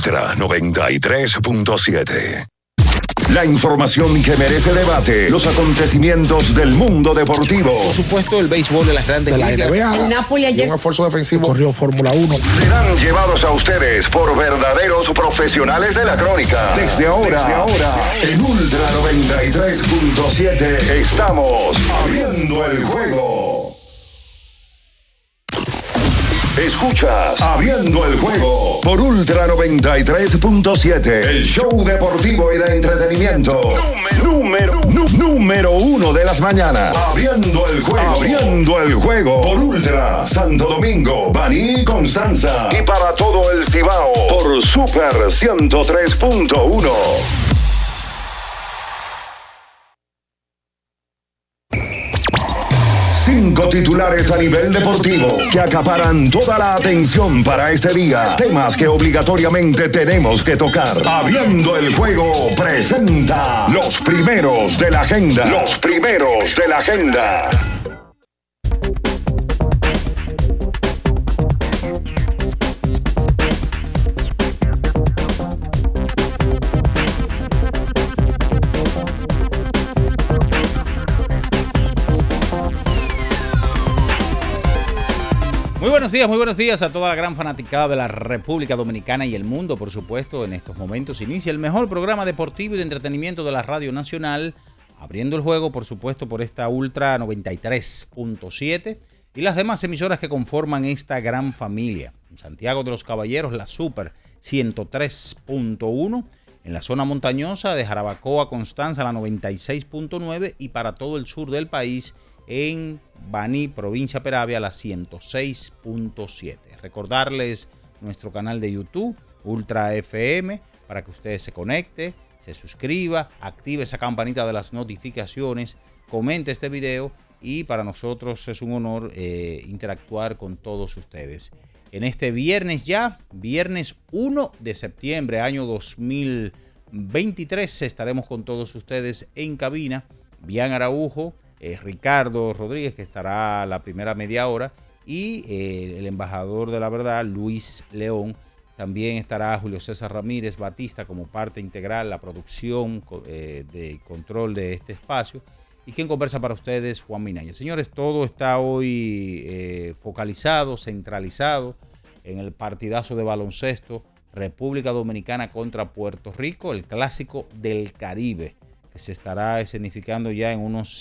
Ultra 93.7. La información que merece debate, los acontecimientos del mundo deportivo. Por supuesto, el béisbol de las grandes ligas. El Napoli ayer un esfuerzo defensivo corrió Fórmula 1. Serán llevados a ustedes por verdaderos profesionales de la crónica. Desde ahora, en Ultra 93.7 estamos abriendo el juego. Escuchas Abriendo el Juego por Ultra 93.7, el show deportivo y de entretenimiento número uno de las mañanas. Abriendo el juego por Ultra Santo Domingo, Baní, Constanza y para todo el Cibao por Super 103.1. 5 titulares a nivel deportivo que acaparan toda la atención para este día. Temas que obligatoriamente tenemos que tocar. Abriendo el Juego presenta los primeros de la agenda. Muy buenos días a toda la gran fanaticada de la República Dominicana y el mundo, por supuesto. En estos momentos inicia el mejor programa deportivo y de entretenimiento de la Radio Nacional, abriendo el juego, por supuesto, por esta Ultra 93.7 y las demás emisoras que conforman esta gran familia. En Santiago de los Caballeros, la Super 103.1, en la zona montañosa de Jarabacoa, Constanza, la 96.9 y para todo el sur del país, en Baní, provincia Peravia, la 106.7. Recordarles nuestro canal de YouTube, Ultra FM, para que usted se conecte, se suscriba, active esa campanita de las notificaciones, comente este video y para nosotros es un honor interactuar con todos ustedes. En este viernes viernes 1 de septiembre, año 2023, estaremos con todos ustedes en cabina. Bian Araujo, Ricardo Rodríguez, que estará la primera media hora, y el embajador de la verdad, Luis León. También estará Julio César Ramírez Batista como parte integral, la producción de control de este espacio. Y quien conversa para ustedes, Juan Minaya. Señores, todo está hoy focalizado, centralizado en el partidazo de baloncesto República Dominicana contra Puerto Rico, el clásico del Caribe, que se estará escenificando ya en unos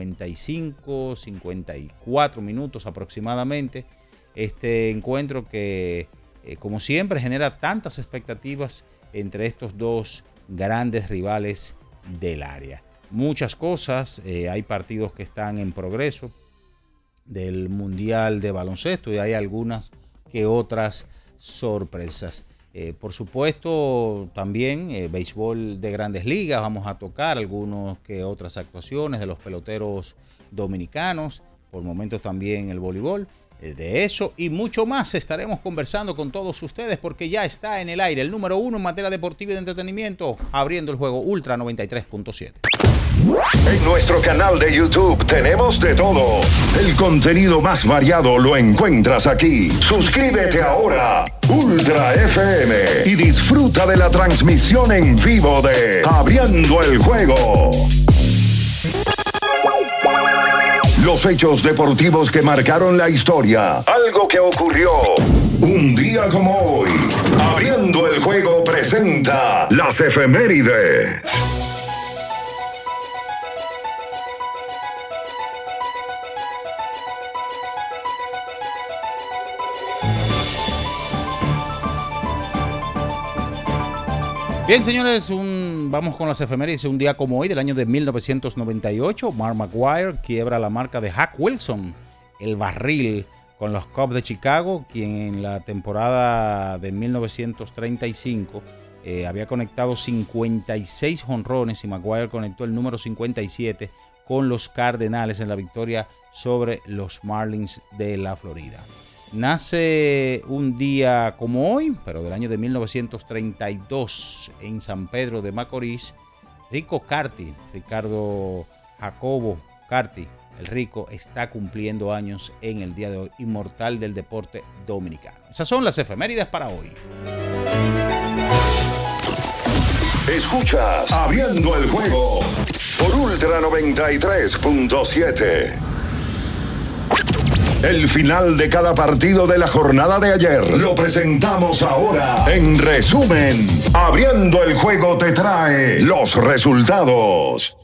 55, 54 minutos aproximadamente. Este encuentro que, como siempre, genera tantas expectativas entre estos dos grandes rivales del área. Muchas cosas, hay partidos que están en progreso del Mundial de Baloncesto y hay algunas que otras sorpresas. Por supuesto, también béisbol de grandes ligas. Vamos a tocar algunas que otras actuaciones de los peloteros dominicanos. Por momentos también el voleibol. De eso y mucho más estaremos conversando con todos ustedes porque ya está en el aire el número uno en materia deportiva y de entretenimiento, abriendo el juego Ultra 93.7. En nuestro canal de YouTube tenemos de todo. El contenido más variado lo encuentras aquí. Suscríbete ahora, Ultra FM, y disfruta de la transmisión en vivo de Abriendo el Juego. Los hechos deportivos que marcaron la historia. Algo que ocurrió un día como hoy. Abriendo el Juego presenta las efemérides. Bien, señores, vamos con las efemérides. Un día como hoy, del año de 1998, Mark McGwire quiebra la marca de Hack Wilson, el barril, con los Cubs de Chicago, quien en la temporada de 1935 había conectado 56 jonrones y McGwire conectó el número 57 con los Cardenales en la victoria sobre los Marlins de la Florida. Nace un día como hoy, pero del año de 1932, en San Pedro de Macorís, Rico Carty, Ricardo Jacobo Carty, el Rico, está cumpliendo años en el día de hoy, inmortal del deporte dominicano. Esas son las efemérides para hoy. Escuchas Abriendo el Juego por Ultra 93.7. El final de cada partido de la jornada de ayer lo presentamos ahora. En resumen, Abriendo el Juego te trae los resultados.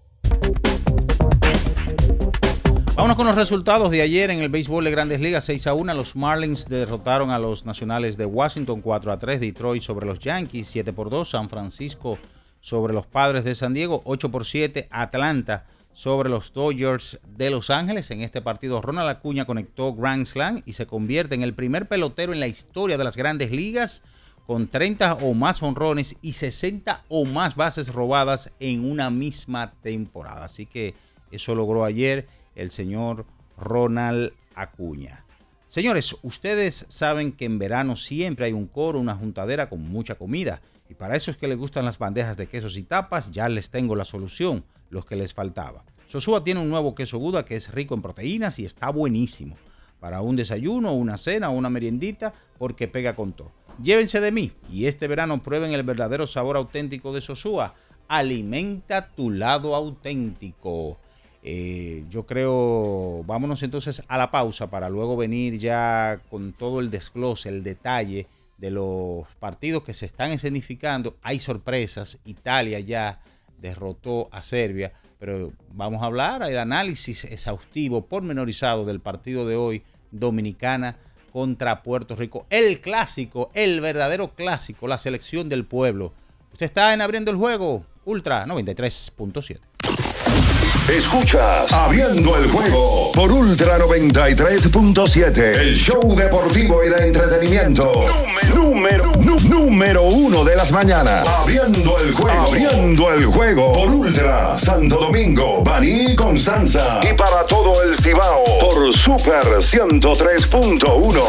Vámonos con los resultados de ayer en el béisbol de Grandes Ligas. 6-1, los Marlins derrotaron a los Nacionales de Washington. 4-3, Detroit sobre los Yankees. 7-2, San Francisco sobre los Padres de San Diego. 8-7, Atlanta sobre los Dodgers de Los Ángeles. En este partido, Ronald Acuña conectó Grand Slam y se convierte en el primer pelotero en la historia de las Grandes Ligas con 30 o más jonrones y 60 o más bases robadas en una misma temporada. Así que eso logró ayer el señor Ronald Acuña. Señores, ustedes saben que en verano siempre hay un coro, una juntadera con mucha comida. Y para eso es que les gustan las bandejas de quesos y tapas, ya les tengo la solución, los que les faltaba. Sosúa tiene un nuevo queso Gouda que es rico en proteínas y está buenísimo para un desayuno, una cena o una meriendita, porque pega con todo. Llévense de mí y este verano prueben el verdadero sabor auténtico de Sosúa. Alimenta tu lado auténtico. Yo creo, vámonos entonces a la pausa para luego venir ya con todo el desglose, el detalle de los partidos que se están escenificando. Hay sorpresas, Italia ya derrotó a Serbia, pero vamos a hablar el análisis exhaustivo, pormenorizado del partido de hoy, Dominicana contra Puerto Rico. El clásico, el verdadero clásico, la selección del pueblo. Usted está en Abriendo el Juego, Ultra 93.7. Escuchas Abriendo el Juego por Ultra 93.7, el show deportivo y de entretenimiento número uno de las mañanas. Abriendo el Juego por Ultra Santo Domingo, Baní y Constanza, y para todo el Cibao por Super 103.1.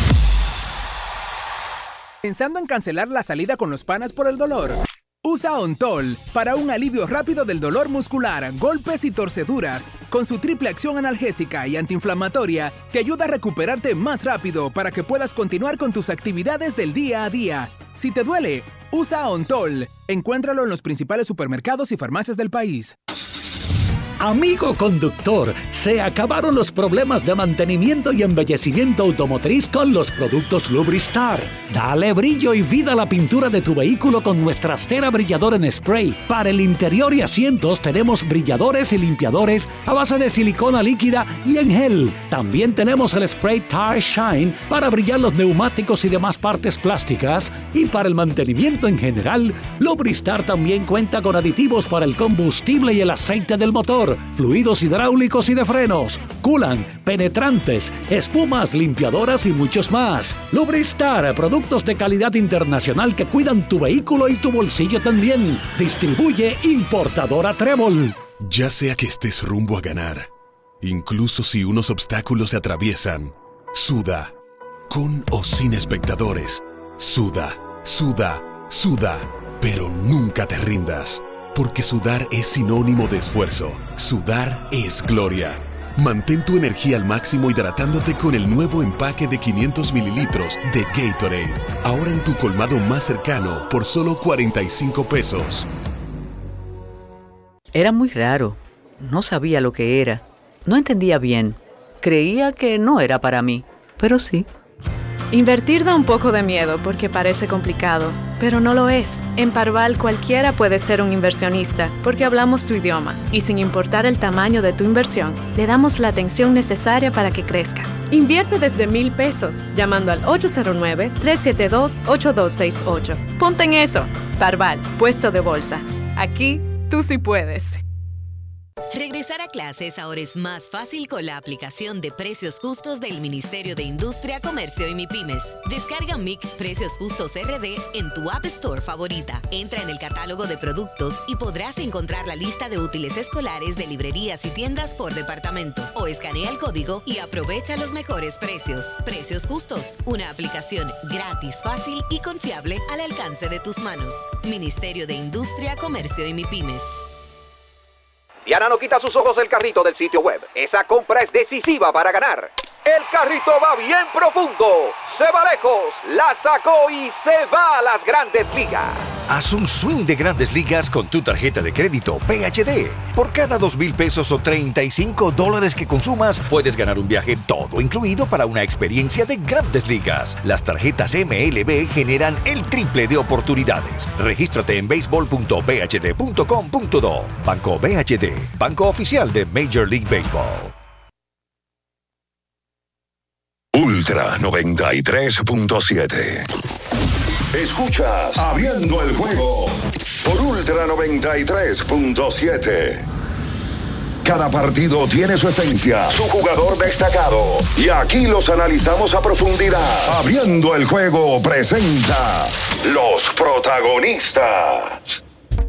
¿Pensando en cancelar la salida con los panas por el dolor? Usa Ontol para un alivio rápido del dolor muscular, golpes y torceduras. Con su triple acción analgésica y antiinflamatoria, te ayuda a recuperarte más rápido para que puedas continuar con tus actividades del día a día. Si te duele, usa Ontol. Encuéntralo en los principales supermercados y farmacias del país. Amigo conductor, se acabaron los problemas de mantenimiento y embellecimiento automotriz con los productos Lubristar. Dale brillo y vida a la pintura de tu vehículo con nuestra cera brilladora en spray. Para el interior y asientos tenemos brilladores y limpiadores a base de silicona líquida y en gel. También tenemos el spray Tire Shine para brillar los neumáticos y demás partes plásticas. Y para el mantenimiento en general, Lubristar también cuenta con aditivos para el combustible y el aceite del motor, fluidos hidráulicos y de frenos, culan, penetrantes, espumas, limpiadoras y muchos más. Lubristar, productos de calidad internacional que cuidan tu vehículo y tu bolsillo también. Distribuye importadora Trébol. Ya sea que estés rumbo a ganar, incluso si unos obstáculos se atraviesan, suda, con o sin espectadores, suda, suda, suda, pero nunca te rindas. Porque sudar es sinónimo de esfuerzo. Sudar es gloria. Mantén tu energía al máximo hidratándote con el nuevo empaque de 500 mililitros de Gatorade. Ahora en tu colmado más cercano por solo 45 pesos. Era muy raro. No sabía lo que era. No entendía bien. Creía que no era para mí, pero sí. Invertir da un poco de miedo porque parece complicado, pero no lo es. En Parval cualquiera puede ser un inversionista porque hablamos tu idioma y sin importar el tamaño de tu inversión, le damos la atención necesaria para que crezca. Invierte desde $1,000 llamando al 809-372-8268. Ponte en eso. Parval, puesto de bolsa. Aquí, tú sí puedes. Regresar a clases ahora es más fácil con la aplicación de Precios Justos del Ministerio de Industria, Comercio y MIPYMES. Descarga MIC Precios Justos RD en tu App Store favorita. Entra en el catálogo de productos y podrás encontrar la lista de útiles escolares de librerías y tiendas por departamento. O escanea el código y aprovecha los mejores precios. Precios Justos, una aplicación gratis, fácil y confiable al alcance de tus manos. Ministerio de Industria, Comercio y MIPYMES. Diana no quita sus ojos del carrito del sitio web. Esa compra es decisiva para ganar. El carrito va bien profundo, se va lejos, la sacó y se va a las Grandes Ligas. Haz un swing de Grandes Ligas con tu tarjeta de crédito PHD. Por cada $2,000 o $35 que consumas, puedes ganar un viaje todo incluido para una experiencia de Grandes Ligas. Las tarjetas MLB generan el triple de oportunidades. Regístrate en baseball.bhd.com.do. Banco BHD, banco oficial de Major League Baseball. Ultra 93.7. Escuchas Abriendo el Juego por Ultra 93.7. Cada partido tiene su esencia, su jugador destacado, y aquí los analizamos a profundidad. Abriendo el Juego presenta los protagonistas.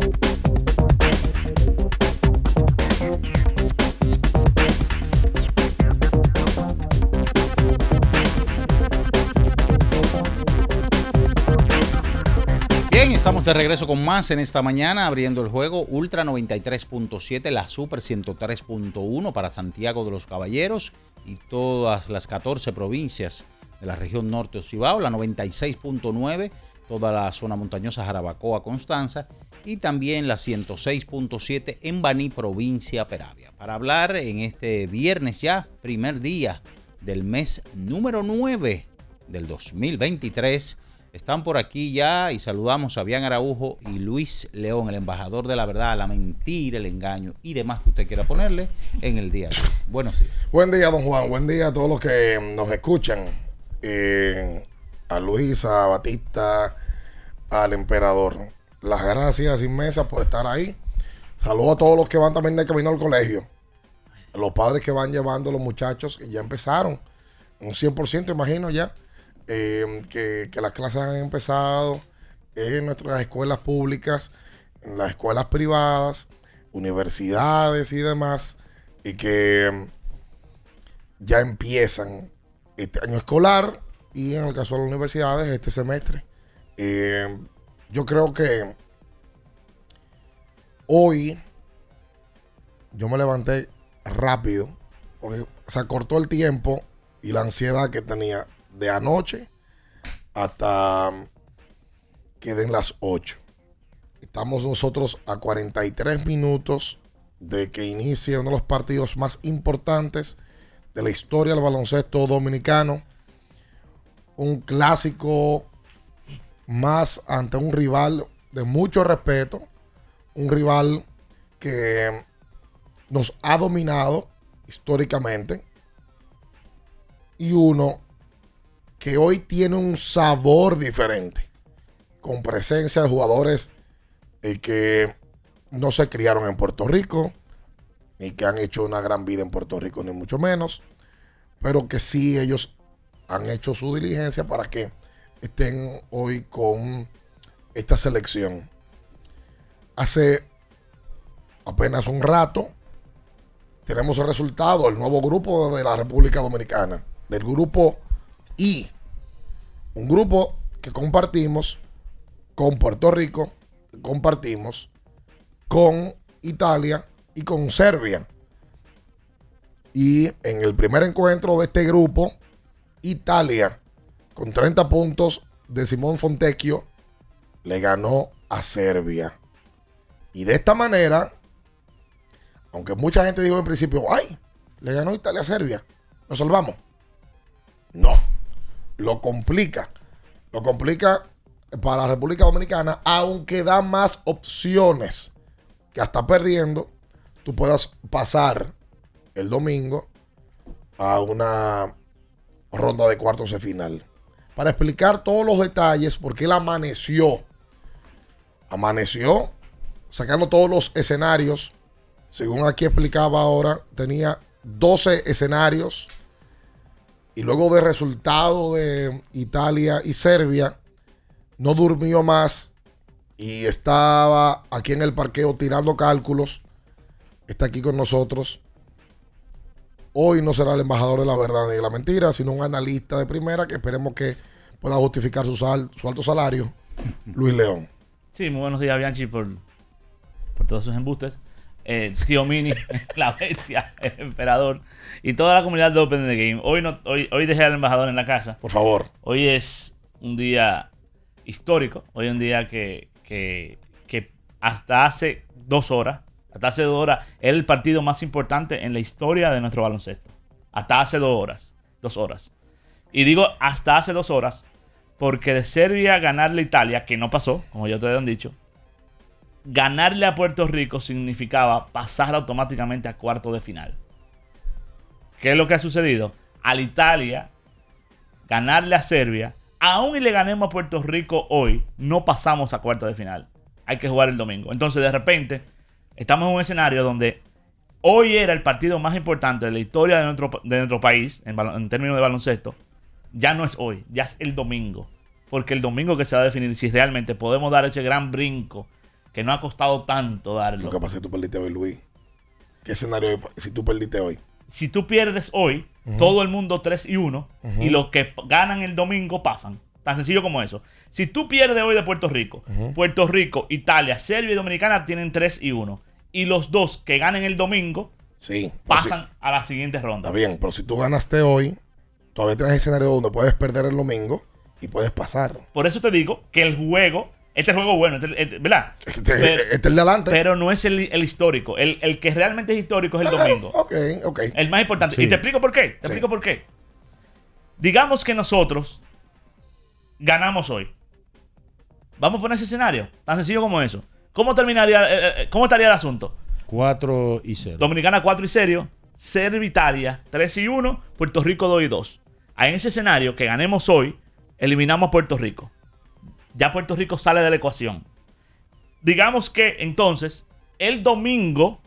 Bien, estamos de regreso con más en esta mañana, abriendo el juego. Ultra 93.7, la Super 103.1 para Santiago de los Caballeros y todas las 14 provincias de la región norte de Cibao, la 96.9, toda la zona montañosa Jarabacoa, Constanza, y también la 106.7 en Baní, provincia Peravia. Para hablar en este viernes ya, primer día del mes número 9 del 2023, están por aquí ya y saludamos a Bian Araujo y Luis León, el embajador de la verdad, la mentira, el engaño y demás que usted quiera ponerle en el día de hoy. Buenos días. Buen día, don Juan. Buen día a todos los que nos escuchan. A Luisa, a Batista, al emperador. Las gracias inmensas por estar ahí. Saludos a todos los que van también de camino al colegio. Los padres que van llevando a los muchachos que ya empezaron. Un 100%, imagino ya. Que las clases han empezado en nuestras escuelas públicas, en las escuelas privadas, universidades y demás, y que ya empiezan este año escolar y en el caso de las universidades este semestre. Yo creo que hoy yo me levanté rápido porque se acortó el tiempo y la ansiedad que tenía de anoche hasta que den las 8. Estamos nosotros a 43 minutos de que inicie uno de los partidos más importantes de la historia del baloncesto dominicano. Un clásico más ante un rival de mucho respeto. Un rival que nos ha dominado históricamente. Y uno que hoy tiene un sabor diferente, con presencia de jugadores que no se criaron en Puerto Rico, ni que han hecho una gran vida en Puerto Rico, ni mucho menos, pero que sí ellos han hecho su diligencia para que estén hoy con esta selección. Hace apenas un rato tenemos el resultado del nuevo grupo de la República Dominicana, del grupo I, un grupo que compartimos con Puerto Rico, compartimos con Italia y con Serbia. Y en el primer encuentro de este grupo, Italia, con 30 puntos de Simón Fontecchio, le ganó a Serbia. Y de esta manera, aunque mucha gente dijo en principio, ¡ay! Le ganó Italia a Serbia, nos salvamos. No. Lo complica para la República Dominicana, aunque da más opciones que hasta perdiendo tú puedas pasar el domingo a una ronda de cuartos de final. Para explicar todos los detalles, porque él amaneció sacando todos los escenarios. Según aquí explicaba ahora, tenía 12 escenarios. Y luego del resultado de Italia y Serbia, no durmió más y estaba aquí en el parqueo tirando cálculos. Está aquí con nosotros. Hoy no será el embajador de la verdad ni de la mentira, sino un analista de primera que esperemos que pueda justificar su alto salario, Luis León. Sí, muy buenos días, Bianchi, por todos sus embustes. Tío Mini, la bestia, el emperador y toda la comunidad de Open the Game. Hoy dejé al embajador en la casa. Por favor. Hoy es un día histórico. Hoy es un día que que hasta hace 2 horas, era el partido más importante en la historia de nuestro baloncesto. Hasta hace 2 horas. Y digo hasta hace 2 horas porque de Serbia ganarle a Italia, que no pasó, como ya ustedes han dicho, ganarle a Puerto Rico significaba pasar automáticamente a cuarto de final. ¿Qué es lo que ha sucedido? Al Italia ganarle a Serbia, aún y le ganemos a Puerto Rico hoy, no pasamos a cuarto de final. Hay que jugar el domingo. Entonces, de repente, estamos en un escenario donde hoy era el partido más importante de la historia de nuestro país, en términos de baloncesto. Ya no es hoy, ya es el domingo. Porque el domingo que se va a definir si realmente podemos dar ese gran brinco que no ha costado tanto darlo. Lo que pasa es que tú perdiste hoy, Luis. ¿Qué escenario si tú perdiste hoy? Si tú pierdes hoy, todo el mundo 3-1, y los que ganan el domingo pasan. Tan sencillo como eso. Si tú pierdes hoy de Puerto Rico, Puerto Rico, Italia, Serbia y Dominicana tienen 3-1. Y los dos que ganen el domingo pasan a la siguiente ronda. Está bien, pero si tú ganaste hoy, todavía tienes escenario donde puedes perder el domingo y puedes pasar. Por eso te digo que el juego, este juego bueno, ¿verdad? Este el de adelante. Pero no es el histórico. El que realmente es histórico es el domingo. Ok. El más importante. Sí. Y te explico por qué. Por qué. Digamos que nosotros ganamos hoy. Vamos a poner ese escenario. Tan sencillo como eso. ¿Cómo estaría el asunto? 4-0. Dominicana 4-0. Serbia, Italia 3-1. Puerto Rico 2-2. En ese escenario que ganemos hoy, eliminamos a Puerto Rico. Ya Puerto Rico sale de la ecuación. Digamos que entonces el domingo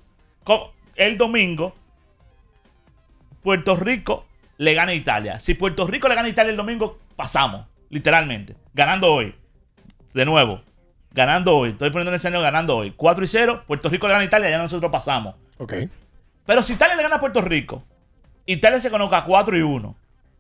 Puerto Rico le gana a Italia. Si Puerto Rico le gana a Italia el domingo, pasamos, literalmente. Ganando hoy. De nuevo, ganando hoy. Estoy poniendo en el escenario ganando hoy. 4-0, Puerto Rico le gana a Italia, ya nosotros pasamos. Ok. Pero si Italia le gana a Puerto Rico, Italia se coloca 4-1.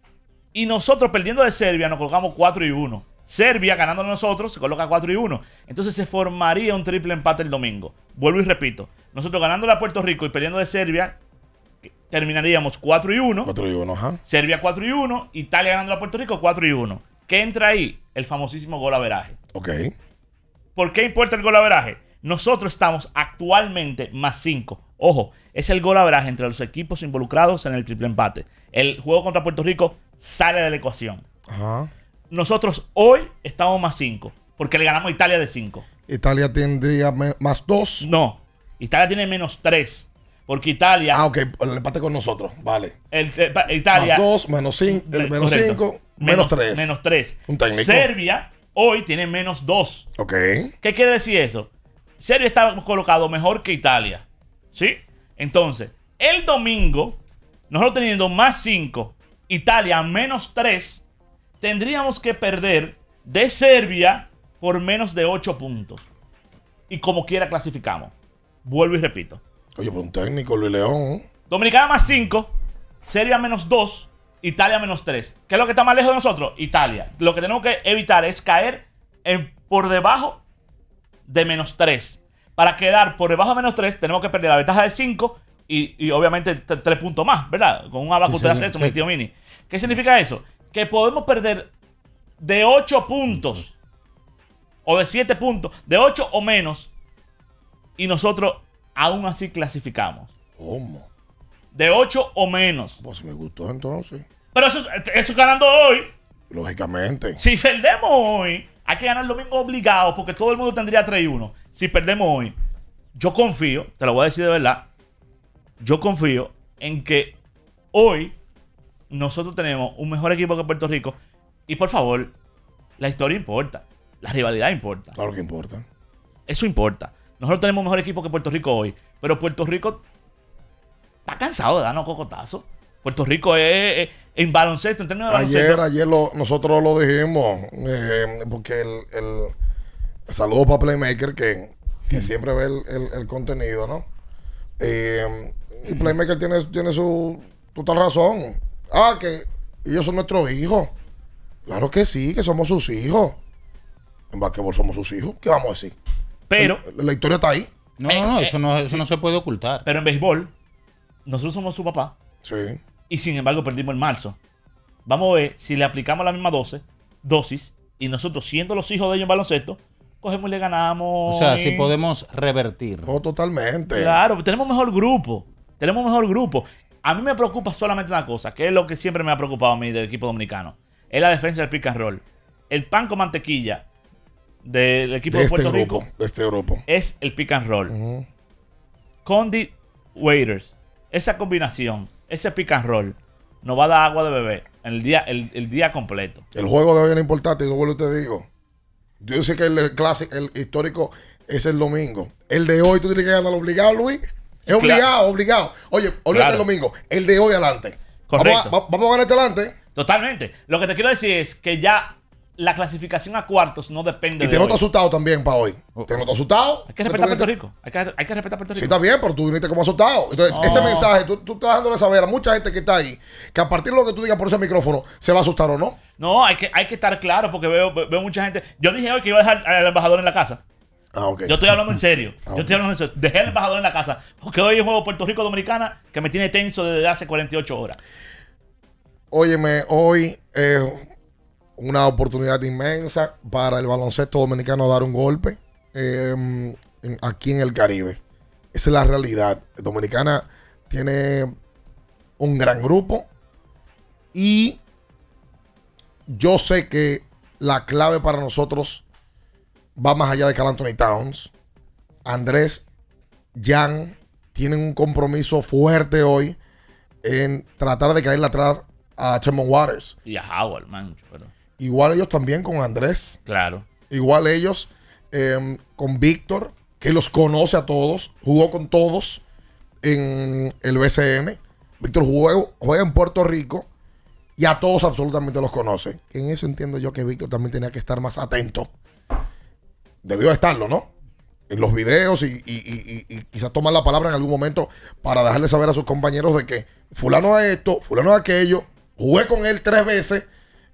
Y nosotros perdiendo de Serbia nos colocamos 4-1. Serbia ganando a nosotros se coloca 4-1. Entonces se formaría un triple empate el domingo. Vuelvo y repito. Nosotros ganándole a Puerto Rico y perdiendo de Serbia, terminaríamos 4-1. 4-1, ajá. Serbia 4-1. Italia ganando a Puerto Rico 4-1. ¿Qué entra ahí? El famosísimo golaveraje. Ok. ¿Por qué importa el golaveraje? Nosotros estamos actualmente más 5. Ojo, es el golaveraje entre los equipos involucrados en el triple empate. El juego contra Puerto Rico sale de la ecuación. Ajá. Nosotros hoy estamos más 5. Porque le ganamos a Italia de 5. ¿Italia tendría más 2? No. Italia tiene menos 3. Porque Italia... ok. El empate con nosotros. Vale. Italia... Más 2, menos 5, menos 5, menos 3. Menos 3. Un técnico. Serbia hoy tiene menos 2. Ok. ¿Qué quiere decir eso? Serbia está colocado mejor que Italia. ¿Sí? Entonces, el domingo, nosotros teniendo más 5, Italia menos 3, tendríamos que perder de Serbia por menos de 8 puntos. Y como quiera clasificamos. Vuelvo y repito. Oye, por un técnico, Luis León. Dominicana más 5, Serbia menos 2, Italia menos 3. ¿Qué es lo que está más lejos de nosotros? Italia. Lo que tenemos que evitar es caer por debajo de menos 3. Para quedar por debajo de menos 3, tenemos que perder la ventaja de 5 y obviamente 3 puntos más, ¿verdad? Con un abaco usted hace eso, mi tío Mini. ¿Qué significa eso? Que podemos perder de 8 puntos o de 7 puntos, de 8 o menos, y nosotros aún así clasificamos. ¿Cómo? De 8 o menos. Pues me gustó entonces. Pero eso es ganando hoy. Lógicamente. Si perdemos hoy, hay que ganar el domingo obligado porque todo el mundo tendría 3-1. Si perdemos hoy, yo confío, te lo voy a decir de verdad, yo confío en que hoy nosotros tenemos un mejor equipo que Puerto Rico. Y por favor, la historia importa. La rivalidad importa. Claro que importa. Eso importa. Nosotros tenemos un mejor equipo que Puerto Rico hoy. Pero Puerto Rico está cansado de darnos cocotazos. Puerto Rico es en baloncesto, en términos de baloncesto. Ayer nosotros lo dijimos, porque el saludo para Playmaker, que siempre ve el contenido, ¿no? Y Playmaker tiene su total razón. Que ellos son nuestros hijos. Claro que sí, que somos sus hijos. En basquetbol somos sus hijos. ¿Qué vamos a decir? Pero la historia está ahí. No, eso no se puede ocultar. Pero en béisbol, nosotros somos su papá. Sí. Y sin embargo perdimos en marzo. Vamos a ver si le aplicamos la misma dosis y nosotros siendo los hijos de ellos en baloncesto, cogemos y le ganamos. O sea, si podemos revertir. Oh, totalmente. Claro, tenemos mejor grupo. A mí me preocupa solamente una cosa, que es lo que siempre me ha preocupado a mí del equipo dominicano. Es la defensa del pick and roll. El pan con mantequilla del equipo de Puerto Rico. De este grupo. Es el pick and roll. Condi Waiters. Esa combinación, ese pick and roll, nos va a dar agua de bebé el día completo. El juego de hoy es importante, y yo vuelvo y te digo. Yo sé que el clásico, el histórico, es el domingo. El de hoy tú tienes que ganar obligado, Luis. Es obligado. Oye, olvídate el domingo. El de hoy adelante. Correcto. Vamos a ganar este adelante. Totalmente. Lo que te quiero decir es que ya la clasificación a cuartos no depende de Y te noto asustado también para hoy. ¿Te noto asustado? Hay que respetar a Puerto Rico. Hay que respetar a Puerto Rico. Sí, está bien, pero tú viniste como asustado. Entonces, ese mensaje, tú estás dándole saber a mucha gente que está ahí que a partir de lo que tú digas por ese micrófono, ¿se va a asustar o no? No, hay que estar claro porque veo mucha gente. Yo dije hoy que iba a dejar al embajador en la casa. Okay. Yo estoy hablando en serio. Dejé al embajador en la casa porque hoy es juego Puerto Rico-Dominicana que me tiene tenso desde hace 48 horas. Óyeme, hoy una oportunidad inmensa para el baloncesto dominicano dar un golpe aquí en el Caribe. Esa es la realidad. Dominicana tiene un gran grupo y yo sé que la clave para nosotros va más allá de Karl Anthony Towns. Andrés, Jan tienen un compromiso fuerte hoy en tratar de caerle atrás a Tremont Waters. Y a Howard, mancho. Pero... Igual ellos también con Andrés. Claro. Igual ellos con Víctor, que los conoce a todos. Jugó con todos en el BCN. Víctor juega en Puerto Rico y a todos absolutamente los conoce. En eso entiendo yo que Víctor también tenía que estar más atento. Debió de estarlo, ¿no? En los videos y quizás tomar la palabra en algún momento para dejarle saber a sus compañeros de que fulano es esto, fulano es aquello. Jugué con él 3 veces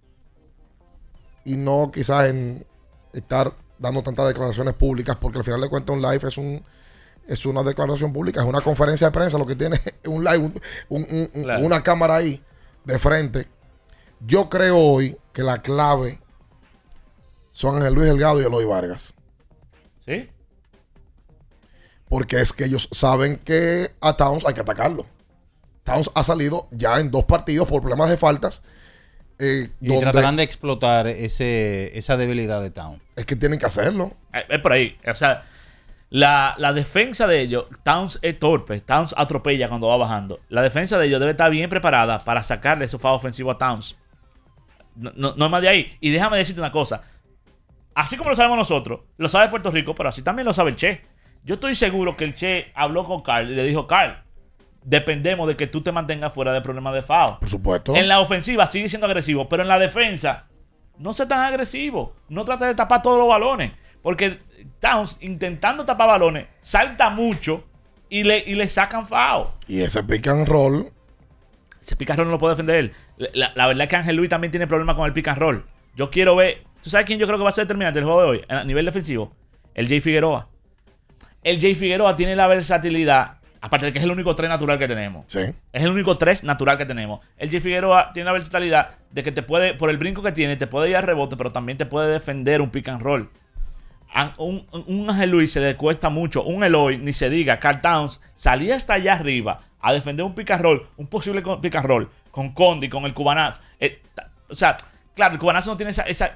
y no quizás en estar dando tantas declaraciones públicas, porque al final de cuentas un live es una declaración pública, es una conferencia de prensa, lo que tiene es un live, claro, una cámara ahí de frente. Yo creo hoy que la clave son Ángel Luis Delgado y Eloy Vargas. ¿Sí? Porque es que ellos saben que a Towns hay que atacarlo. Towns ha salido ya en 2 partidos por problemas de faltas. Y tratarán de explotar esa debilidad de Towns. Es que tienen que hacerlo. Es por ahí. O sea, la defensa de ellos, Towns es torpe. Towns atropella cuando va bajando. La defensa de ellos debe estar bien preparada para sacarle su foul ofensivo a Towns. No es más de ahí. Y déjame decirte una cosa. Así como lo sabemos nosotros, lo sabe Puerto Rico, pero así también lo sabe el Che. Yo estoy seguro que el Che habló con Karl y le dijo: Karl, dependemos de que tú te mantengas fuera de problemas de foul. Por supuesto. En la ofensiva sigue siendo agresivo, pero en la defensa no sea tan agresivo. No trate de tapar todos los balones. Porque Towns, intentando tapar balones, salta mucho y le sacan foul. Y ese pick and roll. Ese pick and roll no lo puede defender él. La verdad es que Ángel Luis también tiene problemas con el pick and roll. Yo quiero ver. ¿Tú sabes quién yo creo que va a ser determinante en el juego de hoy? A nivel defensivo. El Jay Figueroa. El Jay Figueroa tiene la versatilidad. Aparte de que es el único 3 natural que tenemos. Sí. Es el único 3 natural que tenemos. El Jay Figueroa tiene la versatilidad de que te puede, por el brinco que tiene, te puede ir al rebote, pero también te puede defender un pick and roll. Un Ángel Luis se le cuesta mucho. Un Eloy, ni se diga. Karl Towns salía hasta allá arriba a defender un pick and roll, un posible pick and roll, con Condi, con el Cubanazo. O sea, claro, el Cubanazo no tiene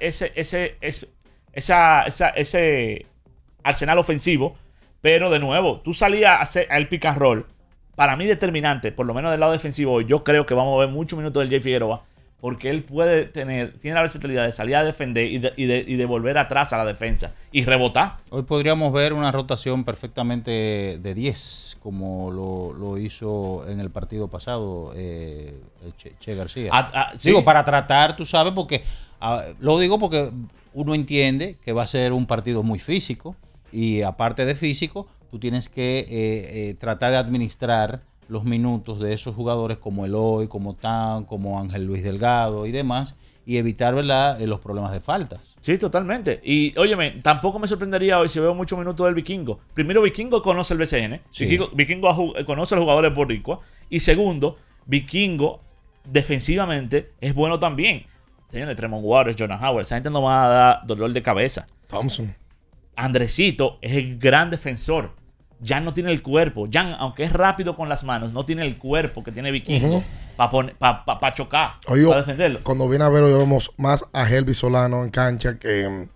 ese arsenal ofensivo. Pero de nuevo, tú salías a hacer el pick and roll. Para mí determinante, por lo menos del lado defensivo, yo creo que vamos a ver muchos minutos del Jay Figueroa. Porque él tiene la versatilidad de salir a defender y de volver atrás a la defensa y rebotar. Hoy podríamos ver una rotación perfectamente de 10, como lo hizo en el partido pasado Che García. Sí. Digo, para tratar, tú sabes, porque lo digo porque uno entiende que va a ser un partido muy físico. Y aparte de físico, tú tienes que tratar de administrar los minutos de esos jugadores como Eloy, como Tan, como Ángel Luis Delgado y demás, y evitar, ¿verdad?, los problemas de faltas. Sí, totalmente. Y, óyeme, tampoco me sorprendería hoy si veo muchos minutos del Vikingo. Primero, Vikingo conoce el BCN. Sí. Vikingo conoce a los jugadores boricuas. Y segundo, Vikingo defensivamente es bueno también. Señores, Tremont Waters, Jonah Howard, esa gente no va a dar dolor de cabeza. Thompson. Andresito es el gran defensor. Jan no tiene el cuerpo. Jan, aunque es rápido con las manos, no tiene el cuerpo que tiene Vikingo para chocar, para defenderlo. Cuando viene a ver, hoy vemos más a Helvis Solano en cancha que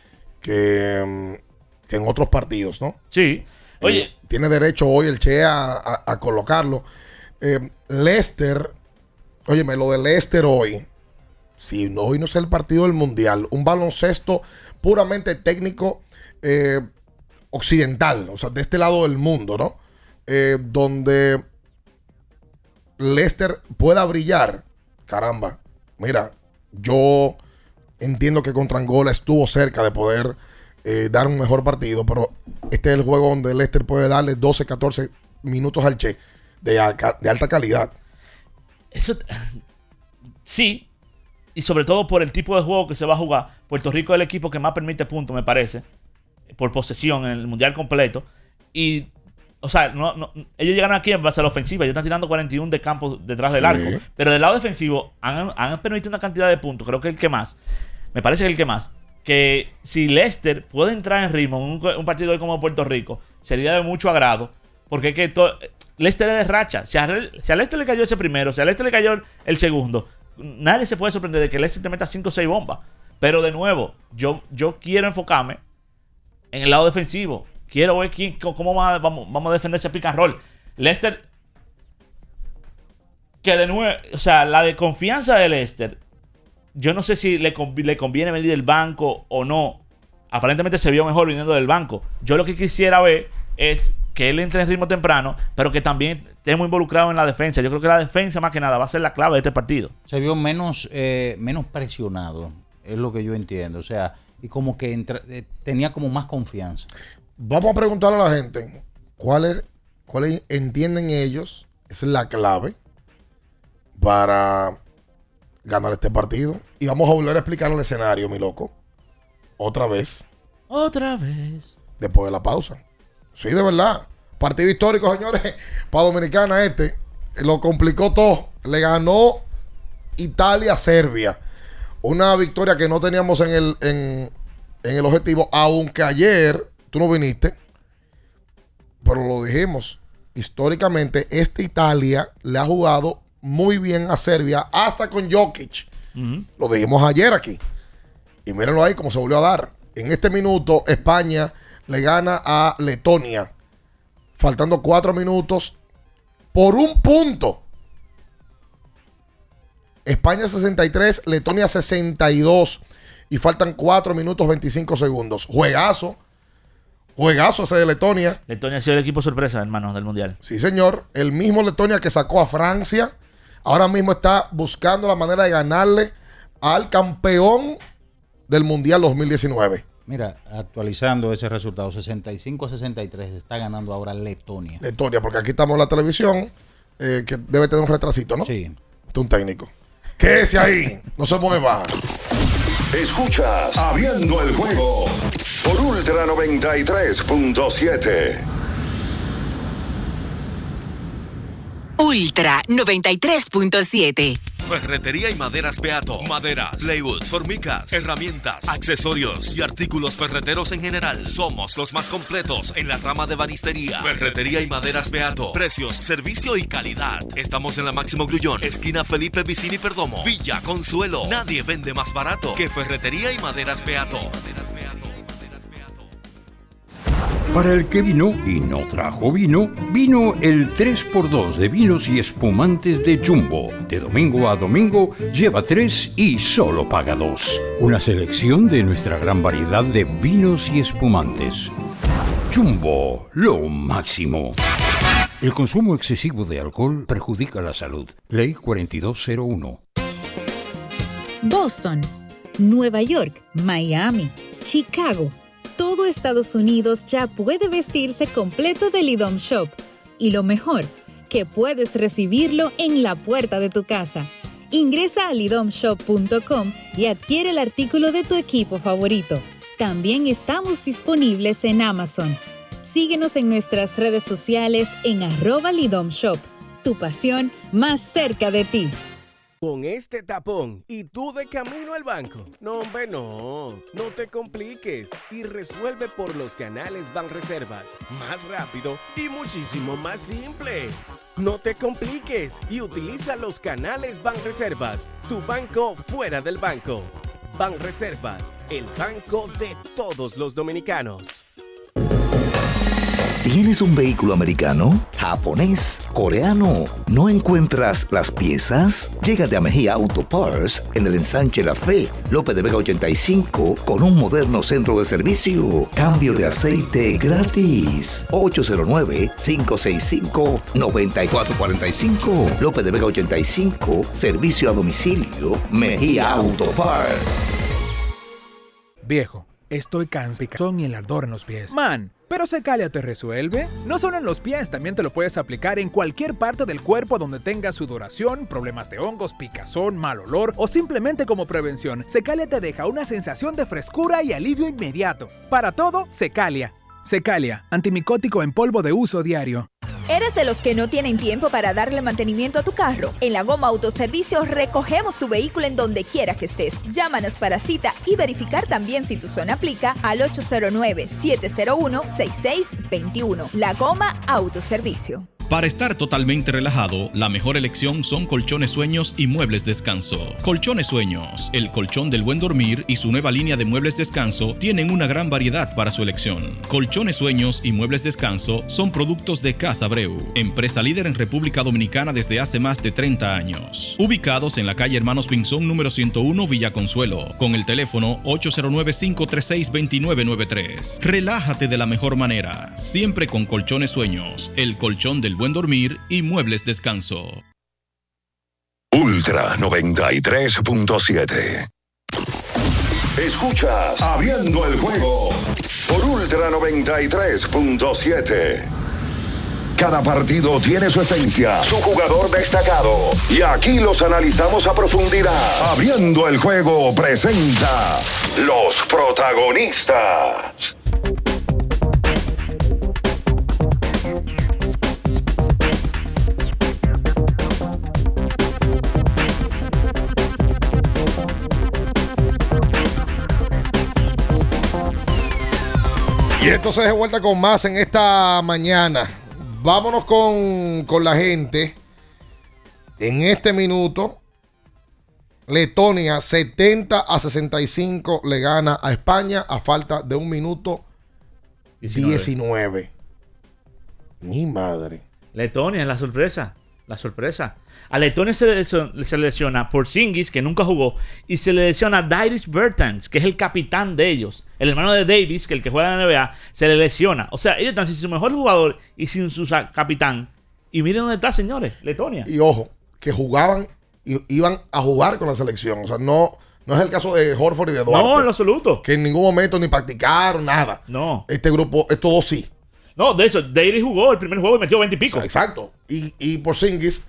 en otros partidos, ¿no? Sí. Oye, tiene derecho hoy el Che a colocarlo. Leicester, óyeme, lo de Leicester hoy, si hoy no es el partido del Mundial, un baloncesto puramente técnico occidental, o sea, de este lado del mundo, ¿no? Donde Leicester pueda brillar. Caramba, mira, yo entiendo que contra Angola estuvo cerca de poder dar un mejor partido, pero este es el juego donde Leicester puede darle 12, 14 minutos al Che de alta calidad. Eso sí, y sobre todo por el tipo de juego que se va a jugar. Puerto Rico es el equipo que más permite puntos, me parece, por posesión en el mundial completo. Y, o sea, ellos llegaron aquí en base a la ofensiva. Ellos están tirando 41 de campo detrás del arco. Pero del lado defensivo han permitido una cantidad de puntos. Creo que el que más. Me parece que el que más. Que si Leicester puede entrar en ritmo en un partido hoy como Puerto Rico, sería de mucho agrado. Porque es que Leicester es de racha. Si a Leicester le cayó ese primero, si a Leicester le cayó el segundo, nadie se puede sorprender de que Leicester te meta 5 o 6 bombas. Pero de nuevo, yo quiero enfocarme en el lado defensivo. Quiero ver cómo vamos a defender ese pick and roll. Leicester, que de nuevo, o sea, la de confianza de Leicester, yo no sé si le conviene venir del banco o no. Aparentemente se vio mejor viniendo del banco. Yo lo que quisiera ver es que él entre en ritmo temprano, pero que también esté muy involucrado en la defensa. Yo creo que la defensa, más que nada, va a ser la clave de este partido. Se vio menos presionado, es lo que yo entiendo. O sea, y como que tenía como más confianza. Vamos a preguntarle a la gente cuáles entienden ellos es la clave para ganar este partido. Y vamos a volver a explicar el escenario, mi loco. Otra vez. Después de la pausa. Sí, de verdad. Partido histórico, señores. Para Dominicana lo complicó todo. Le ganó Italia a Serbia. Una victoria que no teníamos en el objetivo. Aunque ayer tú no viniste. Pero lo dijimos. Históricamente, Italia le ha jugado muy bien a Serbia. Hasta con Jokic. Lo dijimos ayer aquí. Y mírenlo ahí como se volvió a dar. En este minuto, España le gana a Letonia. Faltando 4 minutos. Por un punto. España 63, Letonia 62. Y faltan 4 minutos 25 segundos. Juegazo ese de Letonia. Letonia ha sido el equipo sorpresa, hermano, del Mundial. Sí, señor. El mismo Letonia que sacó a Francia. Ahora mismo está buscando la manera de ganarle al campeón del Mundial 2019. Mira, actualizando ese resultado, 65-63 está ganando ahora Letonia. Letonia, porque aquí estamos en la televisión, que debe tener un retrasito, ¿no? Sí. Este es un técnico. Quédese ahí, no se mueva. Escuchas Abriendo el Juego por Ultra 93.7. Ultra 93.7. Ferretería y maderas Beato. Maderas, plywood, formicas, herramientas, accesorios y artículos ferreteros en general. Somos los más completos en la rama de banistería. Ferretería y maderas Beato. Precios, servicio y calidad. Estamos en la Máximo Grullón, esquina Felipe Vicini Perdomo, Villa Consuelo. Nadie vende más barato que Ferretería y maderas Beato. Para el que vino y no trajo vino, vino el 3x2 de vinos y espumantes de Jumbo. De domingo a domingo, lleva 3 y solo paga 2. Una selección de nuestra gran variedad de vinos y espumantes. Jumbo, lo máximo. El consumo excesivo de alcohol perjudica la salud. Ley 4201. Boston, Nueva York, Miami, Chicago. Todo Estados Unidos ya puede vestirse completo del IDOM Shop. Y lo mejor, que puedes recibirlo en la puerta de tu casa. Ingresa a lidomshop.com y adquiere el artículo de tu equipo favorito. También estamos disponibles en Amazon. Síguenos en nuestras redes sociales en @lidomshop. Tu pasión más cerca de ti. Con este tapón y tú de camino al banco. No, hombre, no te compliques y resuelve por los canales Banreservas. Más rápido y muchísimo más simple. No te compliques y utiliza los canales Banreservas, tu banco fuera del banco. Banreservas, el banco de todos los dominicanos. ¿Tienes un vehículo americano, japonés, coreano? ¿No encuentras las piezas? Llégate a Mejía Auto Parts en el ensanche La Fe, López de Vega 85, con un moderno centro de servicio. Cambio de aceite gratis. 809-565-9445. López de Vega 85, servicio a domicilio. Mejía Auto Parts. Viejo, estoy cansado y el ardor en los pies. Man, ¿pero Secalia te resuelve? No solo en los pies, también te lo puedes aplicar en cualquier parte del cuerpo donde tengas sudoración, problemas de hongos, picazón, mal olor o simplemente como prevención. Secalia te deja una sensación de frescura y alivio inmediato. Para todo, Secalia. Secalia, antimicótico en polvo de uso diario. ¿Eres de los que no tienen tiempo para darle mantenimiento a tu carro? En La Goma Autoservicio recogemos tu vehículo en donde quiera que estés. Llámanos para cita y verificar también si tu zona aplica al 809-701-6621. La Goma Autoservicio. Para estar totalmente relajado, la mejor elección son Colchones Sueños y Muebles Descanso. Colchones Sueños, el colchón del buen dormir y su nueva línea de muebles descanso tienen una gran variedad para su elección. Colchones Sueños y Muebles Descanso son productos de Casa Abreu, empresa líder en República Dominicana desde hace más de 30 años. Ubicados en la calle Hermanos Pinzón número 101 Villa Consuelo, con el teléfono 809-536-2993. Relájate de la mejor manera, siempre con Colchones Sueños, el colchón del buen dormir y Muebles Descanso. Ultra 93.7. Escuchas Abriendo el Juego por Ultra 93.7. Cada partido tiene su esencia, su jugador destacado, y aquí los analizamos a profundidad. Abriendo el Juego presenta los protagonistas. Y entonces de vuelta con más en esta mañana. Vámonos con la gente. En este minuto, Letonia 70-65 le gana a España a falta de 1 minuto 19. Mi madre. Letonia es la sorpresa. La sorpresa. A Letonia se le lesiona Porzingis, que nunca jugó, y se le lesiona Dairis Bertans, que es el capitán de ellos. El hermano de Davis, que el que juega en la NBA, se le lesiona. O sea, ellos están sin su mejor jugador y sin su capitán. Y miren dónde está, señores, Letonia. Y ojo, que jugaban, iban a jugar con la selección. O sea, no es el caso de Horford y de Duarte. No, en lo absoluto. Que en ningún momento ni practicaron, nada. No. Este grupo, estos dos sí. No, de eso, Davis jugó el primer juego y metió 20 y pico. Exacto. Y Porzingis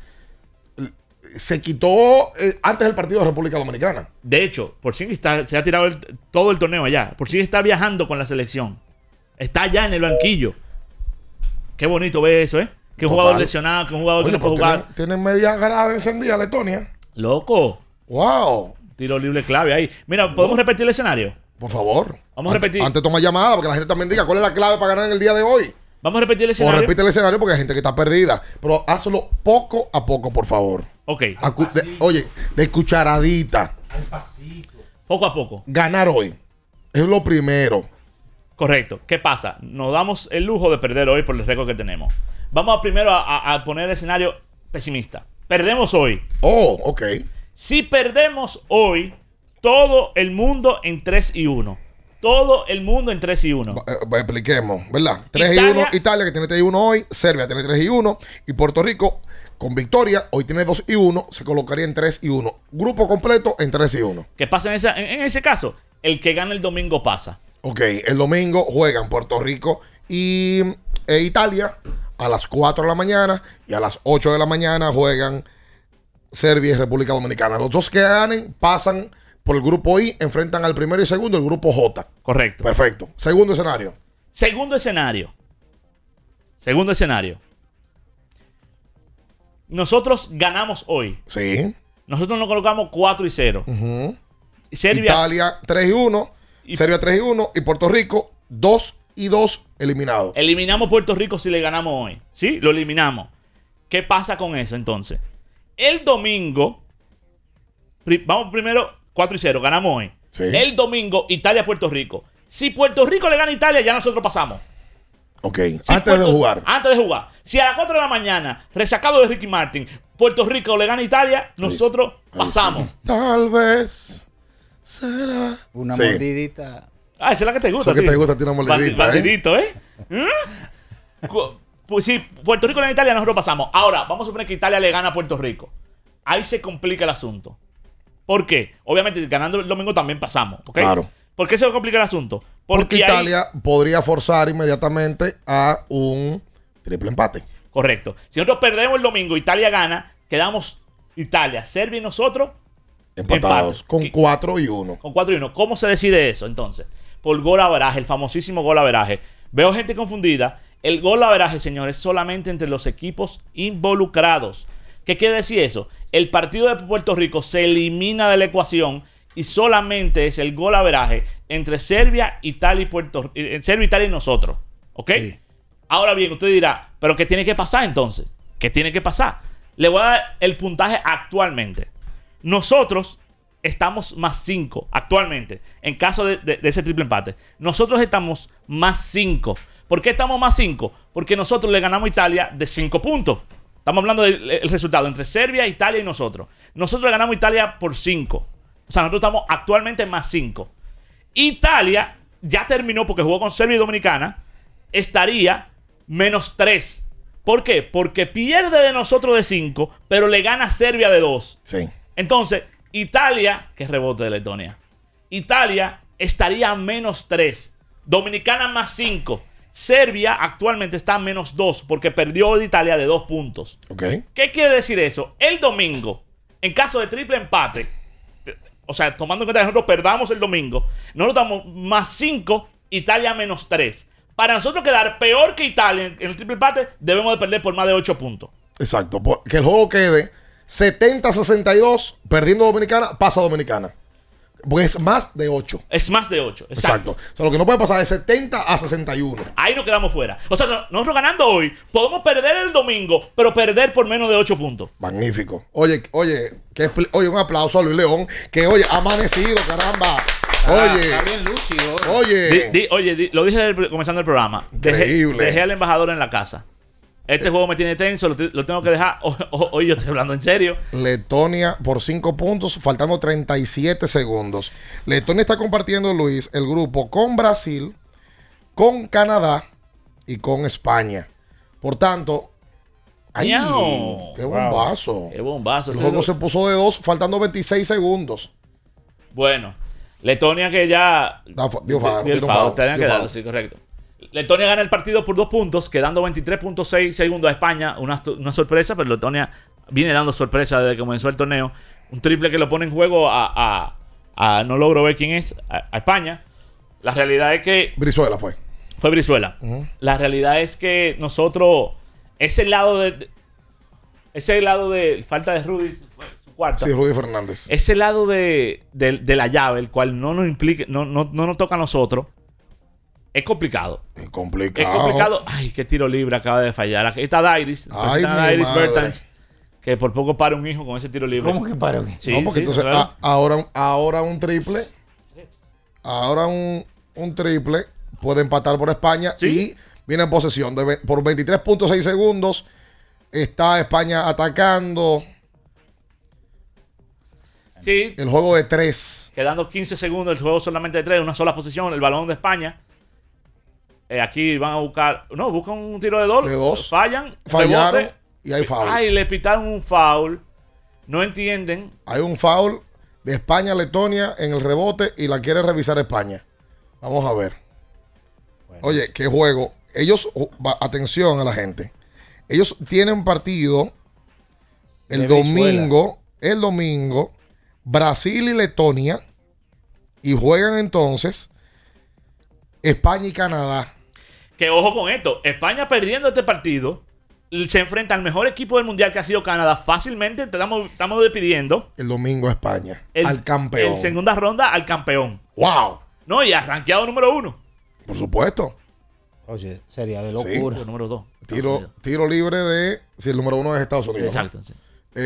se quitó antes del partido de República Dominicana. De hecho, Porzingis se ha tirado todo el torneo allá. Porzingis está viajando con la selección. Está allá en el banquillo. Qué bonito ver eso, ¿eh? Que un jugador lesionado, que un jugador que no puede jugar. Tienen media grada encendida Letonia. Loco. Wow. Tiro libre clave ahí. Mira, ¿podemos repetir el escenario? Por favor. Vamos a repetir. Antes toma llamada, porque la gente también diga cuál es la clave para ganar en el día de hoy. Vamos a repetir el escenario. O repite el escenario porque hay gente que está perdida. Pero hazlo poco a poco, por favor. Ok. Oye, de cucharadita. Al pasito. Poco a poco. Ganar hoy es lo primero. Correcto. ¿Qué pasa? Nos damos el lujo de perder hoy por el récord que tenemos. Vamos primero a poner el escenario pesimista. Perdemos hoy. Oh, ok. Si perdemos hoy, todo el mundo en 3-1. Todo el mundo en 3-1. Expliquemos, ¿verdad? 3-1 Italia, que tiene 3-1 hoy. Serbia tiene 3-1. Y Puerto Rico, con victoria, hoy tiene 2-1. Se colocaría en 3-1. Grupo completo en 3-1. ¿Qué pasa en ese caso? El que gana el domingo pasa. Ok, el domingo juegan Puerto Rico y Italia a las 4 de la mañana. Y a las 8 de la mañana juegan Serbia y República Dominicana. Los dos que ganen pasan por el grupo I, enfrentan al primero y segundo, el grupo J. Correcto. Perfecto. Segundo escenario. Nosotros ganamos hoy. Sí. Nosotros nos colocamos 4-0. Ujú. Serbia, Italia 3-1, Serbia 3-1 y Puerto Rico 2-2 eliminado. eliminamos Puerto Rico si le ganamos hoy. ¿Sí? Lo eliminamos. ¿Qué pasa con eso entonces? El domingo, vamos primero 4-0, ganamos hoy. Sí. El domingo, Italia-Puerto Rico. Si Puerto Rico le gana a Italia, ya nosotros pasamos. Ok, Si antes de jugar. Antes de jugar. Si a las 4 de la mañana, resacado de Ricky Martin, Puerto Rico le gana a Italia, nosotros pasamos. Tal vez será Una Sí. mordidita. Ah, esa es la que te gusta. Eso que tío. te gusta a ti, una mordidita, Bandidito, ¿eh? Pues si Puerto Rico le gana a Italia, nosotros pasamos. Ahora, vamos a suponer que Italia le gana a Puerto Rico. Ahí se complica el asunto. ¿Por qué? Obviamente, ganando el domingo también pasamos, ¿ok? Claro. ¿Por qué se complica el asunto? Porque ahí- Italia podría forzar inmediatamente a un triple empate. Correcto. Si nosotros perdemos el domingo, Italia gana, quedamos Italia, Serbia y nosotros Empatados empate. con 4-1. Con 4-1. ¿Cómo se decide eso entonces? Por gol averaje, el famosísimo gol averaje. Veo gente confundida. El gol averaje, señores, solamente entre los equipos involucrados. ¿Qué quiere decir eso? El partido de Puerto Rico se elimina de la ecuación y solamente es el gol averaje entre Serbia, Italia y nosotros. ¿Ok? Sí. Ahora bien, usted dirá, ¿pero qué tiene que pasar entonces? ¿Qué tiene que pasar? Le voy a dar el puntaje actualmente. Nosotros estamos más 5 actualmente. En caso de ese triple empate. Nosotros estamos más 5. ¿Por qué estamos más 5? Porque nosotros le ganamos a Italia de 5 puntos. Estamos hablando del resultado entre Serbia, Italia y nosotros. Nosotros le ganamos a Italia por 5. O sea, nosotros estamos actualmente más 5. Italia ya terminó porque jugó con Serbia y Dominicana. Estaría menos 3. ¿Por qué? Porque pierde de nosotros de 5, pero le gana a Serbia de 2. Sí. Entonces, Italia, que rebote de Letonia. Italia estaría a menos 3. Dominicana más 5. Serbia actualmente está a menos 2 porque perdió de Italia de 2 puntos. Ok. ¿Qué quiere decir eso? El domingo, en caso de triple empate, o sea, tomando en cuenta que nosotros perdamos el domingo, nosotros estamos más 5, Italia menos 3. Para nosotros quedar peor que Italia en el triple empate, debemos de perder por más de 8 puntos. Exacto. Que el juego quede 70-62, perdiendo Dominicana, pasa Dominicana. Porque es más de 8. Es más de 8. Exacto. O sea, lo que no puede pasar es 70-61. Ahí nos quedamos fuera. O sea, nosotros ganando hoy, podemos perder el domingo, pero perder por menos de 8 puntos. Magnífico. Oye, un aplauso a Luis León, que oye, ha amanecido, caramba. Oye, Está bien lúcido. oye. Lo dije comenzando el programa. Increíble. Dejé al embajador en la casa. Este juego me tiene tenso, lo tengo que dejar. Hoy yo estoy hablando en serio. Letonia por 5 puntos, faltando 37 segundos. Letonia está compartiendo, Luis, el grupo con Brasil, con Canadá y con España. Por tanto, ¡ay! ¡Miau! ¡Qué bombazo! ¡Qué bombazo! El juego se puso de 2, faltando 26 segundos. Bueno, Letonia que ya... Dio foul. Tenían que darlo, sí, correcto. Letonia gana el partido por 2 puntos, quedando 23.6 segundos a España. Una sorpresa, pero Letonia viene dando sorpresa desde que comenzó el torneo. Un triple que lo pone en juego no logro ver quién es, a España. La realidad es que... Brizuela fue. Fue Brizuela. La realidad es que nosotros, ese lado de falta de Rudy, su cuarta. Sí, Rudy Fernández. Ese lado de la llave, el cual no nos implica, no nos toca a nosotros. Es complicado. Es complicado. Es complicado. Ay, qué tiro libre acaba de fallar. Aquí está Dairis. Ay, mi Dairis madre. Bertans, que por poco para un hijo con ese tiro libre. ¿Cómo que para un hijo? Sí, no, porque sí, entonces claro. ahora un triple. Ahora un triple puede empatar por España y viene en posesión por 23.6 segundos. Está España atacando. Sí. El juego de 3. Quedando 15 segundos, el juego solamente de 3, una sola posición, el balón de España. Aquí van a buscar. No, buscan un tiro de 2. De 2. Fallaron Rebote, y hay foul. Ay, le pitaron un foul. No entienden. Hay un foul de España a Letonia en el rebote y la quiere revisar España. Vamos a ver. Bueno. Oye, qué juego. Ellos, atención a la gente. Ellos tienen partido el domingo, Brasil y Letonia, y juegan entonces España y Canadá. Que ojo con esto, España perdiendo este partido se enfrenta al mejor equipo del mundial que ha sido Canadá. Fácilmente estamos despidiendo. El domingo a España. Al campeón. En segunda ronda al campeón. ¡Wow! No, y arranqueado número 1. Por supuesto. Oye, sería de locura. Sí. Número 2. Tiro libre de... Si el número 1 es Estados Unidos. Exacto, ¿no? sí.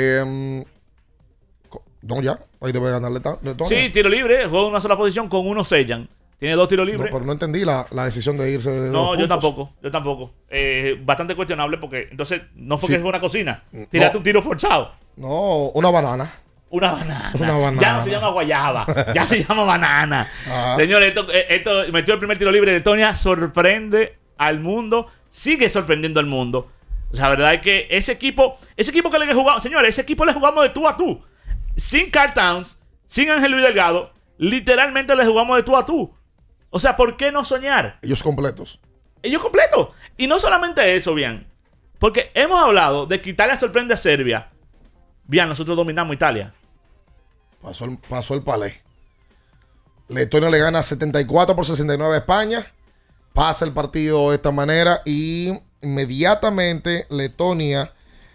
No, ya. Ahí debe ganar Letonia. Sí, tiro libre. Juega en una sola posición. Con uno sellan. Tiene 2 tiros libres. No, pero no entendí la decisión de irse de No, 2 yo puntos. tampoco. Bastante cuestionable porque entonces no fue que Sí. fue una cocina. Tírate un tiro forzado. No, una banana. Una banana. Una banana. Ya no se llama guayaba. Ya se llama banana. Ajá. Señores, esto metió el primer tiro libre. Letonia sorprende al mundo. Sigue sorprendiendo al mundo. La verdad es que ese equipo que le jugamos, señores, ese equipo le jugamos de tú a tú. Sin Karl Towns, sin Ángel Luis Delgado, literalmente le jugamos de tú a tú. O sea, ¿por qué no soñar? Ellos completos. Y no solamente eso, bien. Porque hemos hablado de que Italia sorprende a Serbia. Bien, nosotros dominamos Italia. Pasó el palé. Letonia le gana 74-69 a España. Pasa el partido de esta manera y inmediatamente Letonia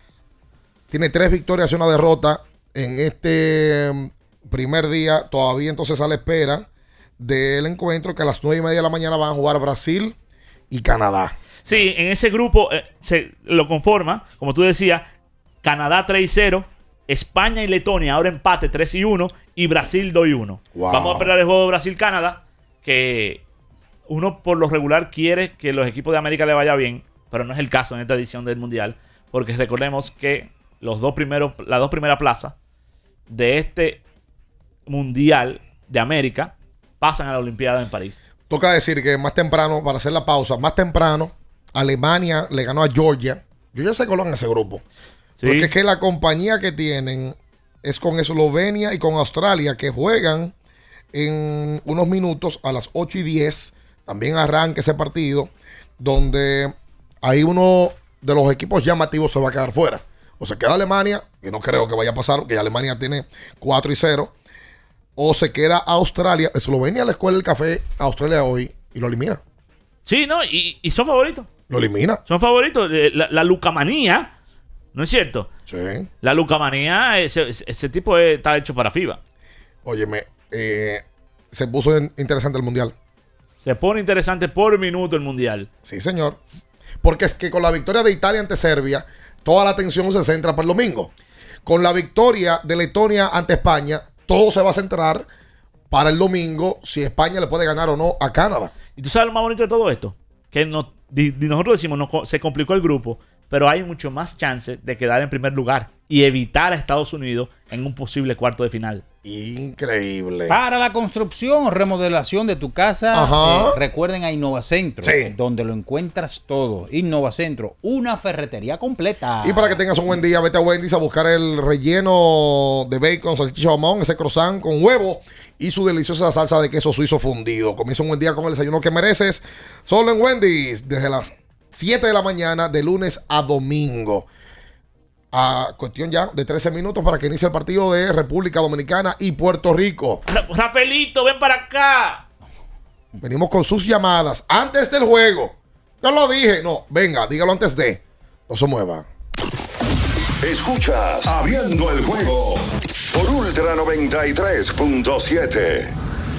tiene 3 victorias y una derrota en este primer día. Todavía entonces a la espera del encuentro que a las 9:30 de la mañana van a jugar Brasil y Canadá. Sí, en ese grupo se lo conforma, como tú decías, Canadá 3-0, España y Letonia ahora empate 3-1 y Brasil 2-1. Wow. Vamos a esperar el juego de Brasil-Canadá, que uno por lo regular quiere que los equipos de América le vaya bien, pero no es el caso en esta edición del Mundial, porque recordemos que las dos primeras plazas de este Mundial de América pasan a la Olimpiada en París. Toca decir que más temprano, para hacer la pausa, más temprano, Alemania le ganó a Georgia. Georgia se coló en ese grupo. Sí. Porque es que la compañía que tienen es con Eslovenia y con Australia, que juegan en unos minutos a las 8:10. También arranca ese partido, donde hay uno de los equipos llamativos se va a quedar fuera. O se queda Alemania, que no creo que vaya a pasar, porque Alemania tiene 4-0. O se queda Australia. Eslovenia le escuela el café a Australia hoy y lo elimina. Sí, ¿no? Y son favoritos. Lo elimina. Son favoritos. La lucamanía, ¿no es cierto? Sí. La lucamanía, ese tipo está hecho para FIBA. Óyeme, se puso interesante el Mundial. Se pone interesante por minuto el Mundial. Sí, señor. Porque es que con la victoria de Italia ante Serbia, toda la atención se centra para el domingo. Con la victoria de Letonia ante España, todo se va a centrar para el domingo si España le puede ganar o no a Canadá. ¿Y tú sabes lo más bonito de todo esto? Que nosotros decimos, se complicó el grupo, pero hay mucho más chance de quedar en primer lugar y evitar a Estados Unidos en un posible cuarto de final. Increíble. Para la construcción o remodelación de tu casa, recuerden a Innovacentro, donde lo encuentras todo. Innovacentro, una ferretería completa. Y para que tengas un buen día, vete a Wendy's a buscar el relleno de bacon, salchicha, jamón, ese croissant con huevo y su deliciosa salsa de queso suizo fundido. Comienza un buen día con el desayuno que mereces. Solo en Wendy's, desde las 7 de la mañana, de lunes a domingo. A cuestión ya de 13 minutos para que inicie el partido de República Dominicana y Puerto Rico. Rafaelito, ven para acá. Venimos con sus llamadas antes del juego. Ya lo dije. No, venga, dígalo antes de. No se mueva. Escuchas Abriendo el Juego por Ultra 93.7.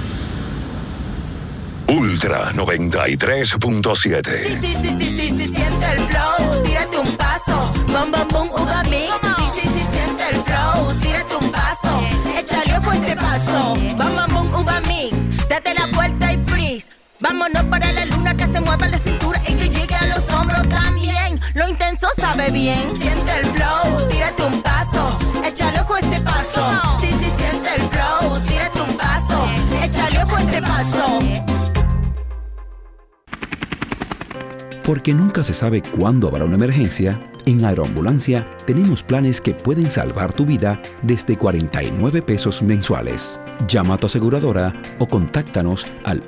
Ultra 93.7. Sí, siente el flow, tírate un paso, bom, bom, bom, uva mix. Sí, siente el flow, tírate un paso, échale ojo este paso, bom, bom, bom, uva mix. Date la vuelta y freeze, vámonos para la luna, que se mueva la cintura y que llegue a los hombros también. Lo intenso sabe bien, siente el flow, tírate un paso, échale ojo este paso. Sí, siente el flow, tírate un paso, échale ojo este paso. Porque nunca se sabe cuándo habrá una emergencia, en Aeroambulancia tenemos planes que pueden salvar tu vida desde 49 pesos mensuales. Llama a tu aseguradora o contáctanos al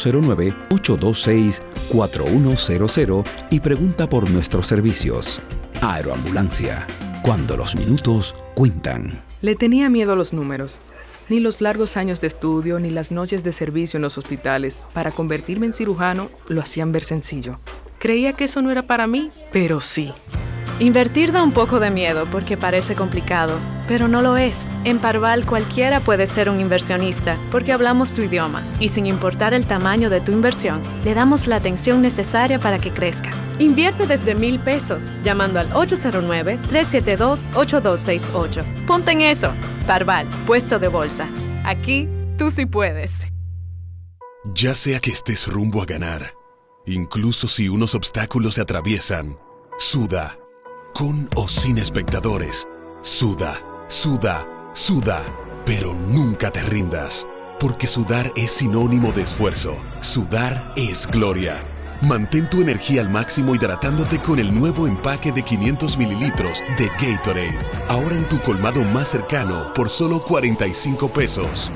809-826-4100 y pregunta por nuestros servicios. Aeroambulancia, cuando los minutos cuentan. Le tenía miedo a los números. Ni los largos años de estudio ni las noches de servicio en los hospitales para convertirme en cirujano lo hacían ver sencillo. Creía que eso no era para mí, pero sí. Invertir da un poco de miedo porque parece complicado, pero no lo es. En Parval cualquiera puede ser un inversionista porque hablamos tu idioma y sin importar el tamaño de tu inversión, le damos la atención necesaria para que crezca. Invierte desde $1,000 llamando al 809-372-8268. Ponte en eso. Parval, puesto de bolsa. Aquí, tú sí puedes. Ya sea que estés rumbo a ganar, incluso si unos obstáculos se atraviesan, suda. Con o sin espectadores, suda, suda, suda. Pero nunca te rindas, porque sudar es sinónimo de esfuerzo. Sudar es gloria. Mantén tu energía al máximo hidratándote con el nuevo empaque de 500 mililitros de Gatorade. Ahora en tu colmado más cercano por solo $45.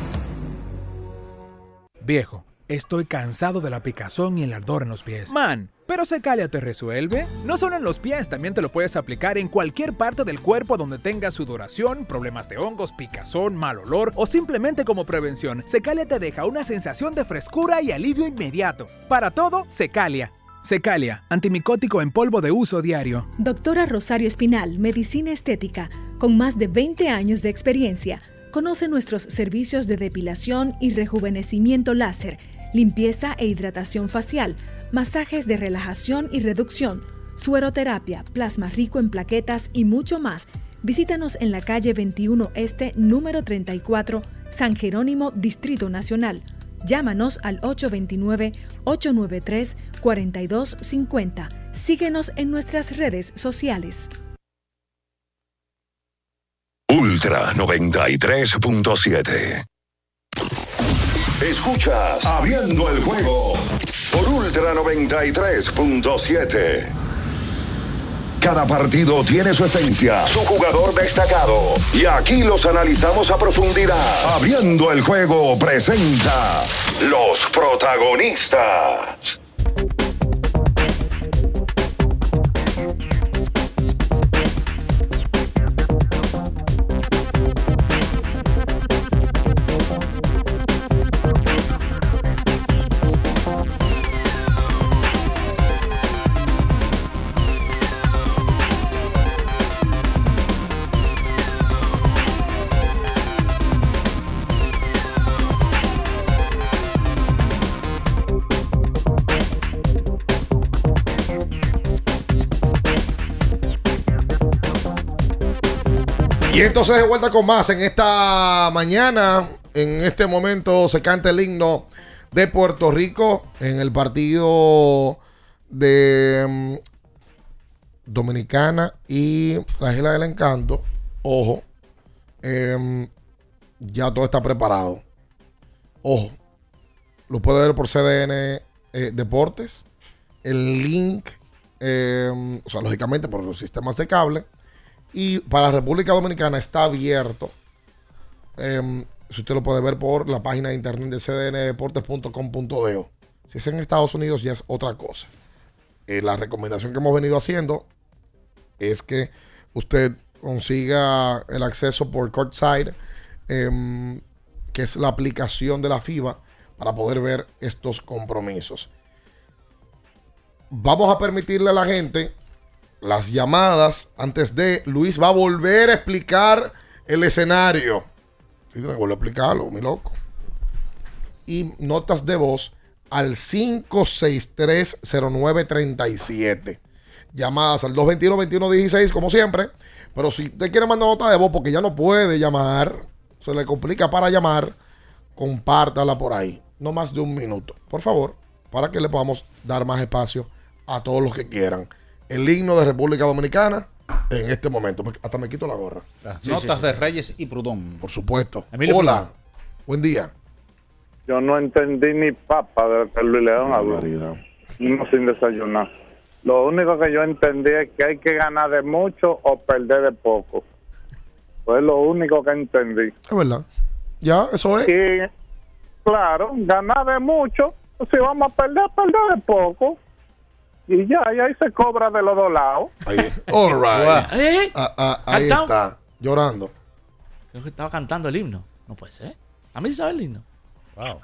Viejo, estoy cansado de la picazón y el ardor en los pies. Man, ¿pero Secalia te resuelve? No solo en los pies, también te lo puedes aplicar en cualquier parte del cuerpo donde tengas sudoración, problemas de hongos, picazón, mal olor o simplemente como prevención. Secalia te deja una sensación de frescura y alivio inmediato. Para todo, Secalia. Secalia, antimicótico en polvo de uso diario. Doctora Rosario Espinal, Medicina Estética, con más de 20 años de experiencia. Conoce nuestros servicios de depilación y rejuvenecimiento láser, limpieza e hidratación facial, masajes de relajación y reducción, sueroterapia, plasma rico en plaquetas y mucho más. Visítanos en la calle 21 Este, número 34, San Jerónimo, Distrito Nacional. Llámanos al 829-893-4250. Síguenos en nuestras redes sociales. Ultra 93.7. Escuchas Abriendo el Juego por Ultra 93.7. Cada partido tiene su esencia, su jugador destacado, y aquí los analizamos a profundidad. Abriendo el Juego presenta los protagonistas. Y entonces de vuelta con más en esta mañana. En este momento se canta el himno de Puerto Rico en el partido de Dominicana y la Isla del Encanto. Ojo, ya todo está preparado. Ojo, lo puede ver por CDN Deportes. El link, o sea, lógicamente por los sistemas de cable. Y para República Dominicana está abierto. Si usted lo puede ver por la página de internet de cdndeportes.com.do. Si es en Estados Unidos ya es otra cosa. La recomendación que hemos venido haciendo es que usted consiga el acceso por Courtside, que es la aplicación de la FIBA, para poder ver estos compromisos. Vamos a permitirle a la gente las llamadas. Antes de, Luis va a volver a explicar el escenario. Sí, me vuelvo a explicarlo, mi loco. Y notas de voz al 5630937. Llamadas al 221-2116, como siempre. Pero si usted quiere mandar nota de voz porque ya no puede llamar, se le complica para llamar, compártala por ahí. No más de un minuto, por favor, para que le podamos dar más espacio a todos los que quieran. El himno de República Dominicana en este momento. Hasta me quito la gorra. Notas de Reyes y Prudón. Por supuesto. Emilio Hola. Prudón. Buen día. Yo no entendí ni papa de lo que Luis León habló. No, sin desayunar. Lo único que yo entendí es que hay que ganar de mucho o perder de poco. Fue lo único que entendí. Es verdad. Ya, eso es. Y claro, ganar de mucho. Si vamos a perder de poco. Y ya, y ahí se cobra de los dos lados. Ahí. All right. Ahí está, llorando. Creo que estaba cantando el himno. No puede ser. A mí sí sabe el himno. Wow.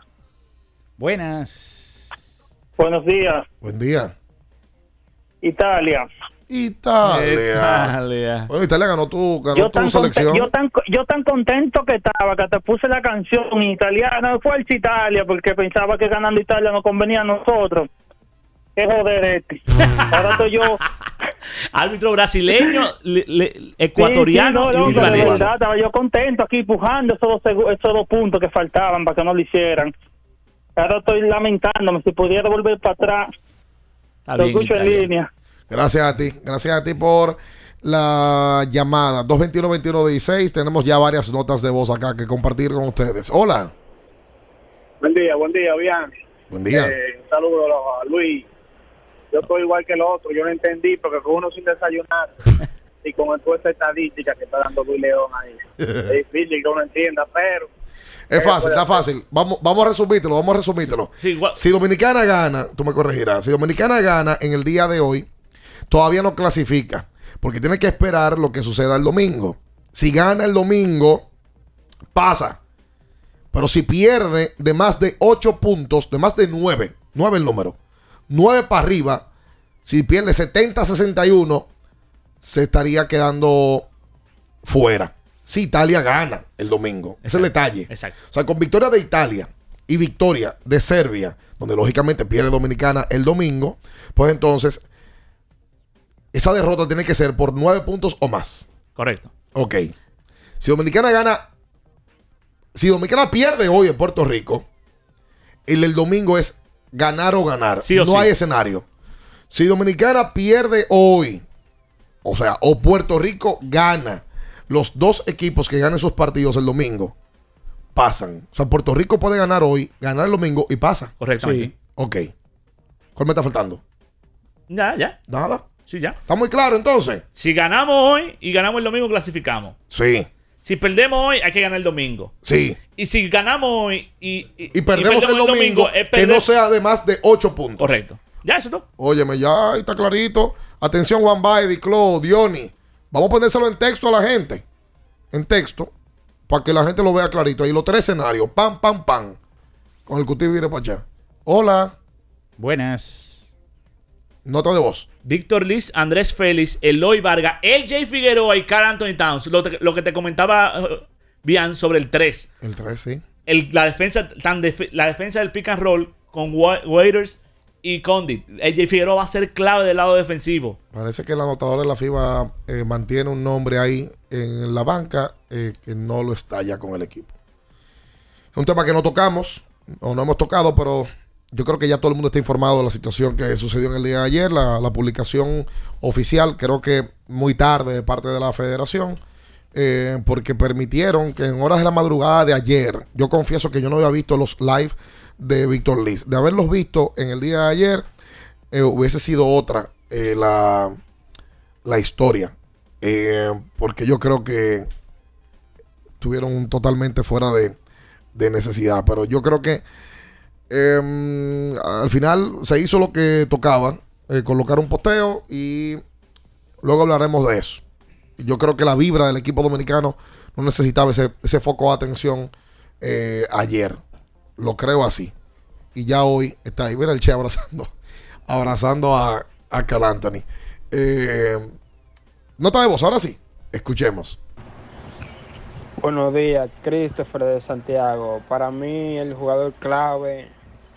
Buenas. Buenos días. Buen día. Italia. Italia. Bueno, Italia ganó tu selección. Yo tan contento que estaba que te puse la canción en italiano. Fuerza Italia, porque pensaba que ganando Italia nos convenía a nosotros. Qué joder Ahora estoy yo. Árbitro brasileño, ecuatoriano y libanés. Estaba yo contento aquí empujando esos dos puntos que faltaban para que no lo hicieran. Ahora estoy lamentándome. Si pudiera volver para atrás, lo escucho en línea. Gracias a ti por la llamada. 221-2116. Tenemos ya varias notas de voz acá que compartir con ustedes. Hola. Buen día, bien. Buen día. Un saludo a Luis. Yo estoy igual que el otro. Yo no entendí porque con uno sin desayunar y con toda esa estadística que está dando Luis León ahí. Es difícil que uno entienda, pero... Es fácil, está fácil. Vamos a resumírtelo. Sí, si Dominicana gana, tú me corregirás. Si Dominicana gana en el día de hoy, todavía no clasifica, porque tiene que esperar lo que suceda el domingo. Si gana el domingo, pasa. Pero si pierde de más de 8 puntos, de más de 9 el número, 9 para arriba, si pierde 70-61, se estaría quedando fuera. Si Italia gana el domingo. Ese es el detalle. Exacto. O sea, con victoria de Italia y victoria de Serbia, donde lógicamente pierde Dominicana el domingo, pues entonces esa derrota tiene que ser por 9 puntos o más. Correcto. Ok. Si Dominicana pierde hoy en Puerto Rico, el domingo es ganar o ganar. Sí o no sí. hay escenario. Si Dominicana pierde hoy, o sea, o Puerto Rico gana, los dos equipos que ganen sus partidos el domingo pasan. O sea, Puerto Rico puede ganar hoy, ganar el domingo y pasa. Correctamente. Sí. Ok. ¿Cuál me está faltando? Ya. ¿Nada? Sí, ya. ¿Está muy claro entonces? Si ganamos hoy y ganamos el domingo, clasificamos. Sí. Si perdemos hoy, hay que ganar el domingo. Sí. Y si ganamos hoy y perdemos el domingo, que no sea de más de 8 puntos. Correcto. Ya, eso es todo. Óyeme, ya ahí está clarito. Atención, Juan Baez, Clo, Diony. Vamos a ponérselo en texto a la gente. En texto. Para que la gente lo vea clarito. Ahí los 3 escenarios. Pam, pam, pam. Con el que usted viene para allá. Hola. Buenas. Nota de voz. Víctor Liz, Andrés Félix, Eloy Vargas, LJ Figueroa y Karl Anthony Towns. Lo que te comentaba bien sobre el 3. El 3, sí. La defensa del pick and roll con Waiters y Condit. LJ Figueroa va a ser clave del lado defensivo. Parece que el anotador de la FIBA mantiene un nombre ahí en la banca que no lo está ya con el equipo. Es un tema que no tocamos o no hemos tocado, pero yo creo que ya todo el mundo está informado de la situación que sucedió en el día de ayer. La publicación oficial, creo que muy tarde de parte de la federación, porque permitieron que en horas de la madrugada de ayer, yo confieso que yo no había visto los live de Víctor Liz. De haberlos visto en el día de ayer, hubiese sido otra la historia. Porque yo creo que estuvieron totalmente fuera de necesidad. Pero yo creo que al final se hizo lo que tocaba, colocar un posteo y luego hablaremos de eso. Yo creo que la vibra del equipo dominicano no necesitaba ese foco de atención ayer. Lo creo así. Y ya hoy está ahí. Mira el Che abrazando a Karl Anthony. Nota de voz, ahora sí. Escuchemos. Buenos días, Christopher de Santiago. Para mí el jugador clave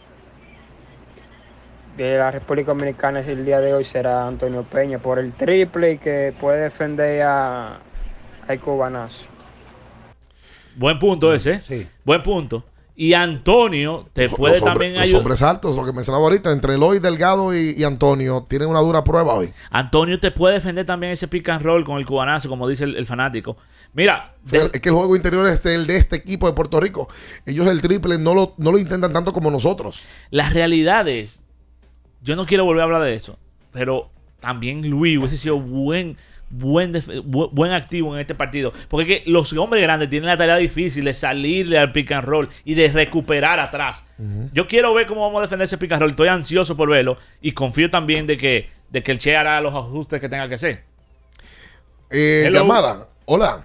de la República Dominicana el día de hoy será Antonio Peña por el triple y que puede defender al cubanazo. Buen punto ese. Sí. Buen punto. Y Antonio te puede también ayudar. Los hombres altos, lo que mencionaba ahorita, entre Eloy Delgado y Antonio, tienen una dura prueba hoy. Antonio te puede defender también ese pick and roll con el cubanazo, como dice el fanático. Mira. Es que el juego interior es el de este equipo de Puerto Rico. Ellos el triple no lo intentan tanto como nosotros. La realidad es, yo no quiero volver a hablar de eso, pero también Luis hubiese sido buen activo en este partido, porque es que los hombres grandes tienen la tarea difícil de salirle al pick and roll y de recuperar atrás. Yo quiero ver cómo vamos a defender ese pick and roll. Estoy ansioso por verlo y confío también de que el Che hará los ajustes que tenga que hacer. Llamada. Hola.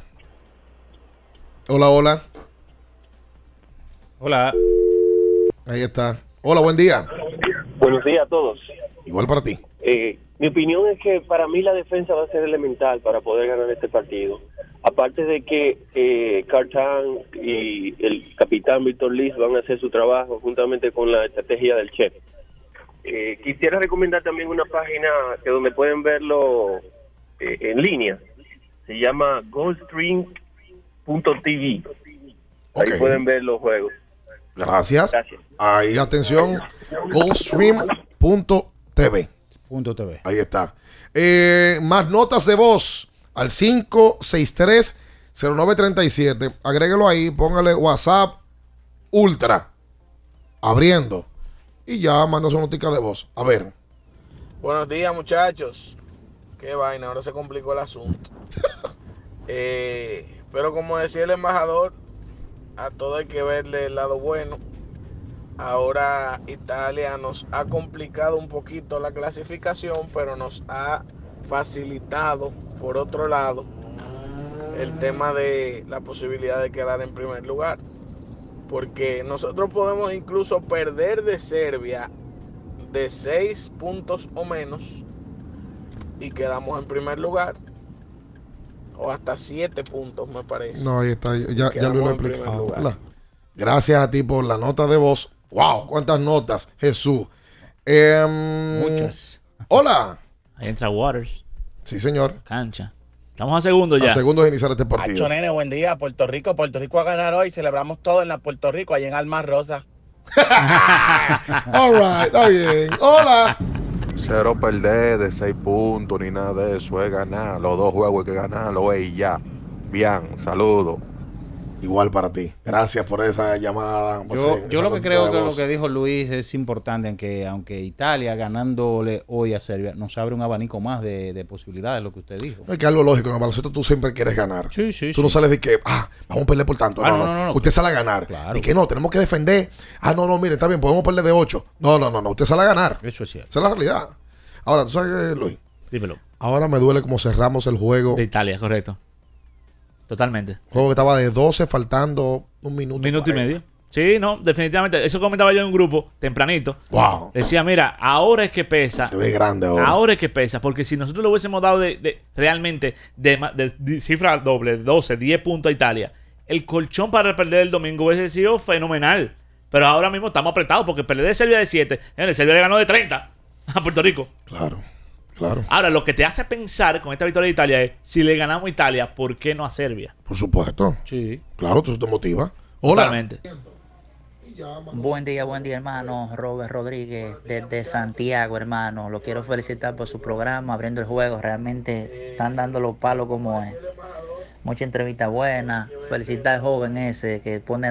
Ahí está. Hola, buen día. Buenos días a todos. Igual para ti. Mi opinión es que para mí la defensa va a ser elemental para poder ganar este partido. Aparte de que Cartán y el capitán Víctor Liz van a hacer su trabajo juntamente con la estrategia del chef. Quisiera recomendar también una página que donde pueden verlo en línea. Se llama Goldstream.tv. Ahí pueden ver los juegos. Gracias. Ahí, atención, Goldstream.tv. Ahí está. Más notas de voz al 563-0937. Agréguelo ahí, póngale WhatsApp Ultra. Abriendo. Y ya manda su notica de voz. A ver. Buenos días, muchachos. Qué vaina, ahora se complicó el asunto. Pero como decía el embajador, a todo hay que verle el lado bueno. Ahora Italia nos ha complicado un poquito la clasificación, pero nos ha facilitado, por otro lado, el tema de la posibilidad de quedar en primer lugar. Porque nosotros podemos incluso perder de Serbia de 6 puntos o menos y quedamos en primer lugar. O hasta 7 puntos, me parece. No, ahí está. Ya lo he explicado. Gracias a ti por la nota de voz. ¡Wow! ¿Cuántas notas, Jesús? Muchas. Hola. Ahí entra Waters. Sí, señor. Cancha. Estamos a segundos ya. A segundos de iniciar este partido. Acho, nene, buen día. Puerto Rico va a ganar hoy. Celebramos todo en la Puerto Rico, allá en Almas Rosa. All right, está bien. Hola. Cero perder de 6 puntos ni nada de eso. Es ganar. Los 2 juegos hay que ganarlo y ya. Bien, saludos. Igual para ti. Gracias por esa llamada. Yo lo que creo que lo que dijo Luis es importante, aunque Italia ganándole hoy a Serbia nos abre un abanico más de posibilidades, lo que usted dijo. Es que algo lógico, en el baloncesto tú siempre quieres ganar. Sí. Tú no sales de que, vamos a perder por tanto. No. Usted sale a ganar. Claro. Y que no, tenemos que defender. No, mire, está bien, podemos perder de 8. No. Usted sale a ganar. Eso es cierto. Esa es la realidad. Ahora, ¿tú sabes qué, Luis? Dímelo. Ahora me duele como cerramos el juego. De Italia, correcto. Totalmente. Juego que estaba de 12, faltando un minuto. Un minuto y medio. Sí, no, definitivamente. Eso comentaba yo en un grupo tempranito. Wow. Decía, mira, ahora es que pesa. Se ve grande ahora. Ahora es que pesa, porque si nosotros le hubiésemos dado realmente de cifra doble, 12, 10 puntos a Italia, el colchón para perder el domingo hubiese sido fenomenal. Pero ahora mismo estamos apretados porque perder de Serbia de 7. Serbia le ganó de 30 a Puerto Rico. Claro. Ahora, lo que te hace pensar con esta victoria de Italia es, si le ganamos a Italia, ¿por qué no a Serbia? Por supuesto. Sí. Claro, tú te motiva. Hola. Totalmente. Buen día, hermano. Robert Rodríguez desde Santiago, hermano. Lo quiero felicitar por su programa, abriendo el juego. Realmente están dando los palos como es. Mucha entrevista buena. Felicitar al joven ese que pone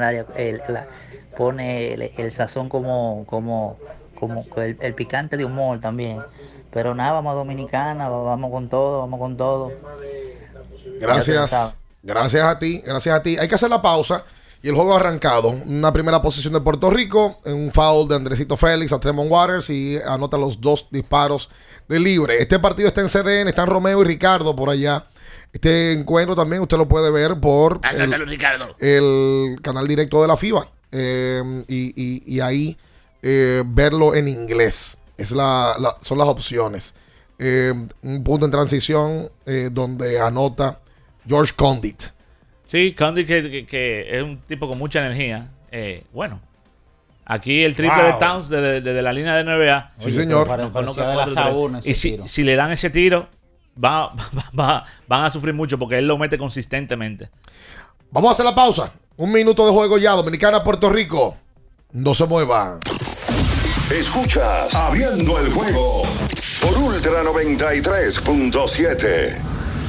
el sazón como el picante de humor también. Pero nada, vamos a Dominicana, vamos con todo. Gracias a ti. Hay que hacer la pausa y el juego ha arrancado. Una primera posición de Puerto Rico, un foul de Andresito Félix a Tremont Waters y anota los 2 disparos de libre. Este partido está en CDN, están Romeo y Ricardo por allá. Este encuentro también usted lo puede ver por el canal directo de la FIBA y ahí verlo en inglés. Son las opciones. Un punto en transición donde anota George Condit. Sí, Condit que es un tipo con mucha energía. Bueno, aquí el triple de Towns desde la línea de NBA. Sí, señor. Y si le dan ese tiro, van a sufrir mucho porque él lo mete consistentemente. Vamos a hacer la pausa. 1 minuto de juego ya. Dominicana, Puerto Rico. No se muevan. Escuchas Abriendo el Juego por Ultra 93.7.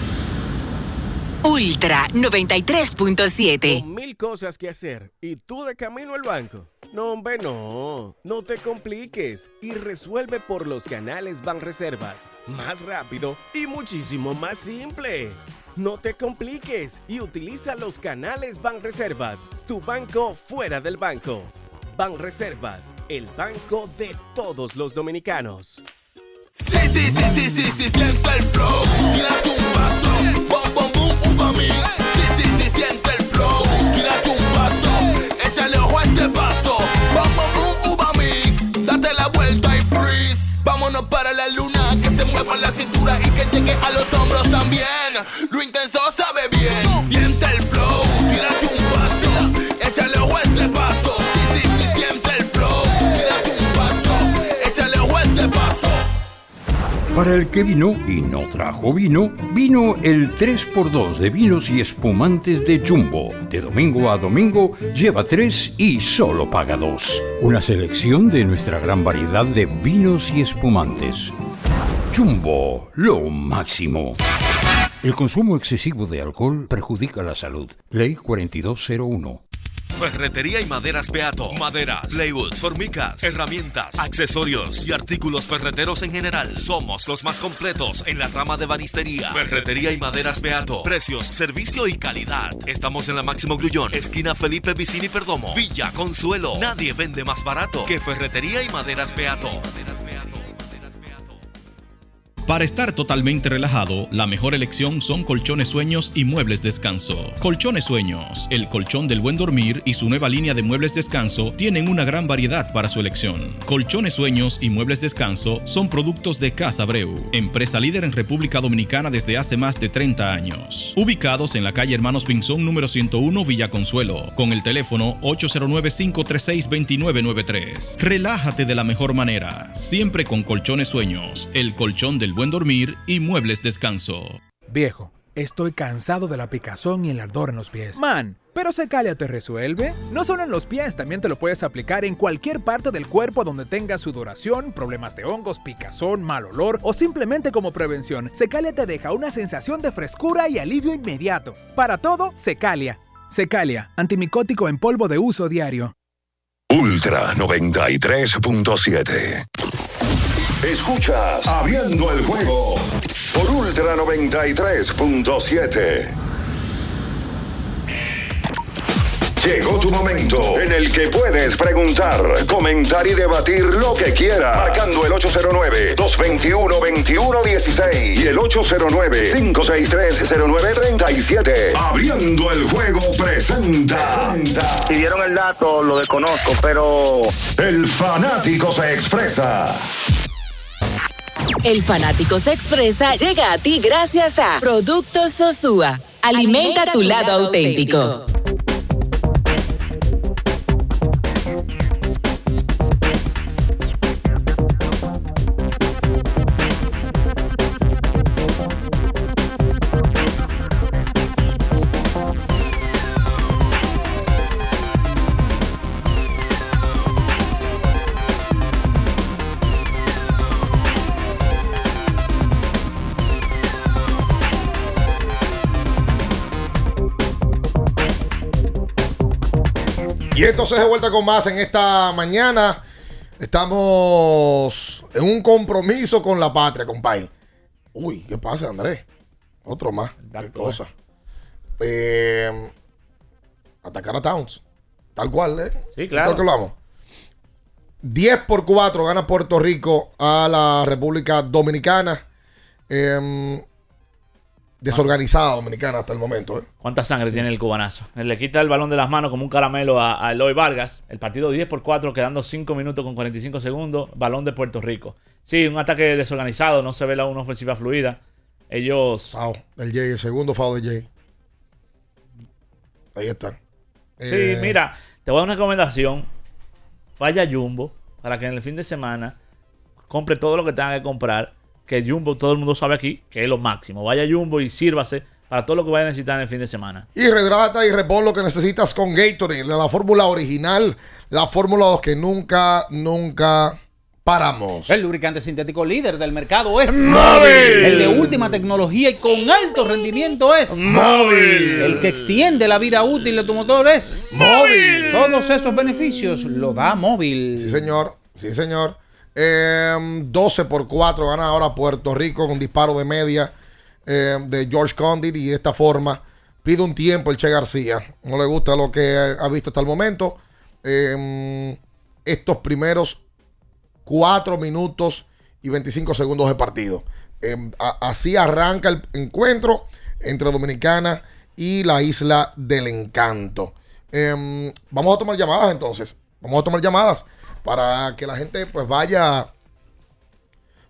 Ultra 93.7. Con 1000 cosas que hacer y tú de camino al banco. No, hombre, no te compliques y resuelve por los canales Banreservas. Más rápido y muchísimo más simple. No te compliques y utiliza los canales Banreservas, tu banco fuera del banco. Banreservas, el banco de todos los dominicanos. Sí, siente el flow. Tírate un paso, bom, bom, boom, uva mix. Sí, siente el flow. Tírate un paso, échale ojo a este paso. Bom, bom, boom, uva mix. Date la vuelta y freeze. Vámonos para la luna que se mueva la cintura y que llegue a los hombros también. Lo intenso sabe bien. Siente el flow, tírate un paso, échale ojo a este paso. Sí, sí, sí, siente el flow, tírate un paso, échale ojo a este paso. Para el que vino y no trajo vino, vino el 3x2 de vinos y espumantes de Jumbo. De domingo a domingo, lleva 3 y solo paga 2. Una selección de nuestra gran variedad de vinos y espumantes. Jumbo, lo máximo. El consumo excesivo de alcohol perjudica la salud. Ley 4201. Ferretería y maderas Beato. Maderas, plywood, formicas, herramientas, accesorios y artículos ferreteros en general. Somos los más completos en la rama de banistería. Ferretería y maderas Beato. Precios, servicio y calidad. Estamos en la Máximo Grullón, esquina Felipe Vicini Perdomo, Villa Consuelo. Nadie vende más barato que Ferretería y maderas Beato. Para estar totalmente relajado, la mejor elección son Colchones Sueños y Muebles Descanso. Colchones Sueños, el colchón del buen dormir y su nueva línea de muebles descanso tienen una gran variedad para su elección. Colchones Sueños y Muebles Descanso son productos de Casa Abreu, empresa líder en República Dominicana desde hace más de 30 años. Ubicados en la calle Hermanos Pinzón número 101 Villa Consuelo, con el teléfono 809-536-2993. Relájate de la mejor manera, siempre con Colchones Sueños, el colchón del buen dormir y Muebles Descanso. Viejo, estoy cansado de la picazón y el ardor en los pies. Man, ¿pero Secalia te resuelve? No solo en los pies, también te lo puedes aplicar en cualquier parte del cuerpo donde tengas sudoración, problemas de hongos, picazón, mal olor o simplemente como prevención. Secalia te deja una sensación de frescura y alivio inmediato. Para todo, Secalia. Secalia, antimicótico en polvo de uso diario. Ultra 93.7. Escuchas Abriendo el Juego por Ultra 93.7. Llegó tu momento en el que puedes preguntar, comentar y debatir lo que quieras. Marcando el 809-221-2116 y el 809-563-0937. Abriendo el Juego presenta. Si dieron el dato, lo desconozco, pero... El fanático se expresa. El fanático se expresa llega a ti gracias a Productos Sosúa. Alimenta tu lado auténtico. Y entonces de vuelta con más en esta mañana. Estamos en un compromiso con la patria, compadre. Uy, ¿qué pasa, Andrés? Otro más. Qué cosa. Atacar a Towns. Tal cual, ¿eh? Sí, claro. Tal que lo vamos. 10-4 gana Puerto Rico a la República Dominicana. Desorganizada Dominicana hasta el momento. ¿Cuánta sangre tiene el cubanazo? Él le quita el balón de las manos como un caramelo a Eloy Vargas. El partido 10-4, quedando 5 minutos con 45 segundos. Balón de Puerto Rico. Sí, un ataque desorganizado. No se ve una ofensiva fluida. Ellos... Foul del Jay, el segundo foul de Jay. Ahí está. Sí, mira, te voy a dar una recomendación. Vaya a Jumbo para que en el fin de semana compre todo lo que tenga que comprar. Que Jumbo, todo el mundo sabe aquí, que es lo máximo. Vaya a Jumbo y sírvase para todo lo que vaya a necesitar en el fin de semana. Y rehidrata y repon lo que necesitas con Gatorade, la fórmula original, la fórmula 2 que nunca paramos. El lubricante sintético líder del mercado es Móvil. El de última tecnología y con alto rendimiento es Móvil. El que extiende la vida útil de tu motor es Móvil. Todos esos beneficios lo da Móvil. Sí, señor. Sí, señor. 12-4 gana ahora Puerto Rico con disparo de media de George Condit, y de esta forma pide un tiempo el Che García. No le gusta lo que ha visto hasta el momento. Estos primeros 4 minutos y 25 segundos de partido. Así arranca el encuentro entre Dominicana y la Isla del Encanto. Vamos a tomar llamadas entonces. Vamos a tomar llamadas para que la gente pues vaya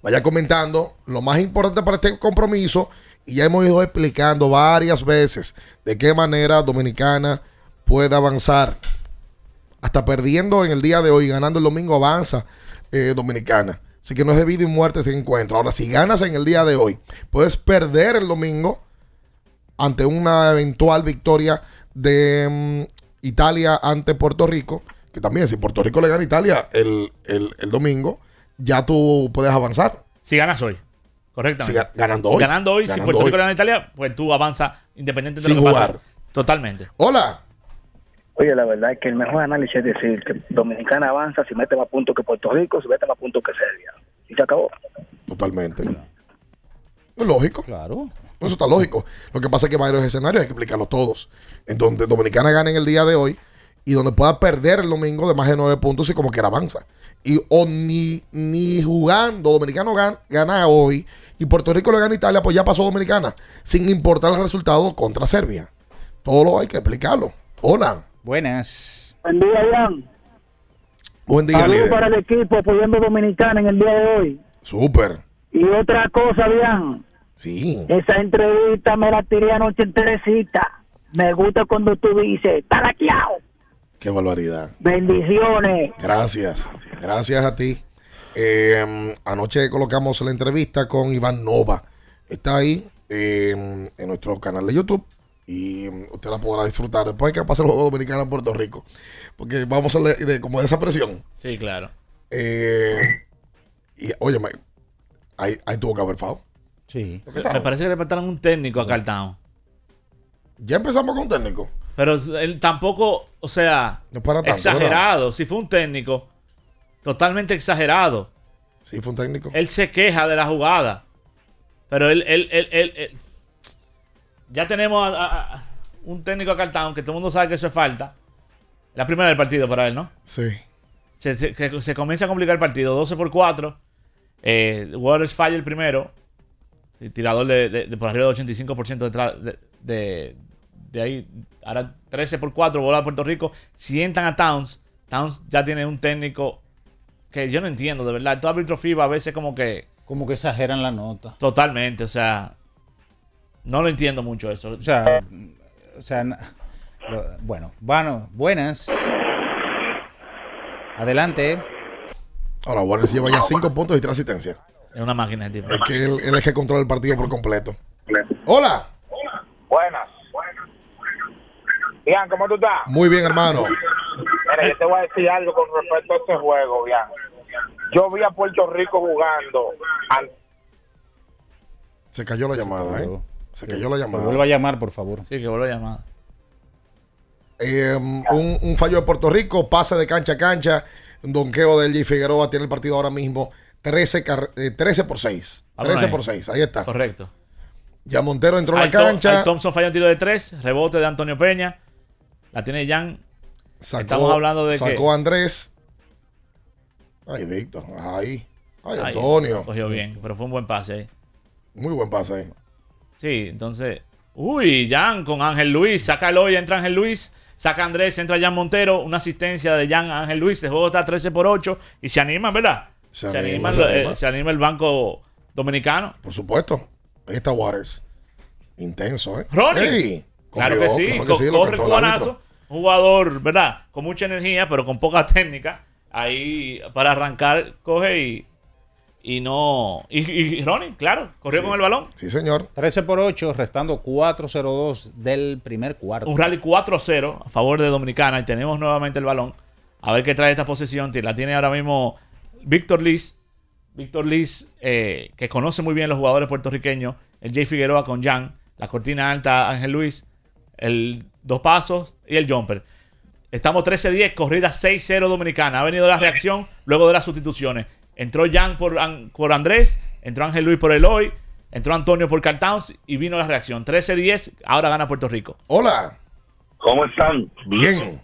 vaya comentando lo más importante para este compromiso. Y ya hemos ido explicando varias veces de qué manera Dominicana puede avanzar. Hasta perdiendo en el día de hoy, ganando el domingo, avanza Dominicana. Así que no es de vida y muerte este encuentro. Ahora, si ganas en el día de hoy, puedes perder el domingo ante una eventual victoria de Italia ante Puerto Rico. Que también, si Puerto Rico le gana a Italia el domingo, ya tú puedes avanzar. Si ganas hoy. Correctamente. Sí, ganando hoy. Si Puerto Rico le gana a Italia, pues tú avanzas independiente de sin lo que jugar. pase. Totalmente. Hola. Oye, la verdad es que el mejor análisis es decir que Dominicana avanza si mete más puntos que Puerto Rico, si mete más puntos que Serbia. Y se acabó. Totalmente. Es lógico. Claro. Eso está lógico. Lo que pasa es que varios escenarios hay que explicarlos todos. En donde Dominicana gane en el día de hoy y donde pueda perder el domingo de más de 9 puntos y como quiera avanza. Y o ni jugando, Dominicano gana hoy y Puerto Rico le gana a Italia, pues ya pasó Dominicana, sin importar el resultado contra Serbia. Todo lo hay que explicarlo. Hola. Buenas. Buen día, Ian. Buen día, Saludos líder. para el equipo apoyando Dominicana en el día de hoy. Súper. Y otra cosa, Ian. Sí. Esa entrevista me la tiré anoche en Teresita. Me gusta cuando tú dices, ¡talaqueado! Qué barbaridad. Bendiciones. Gracias. Gracias a ti. Anoche colocamos la entrevista con Iván Nova. Está ahí en nuestro canal de YouTube y usted la podrá disfrutar después de que pase el juego dominicano en Puerto Rico. Porque vamos a hacer como de esa presión. Sí, claro. Y oye, ahí tuvo que haber FAO. Sí. Me parece que le faltaron un técnico a Cartao. Ya empezamos con un técnico. Pero él tampoco, o sea, no para tanto, exagerado. ¿verdad? Si fue un técnico, totalmente exagerado. Sí, fue un técnico. Él se queja de la jugada. Pero él ya tenemos a un técnico a Cartao, que todo el mundo sabe que eso es falta. La primera del partido para él, ¿no? Sí. Se comienza a complicar el partido. 12-4. Waters falla el primero. El tirador de por arriba del 85% detrás de ahí. Ahora 13-4, bola a Puerto Rico. Sientan a Towns. Towns ya tiene un técnico que yo no entiendo, de verdad. Todo árbitro FIBA a veces como que exageran la nota. Totalmente, o sea, no lo entiendo mucho eso. O sea, bueno, buenas. Adelante. Ahora, Warner lleva ya 5 puntos y 3 asistencias. Es una máquina de tipo. Es que él es que controla el partido por completo. Hola. Buenas. Bian, ¿cómo tú estás? Muy bien, hermano. Mira, yo te voy a decir algo con respecto a este juego, Bian. Yo vi a Puerto Rico jugando. Se cayó la llamada, ¿eh? Se cayó la llamada. Que vuelva a llamar, por favor. Sí, que vuelva a llamar. Un fallo de Puerto Rico, pase de cancha a cancha. Un donqueo del J. Figueroa tiene el partido ahora mismo 13 por 6. 13 por 6, ahí está. Correcto. Ya Montero entró a la cancha. Thompson falla un tiro de 3, rebote de Antonio Peña. La tiene Jan. Estamos hablando de sacó a Andrés. Ay, Víctor. Ay, Antonio. Cogió bien, pero fue un buen pase ahí. Muy buen pase ahí. Sí, entonces. Uy, Jan con Ángel Luis. Saca el hoy, entra Ángel Luis. Saca a Andrés, entra Jan Montero. Una asistencia de Jan a Ángel Luis. El juego está 13 por 8. Y se animan, ¿verdad? Se anima el banco dominicano. Por supuesto. Ahí está Waters. Intenso, ¿eh? Ronnie. Hey, claro que sí. Corre el cubanazo. Un jugador, ¿verdad? Con mucha energía, pero con poca técnica. Ahí para arrancar, coge y no. Y Ronnie, claro, corrió con el balón. Sí, señor. 13 por 8, restando 4-0-2 del primer cuarto. Un rally 4-0 a favor de Dominicana. Y tenemos nuevamente el balón. A ver qué trae esta posesión. La tiene ahora mismo Víctor Liz. Víctor Liz, que conoce muy bien los jugadores puertorriqueños. El J. Figueroa con Jan. La cortina alta, Ángel Luis. El 2 pasos y el jumper. Estamos 13-10, corrida 6-0 Dominicana. Ha venido la reacción luego de las sustituciones. Entró Jan por Andrés, entró Ángel Luis por Eloy, entró Antonio por Cartowns y vino la reacción. 13-10, ahora gana Puerto Rico. Hola. ¿Cómo están? Bien.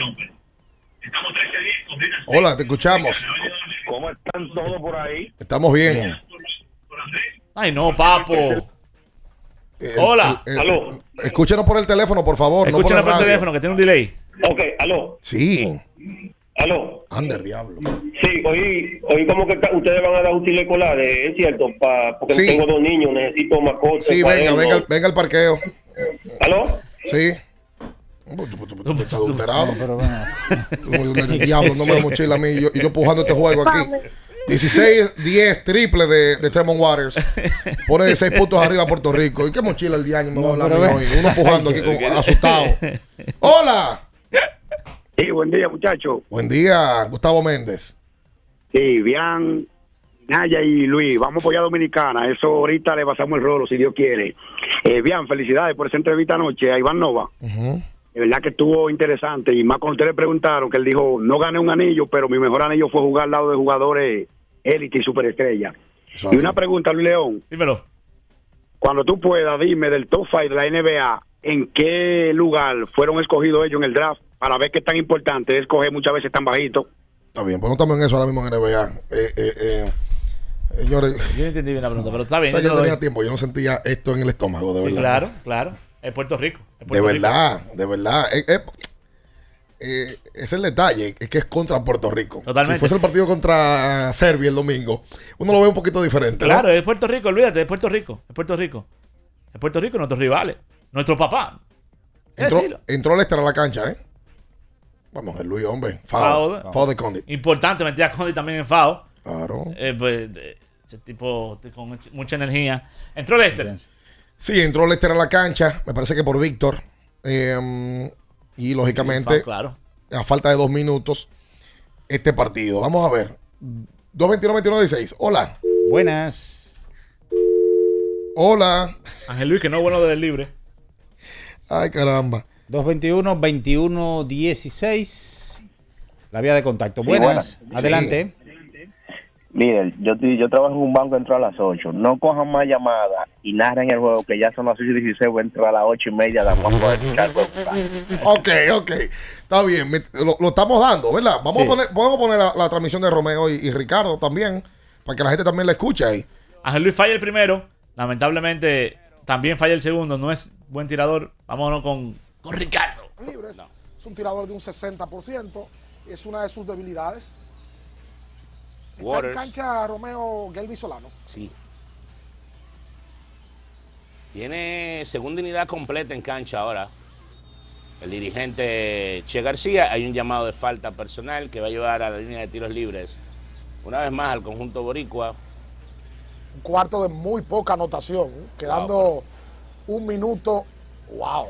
Hola, te escuchamos. ¿Cómo están todos por ahí? Estamos bien. Ay, no, papo. Hola. Aló. Escúchenos por el teléfono, por favor. Escúchenos no por el teléfono, que tiene un delay. Ok, aló. Sí. ¿Aló? Ander, diablo. Sí, oí como que ustedes van a dar útiles escolares, es cierto, porque Sí. tengo 2 niños, necesito mascotas. Sí, venga al parqueo. ¿Aló? Sí. Está adulterado. Diablo, no me da mochila a mí. Y yo empujando este juego aquí. 16-10 triple de Tremont Waters. Pone 6 puntos arriba a Puerto Rico. ¿Y qué mochila el diaño me va a hablar a mí hoy? Uno empujando aquí asustado. ¡Hola! Sí, buen día, muchachos. Buen día, Gustavo Méndez. Sí, bien, Naya y Luis, vamos a apoyar a Dominicana. Eso ahorita le pasamos el rolo, si Dios quiere. Bien, felicidades por esa entrevista anoche a Iván Nova. De verdad que estuvo interesante. Y más cuando ustedes le preguntaron, que él dijo, no gané un anillo, pero mi mejor anillo fue jugar al lado de jugadores élite y superestrella. Y una pregunta, Luis León. Dímelo. Cuando tú puedas, dime del top 5 de la NBA, ¿en qué lugar fueron escogidos ellos en el draft? Para ver qué tan importante es escoger muchas veces tan bajito. Está bien, pues no estamos en eso ahora mismo en NBA. Señores, yo no entendí bien la pregunta, pero está bien. O sea, yo tenía tiempo, yo no sentía esto en el estómago, de verdad. Claro. Es Puerto Rico. De verdad. Ese es el detalle, es que es contra Puerto Rico. Totalmente. Si fuese el partido contra Serbia el domingo, uno lo ve un poquito diferente. Claro, ¿no? es Puerto Rico, olvídate, es Puerto Rico. Es Puerto Rico, nuestros rivales, nuestro papá. Entró Lester a la cancha, ¿eh? Vamos, el Luis, hombre. FAO de Condit. Importante meter a Condit también en FAO. Claro. Ese tipo con mucha energía. Entró Lester. Sí, entró Lester a la cancha. Me parece que por Víctor. Y lógicamente, a falta de 2 minutos, este partido. Vamos a ver. 2-21-21-16. Hola. Buenas. Hola. Ángel Luis, que no es bueno desde libre. Ay, caramba. 221-21-16. La vía de contacto. Buenas. Adelante. Miren, yo trabajo en un banco, entro a las 8. No cojan más llamadas y narren el juego, que ya son las 8:16, voy a entrar a las 8:30. Vamos a poder escuchar el juego. Ok. Está bien. Lo estamos dando, ¿verdad? Vamos a poner la transmisión de Romeo y Ricardo también, para que la gente también la escuche ahí. Ángel Luis falla el primero. Lamentablemente, también falla el segundo. No es buen tirador. Vámonos con Ricardo. Libres. Es un tirador de un 60%. Es una de sus debilidades. Está en cancha Romeo Gelby Solano. Sí. Tiene segunda unidad completa en cancha ahora. El dirigente Che García. Hay un llamado de falta personal que va a llevar a la línea de tiros libres. Una vez más al conjunto boricua. Un cuarto de muy poca anotación. Quedando 1 minuto. ¡Wow!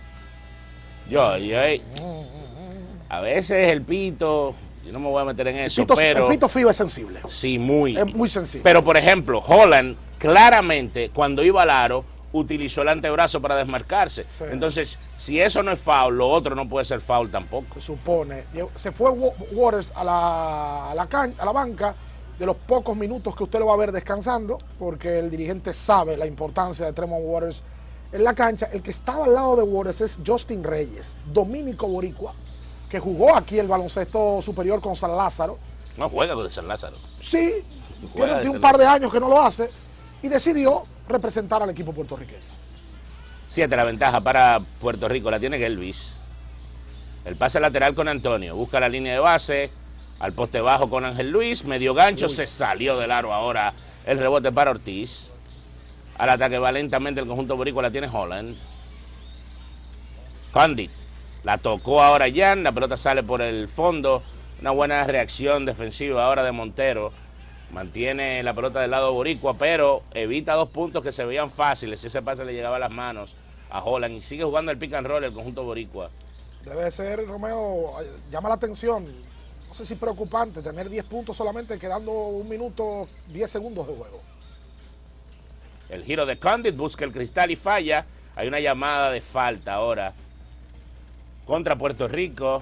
A veces el pito... Yo no me voy a meter en eso, pero... El pito FIBA es sensible. Sí, es muy sensible. Pero, por ejemplo, Holland, claramente, cuando iba al aro, utilizó el antebrazo para desmarcarse. Sí. Entonces, si eso no es foul, lo otro no puede ser foul tampoco. Se supone. Se fue Waters a la banca de los pocos minutos que usted lo va a ver descansando, porque el dirigente sabe la importancia de Tremont Waters en la cancha. El que estaba al lado de Waters es Justin Reyes, dominico boricua, que jugó aquí el baloncesto superior con San Lázaro. No juega con San Lázaro. Sí, tiene un par de años que no lo hace y decidió representar al equipo puertorriqueño. 7 la ventaja para Puerto Rico, la tiene Gelbis. El pase lateral con Antonio, busca la línea de base, al poste bajo con Ángel Luis, medio gancho, se salió del aro ahora el rebote para Ortiz. Al ataque va lentamente el conjunto boricua, la tiene Holland. Condit. La tocó ahora Jan, la pelota sale por el fondo. Una buena reacción defensiva ahora de Montero. Mantiene la pelota del lado boricua, pero evita 2 puntos que se veían fáciles. Si ese pase le llegaba a las manos a Holland. Y sigue jugando el pick and roll el conjunto boricua. Debe ser, Romeo, llama la atención. No sé si preocupante tener 10 puntos solamente quedando 1 minuto 10 segundos de juego. El giro de Condit busca el cristal y falla. Hay una llamada de falta ahora contra Puerto Rico,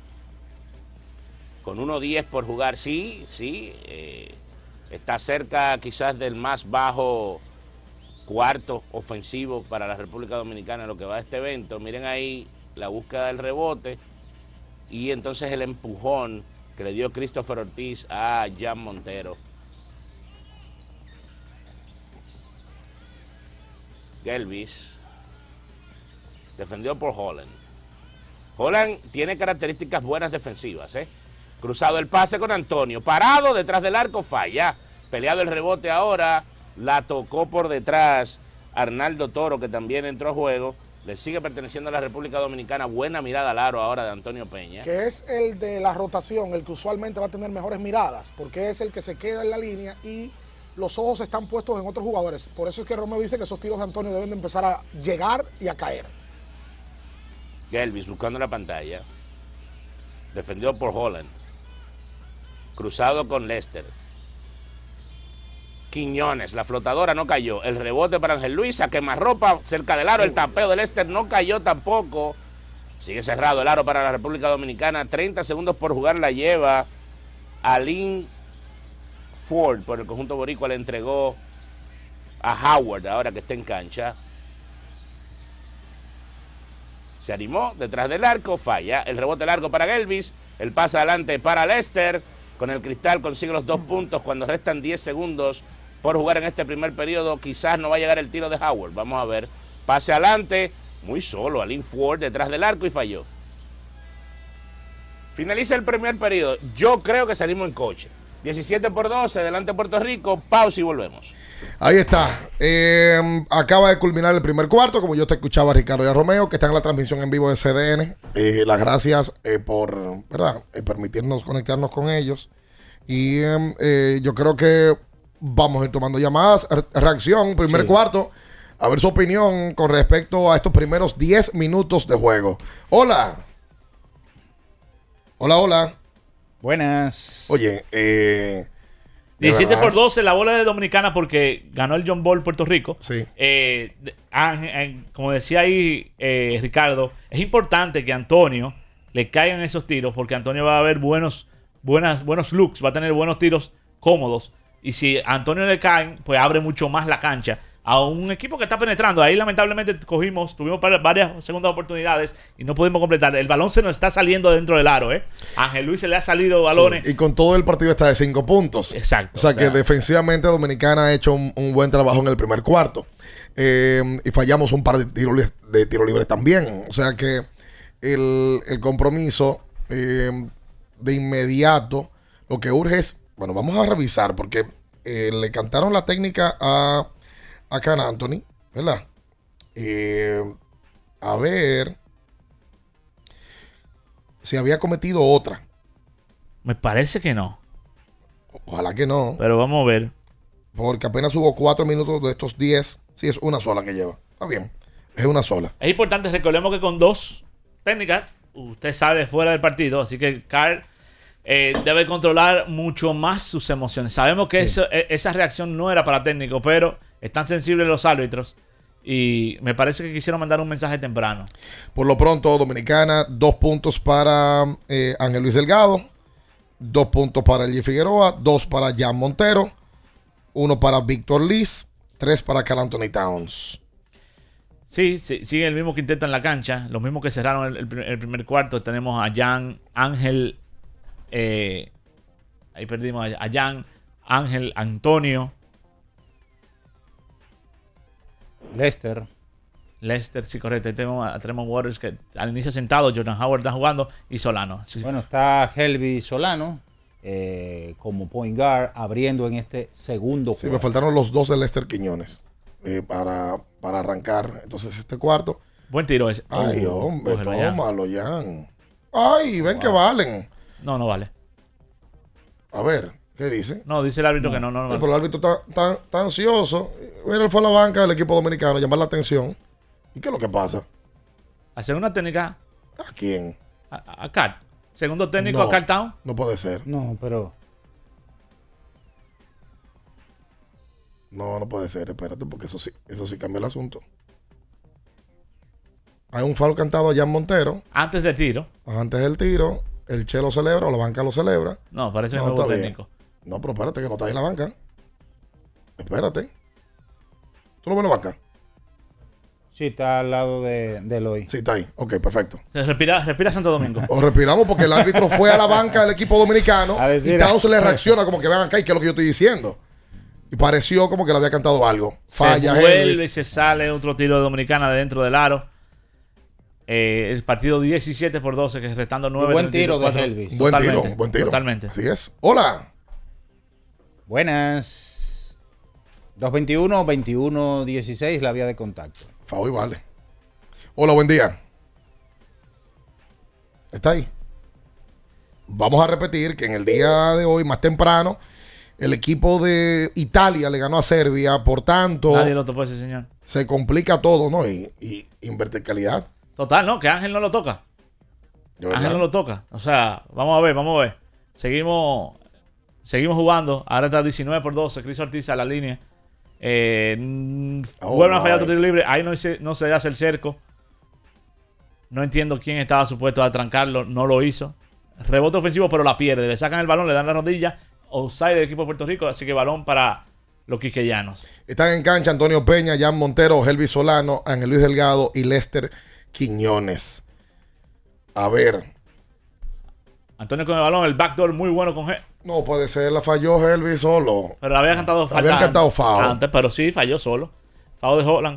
con 1:10 por jugar. Sí, está cerca quizás del más bajo cuarto ofensivo para la República Dominicana en lo que va de este evento. Miren ahí la búsqueda del rebote y entonces el empujón que le dio Christopher Ortiz a Jan Montero. Gelbis defendió por Holland. Holland tiene características buenas defensivas, Cruzado el pase con Antonio. Parado detrás del arco, falla. Peleado el rebote ahora. La tocó por detrás Arnaldo Toro, que también entró a juego. Le sigue perteneciendo a la República Dominicana. Buena mirada al aro ahora de Antonio Peña. Que es el de la rotación, el que usualmente va a tener mejores miradas, porque es el que se queda en la línea y los ojos están puestos en otros jugadores. Por eso es que Romeo dice que esos tiros de Antonio deben de empezar a llegar y a caer. Gelvis buscando la pantalla. Defendido por Holland. Cruzado con Lester. Quiñones, la flotadora no cayó. El rebote para Ángel Luis, a quemarropa cerca del aro. El tapeo de Lester no cayó tampoco. Sigue cerrado el aro para la República Dominicana. 30 segundos por jugar la lleva. Alin Ford por el conjunto boricua le entregó a Howard ahora que está en cancha. Se animó detrás del arco, falla. El rebote largo para Gelvis. El pase adelante para Lester. Con el cristal consigue los 2 puntos cuando restan 10 segundos por jugar en este primer periodo. Quizás no va a llegar el tiro de Howard. Vamos a ver. Pase adelante. Muy solo. Alin Ford detrás del arco y falló. Finaliza el primer periodo. Yo creo que salimos en coche. 17-12. Adelante Puerto Rico. Pausa y volvemos. Ahí está. Acaba de culminar el primer cuarto. Como yo te escuchaba, Ricardo y a Romeo, que están en la transmisión en vivo de CDN. Las gracias por permitirnos conectarnos con ellos. Y yo creo que vamos a ir tomando llamadas. Reacción, primer cuarto. A ver su opinión con respecto a estos primeros 10 minutos de juego. Hola. Hola. Buenas. Oye, 17-12 la bola de Dominicana porque ganó el John Ball Puerto Rico. Sí. Como decía ahí Ricardo, es importante que Antonio le caigan esos tiros porque Antonio va a ver buenos looks, va a tener buenos tiros cómodos. Y si a Antonio le caen, pues abre mucho más la cancha a un equipo que está penetrando. Ahí lamentablemente tuvimos varias segundas oportunidades y no pudimos completar. El balón se nos está saliendo dentro del aro, Ángel Luis se le ha salido balones. Sí, y con todo el partido está de 5 puntos. Exacto. O sea que defensivamente Dominicana ha hecho un buen trabajo en el primer cuarto. Y fallamos un par de tiro libres también. O sea que el compromiso de inmediato, lo que urge es, bueno, vamos a revisar porque le cantaron la técnica a Can Anthony, ¿verdad? A ver si había cometido otra. Me parece que no. Ojalá que no. Pero vamos a ver. Porque apenas hubo 4 minutos de estos 10. Sí, es una sola que lleva. Está bien. Es una sola. Es importante, recordemos que con 2 técnicas, usted sale fuera del partido. Así que Carl debe controlar mucho más sus emociones. Sabemos que esa reacción no era para técnico, pero están sensibles los árbitros y me parece que quisieron mandar un mensaje temprano. Por lo pronto, Dominicana, 2 puntos para Ángel Luis Delgado, 2 puntos para Elgi Figueroa, 2 para Jan Montero, 1 para Víctor Liz, 3 para Karl Anthony Towns. Sí, sigue el mismo quinteto en la cancha, los mismos que cerraron el primer cuarto. Tenemos a Jan, Ángel, ahí perdimos a Jan, Ángel, Antonio, Lester, sí, correcto. Ahí tenemos a Tremont Waters que al inicio sentado, Jordan Howard está jugando y Solano. Sí. Bueno, está Gelby Solano como point guard abriendo en este segundo cuarto. Sí, me faltaron los 2 de Lester Quiñones para arrancar. Entonces este cuarto. Buen tiro ese. Ay, hombre, tómalo, Jan. Ay, ven que valen. No vale. A ver, ¿qué dice? No, dice el árbitro que no vale. Pero el árbitro está ansioso. Mira, él fue a la banca del equipo dominicano a llamar la atención. ¿Y qué es lo que pasa? Hacer una técnica. ¿A quién? A Carl. Segundo técnico a Carl Town. No puede ser. No, pero... No puede ser. Espérate, porque eso sí cambia el asunto. Hay un foul cantado a Jan Montero. Antes del tiro. Antes del tiro. El Che lo celebra o la banca lo celebra. No, parece que no es técnico. No, pero espérate que no está ahí en la banca. Espérate. ¿Tú lo ves en la banca? Sí, está al lado de Eloy. Sí, está ahí. Ok, perfecto. Respira Santo Domingo. O respiramos porque el árbitro fue a la banca del equipo dominicano y Towns le reacciona como que vean acá y qué es lo que yo estoy diciendo. Y pareció como que le había cantado algo. Falla. Se vuelve y se sale otro tiro de Dominicana dentro del aro. el partido 17-12, que restando 9. Buen tiro de Helvis. Buen tiro. Totalmente. Así es. Hola. Buenas. 221-21-16, la vía de contacto. Favor y vale. Hola, buen día. ¿Está ahí? Vamos a repetir que en el día de hoy, más temprano, el equipo de Italia le ganó a Serbia. Por tanto, nadie lo tocó ese señor. Se complica todo, ¿no? Y invierte calidad. Total, ¿no? Que Ángel no lo toca. Ángel no lo toca. O sea, vamos a ver. Seguimos jugando. Ahora está 19-12. Chris Ortiz a la línea. Vuelven a fallar otro tiro libre. Ahí no se hace el cerco. No entiendo quién estaba supuesto a trancarlo. No lo hizo. Rebote ofensivo, pero la pierde. Le sacan el balón, le dan la rodilla. Outside del equipo de Puerto Rico. Así que balón para los quiqueyanos. Están en cancha Antonio Peña, Jan Montero, Helvis Solano, Ángel Luis Delgado y Lester Quiñones. A ver. Antonio con el balón, el backdoor muy bueno con G. No puede ser, la falló Helvis solo. Pero había cantado foul antes, pero sí falló solo. Foul de Holland.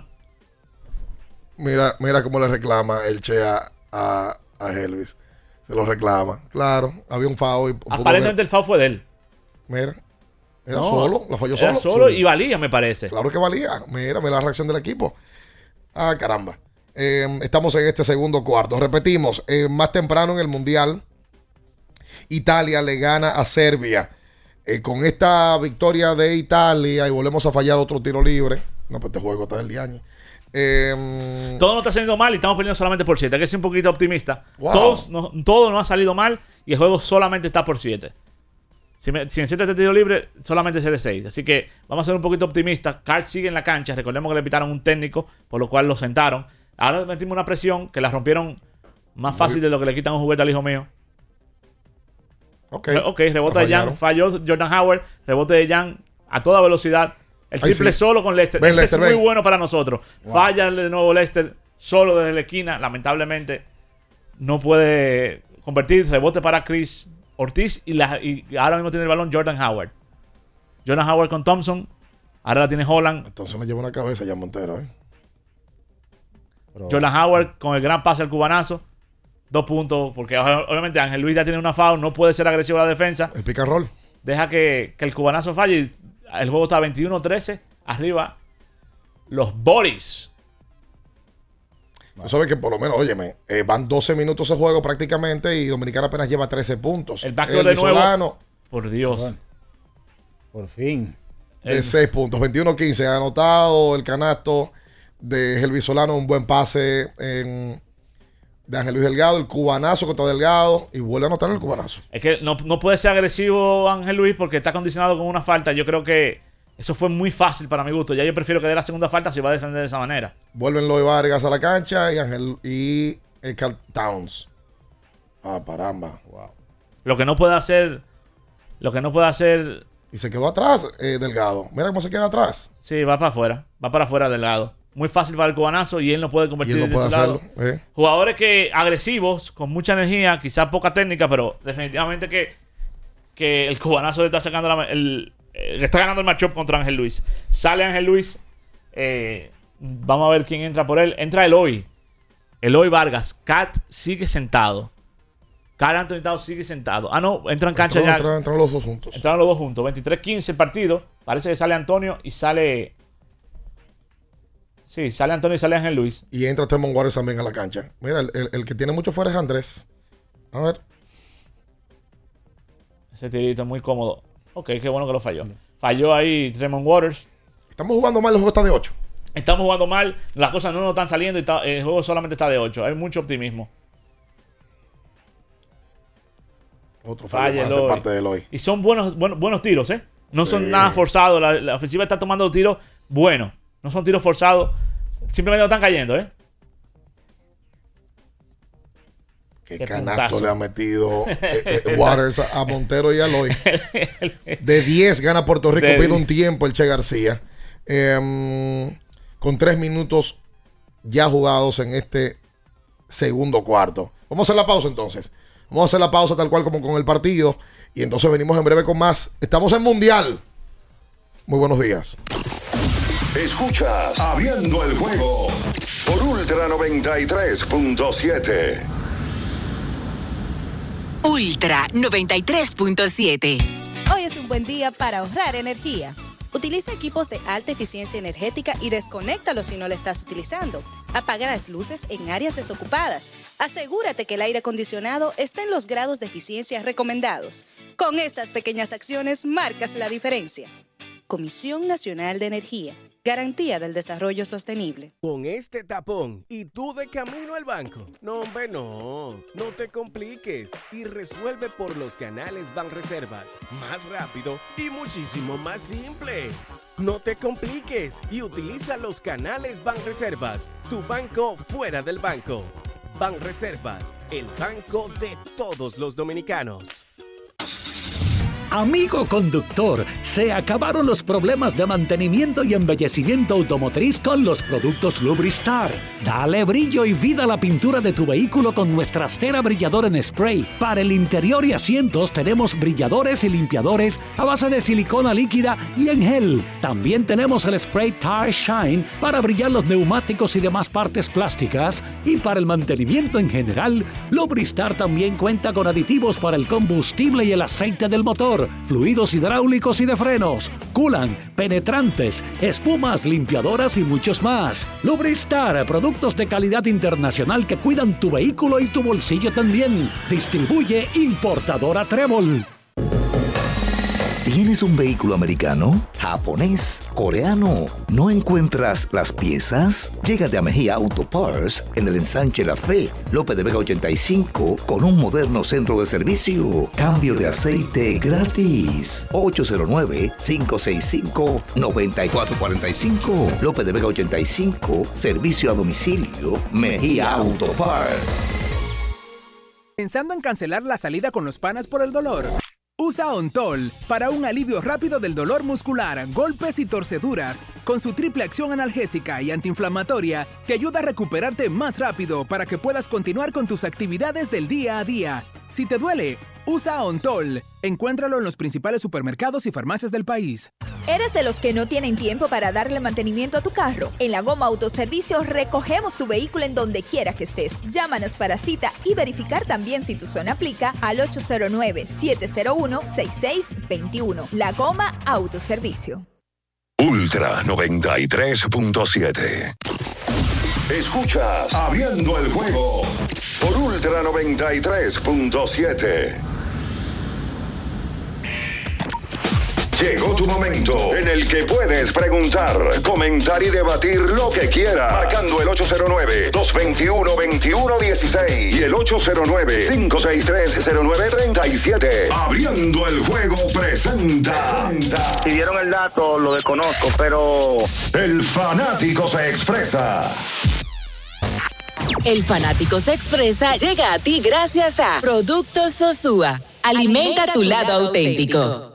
Mira cómo le reclama el Che a Helvis. Se lo reclama. Claro, había un foul. Aparentemente el foul fue de él. Mira. Era solo, la falló solo. Era solo y valía, me parece. Claro que valía. Mira la reacción del equipo. Ah, caramba. Estamos en este segundo cuarto. Repetimos, más temprano en el Mundial, Italia le gana a Serbia. Con esta victoria de Italia y volvemos a fallar otro tiro libre. No, pues este juego está del diaño. Todo no está saliendo mal y estamos perdiendo solamente por 7. Hay que ser un poquito optimista. Wow. Todo no ha salido mal y el juego solamente está por 7. Si en 7 este tiro libre, solamente es de 6. Así que vamos a ser un poquito optimistas. Carl sigue en la cancha. Recordemos que le pitaron un técnico, por lo cual lo sentaron. Ahora metimos una presión que la rompieron más fácil de lo que le quitan un juguete al hijo mío. Ok, rebota de Jan. Falló Jordan Howard. Rebote de Jan a toda velocidad. El triple solo con Lester. Ese Lester, es muy bueno para nosotros. Wow. Falla de nuevo Lester solo desde la esquina. Lamentablemente no puede convertir. Rebote para Chris Ortiz y ahora mismo tiene el balón Jordan Howard. Jordan Howard con Thompson. Ahora la tiene Holland. Entonces me lleva una cabeza ya Montero. Jordan Howard con el gran pase al cubanazo. 2 puntos. Porque obviamente Ángel Luis ya tiene una foul. No puede ser agresivo a la defensa. El pick and roll. Deja que el cubanazo falle. Y el juego está 21-13. Arriba los Boris. Tú sabes que por lo menos, óyeme, van 12 minutos de juego prácticamente y Dominicana apenas lleva 13 puntos. El backdoor de nuevo. Solano, por Dios. Bueno, por fin. De 6 puntos. 21-15. Ha anotado el canasto de Helvis Solano. Un buen pase de Ángel Luis Delgado. El cubanazo contra Delgado. Y vuelve a anotar el cubanazo. Es que no puede ser agresivo Ángel Luis porque está condicionado con una falta. Yo creo que eso fue muy fácil para mi gusto. Ya yo prefiero que dé la segunda falta si va a defender de esa manera. Vuelven Loy Vargas a la cancha y Carl Towns. Ah, caramba. Wow. Lo que no puede hacer. Y se quedó atrás, Delgado. Mira cómo se queda atrás. Sí, va para afuera. Va para afuera Delgado. Muy fácil para el cubanazo y él no puede convertir de ese lado. Jugadores agresivos, con mucha energía, quizás poca técnica, pero definitivamente que el cubanazo le está sacando está ganando el matchup contra Ángel Luis. Sale Ángel Luis. Vamos a ver quién entra por él. Entra Eloy Vargas. Cat sigue sentado. Carl Anthony Towns sigue sentado. Ah, no, entra en cancha ya. Entraron los dos juntos. 23-15 el partido. Parece que sale Antonio y sale. Sí, sale Antonio y sale Ángel Luis. Y entra Tremont Waters también a la cancha. Mira, el que tiene mucho fuera es Andrés. A ver. Ese tirito es muy cómodo. Ok, qué bueno que lo falló. Falló ahí Tremont Waters. Estamos jugando mal, el juego está de 8. Estamos jugando mal, las cosas no nos están saliendo y el juego solamente está de 8. Hay mucho optimismo. Otro fallo más de parte de Eloy. Y son buenos tiros, ¿eh? No son nada forzados. La ofensiva está tomando tiros buenos. No son tiros forzados. Simplemente no están cayendo, ¿eh? Qué canasto puntazo le ha metido Waters a Montero y a Eloy. De 10 gana Puerto Rico. Pide un tiempo el Che García. Con 3 minutos ya jugados en este segundo cuarto. Vamos a hacer la pausa entonces. Vamos a hacer la pausa tal cual como con el partido. Y entonces venimos en breve con más. Estamos en Mundial. Muy buenos días. Escuchas Abriendo el Juego por Ultra 93.7. Ultra 93.7. Hoy es un buen día para ahorrar energía. Utiliza equipos de alta eficiencia energética y desconéctalos si no lo estás utilizando. Apaga las luces en áreas desocupadas. Asegúrate que el aire acondicionado esté en los grados de eficiencia recomendados. Con estas pequeñas acciones marcas la diferencia. Comisión Nacional de Energía. Garantía del Desarrollo Sostenible. Con este tapón y tú de camino al banco. No, hombre, no te compliques y resuelve por los canales Banreservas. Más rápido y muchísimo más simple. No te compliques y utiliza los canales Banreservas. Tu banco fuera del banco. Banreservas, el banco de todos los dominicanos. Amigo conductor, se acabaron los problemas de mantenimiento y embellecimiento automotriz con los productos Lubristar. Dale brillo y vida a la pintura de tu vehículo con nuestra cera brilladora en spray. Para el interior y asientos tenemos brilladores y limpiadores a base de silicona líquida y en gel. También tenemos el spray Tire Shine para brillar los neumáticos y demás partes plásticas. Y para el mantenimiento en general, Lubristar también cuenta con aditivos para el combustible y el aceite del motor, fluidos hidráulicos y de frenos, culan, penetrantes, espumas, limpiadoras y muchos más. Lubristar, productos de calidad internacional que cuidan tu vehículo y tu bolsillo también. Distribuye importadora Trébol. ¿Tienes un vehículo americano, japonés, coreano? ¿No encuentras las piezas? Llégate a Mejía Auto Parts en el ensanche La Fe, López de Vega 85, con un moderno centro de servicio. Cambio de aceite gratis. 809-565-9445. López de Vega 85, servicio a domicilio. Mejía Auto Parts. ¿Pensando en cancelar la salida con los panas por el dolor? Usa Ontol para un alivio rápido del dolor muscular, golpes y torceduras. Con su triple acción analgésica y antiinflamatoria, te ayuda a recuperarte más rápido para que puedas continuar con tus actividades del día a día. Si te duele, usa Ontol. Encuéntralo en los principales supermercados y farmacias del país. ¿Eres de los que no tienen tiempo para darle mantenimiento a tu carro? En La Goma Autoservicio recogemos tu vehículo en donde quiera que estés. Llámanos para cita y verificar también si tu zona aplica al 809-701-6621. La Goma Autoservicio. Ultra 93.7. Escuchas Abriendo el Juego por Ultra 93.7. Llegó tu momento en el que puedes preguntar, comentar y debatir lo que quieras. Marcando el 809-221-2116 y el 809-563-0937. Abriendo el Juego presenta. Si dieron el dato, lo desconozco, pero... El fanático se expresa. El fanático se expresa llega a ti gracias a Productos Sosúa. Alimenta tu lado auténtico.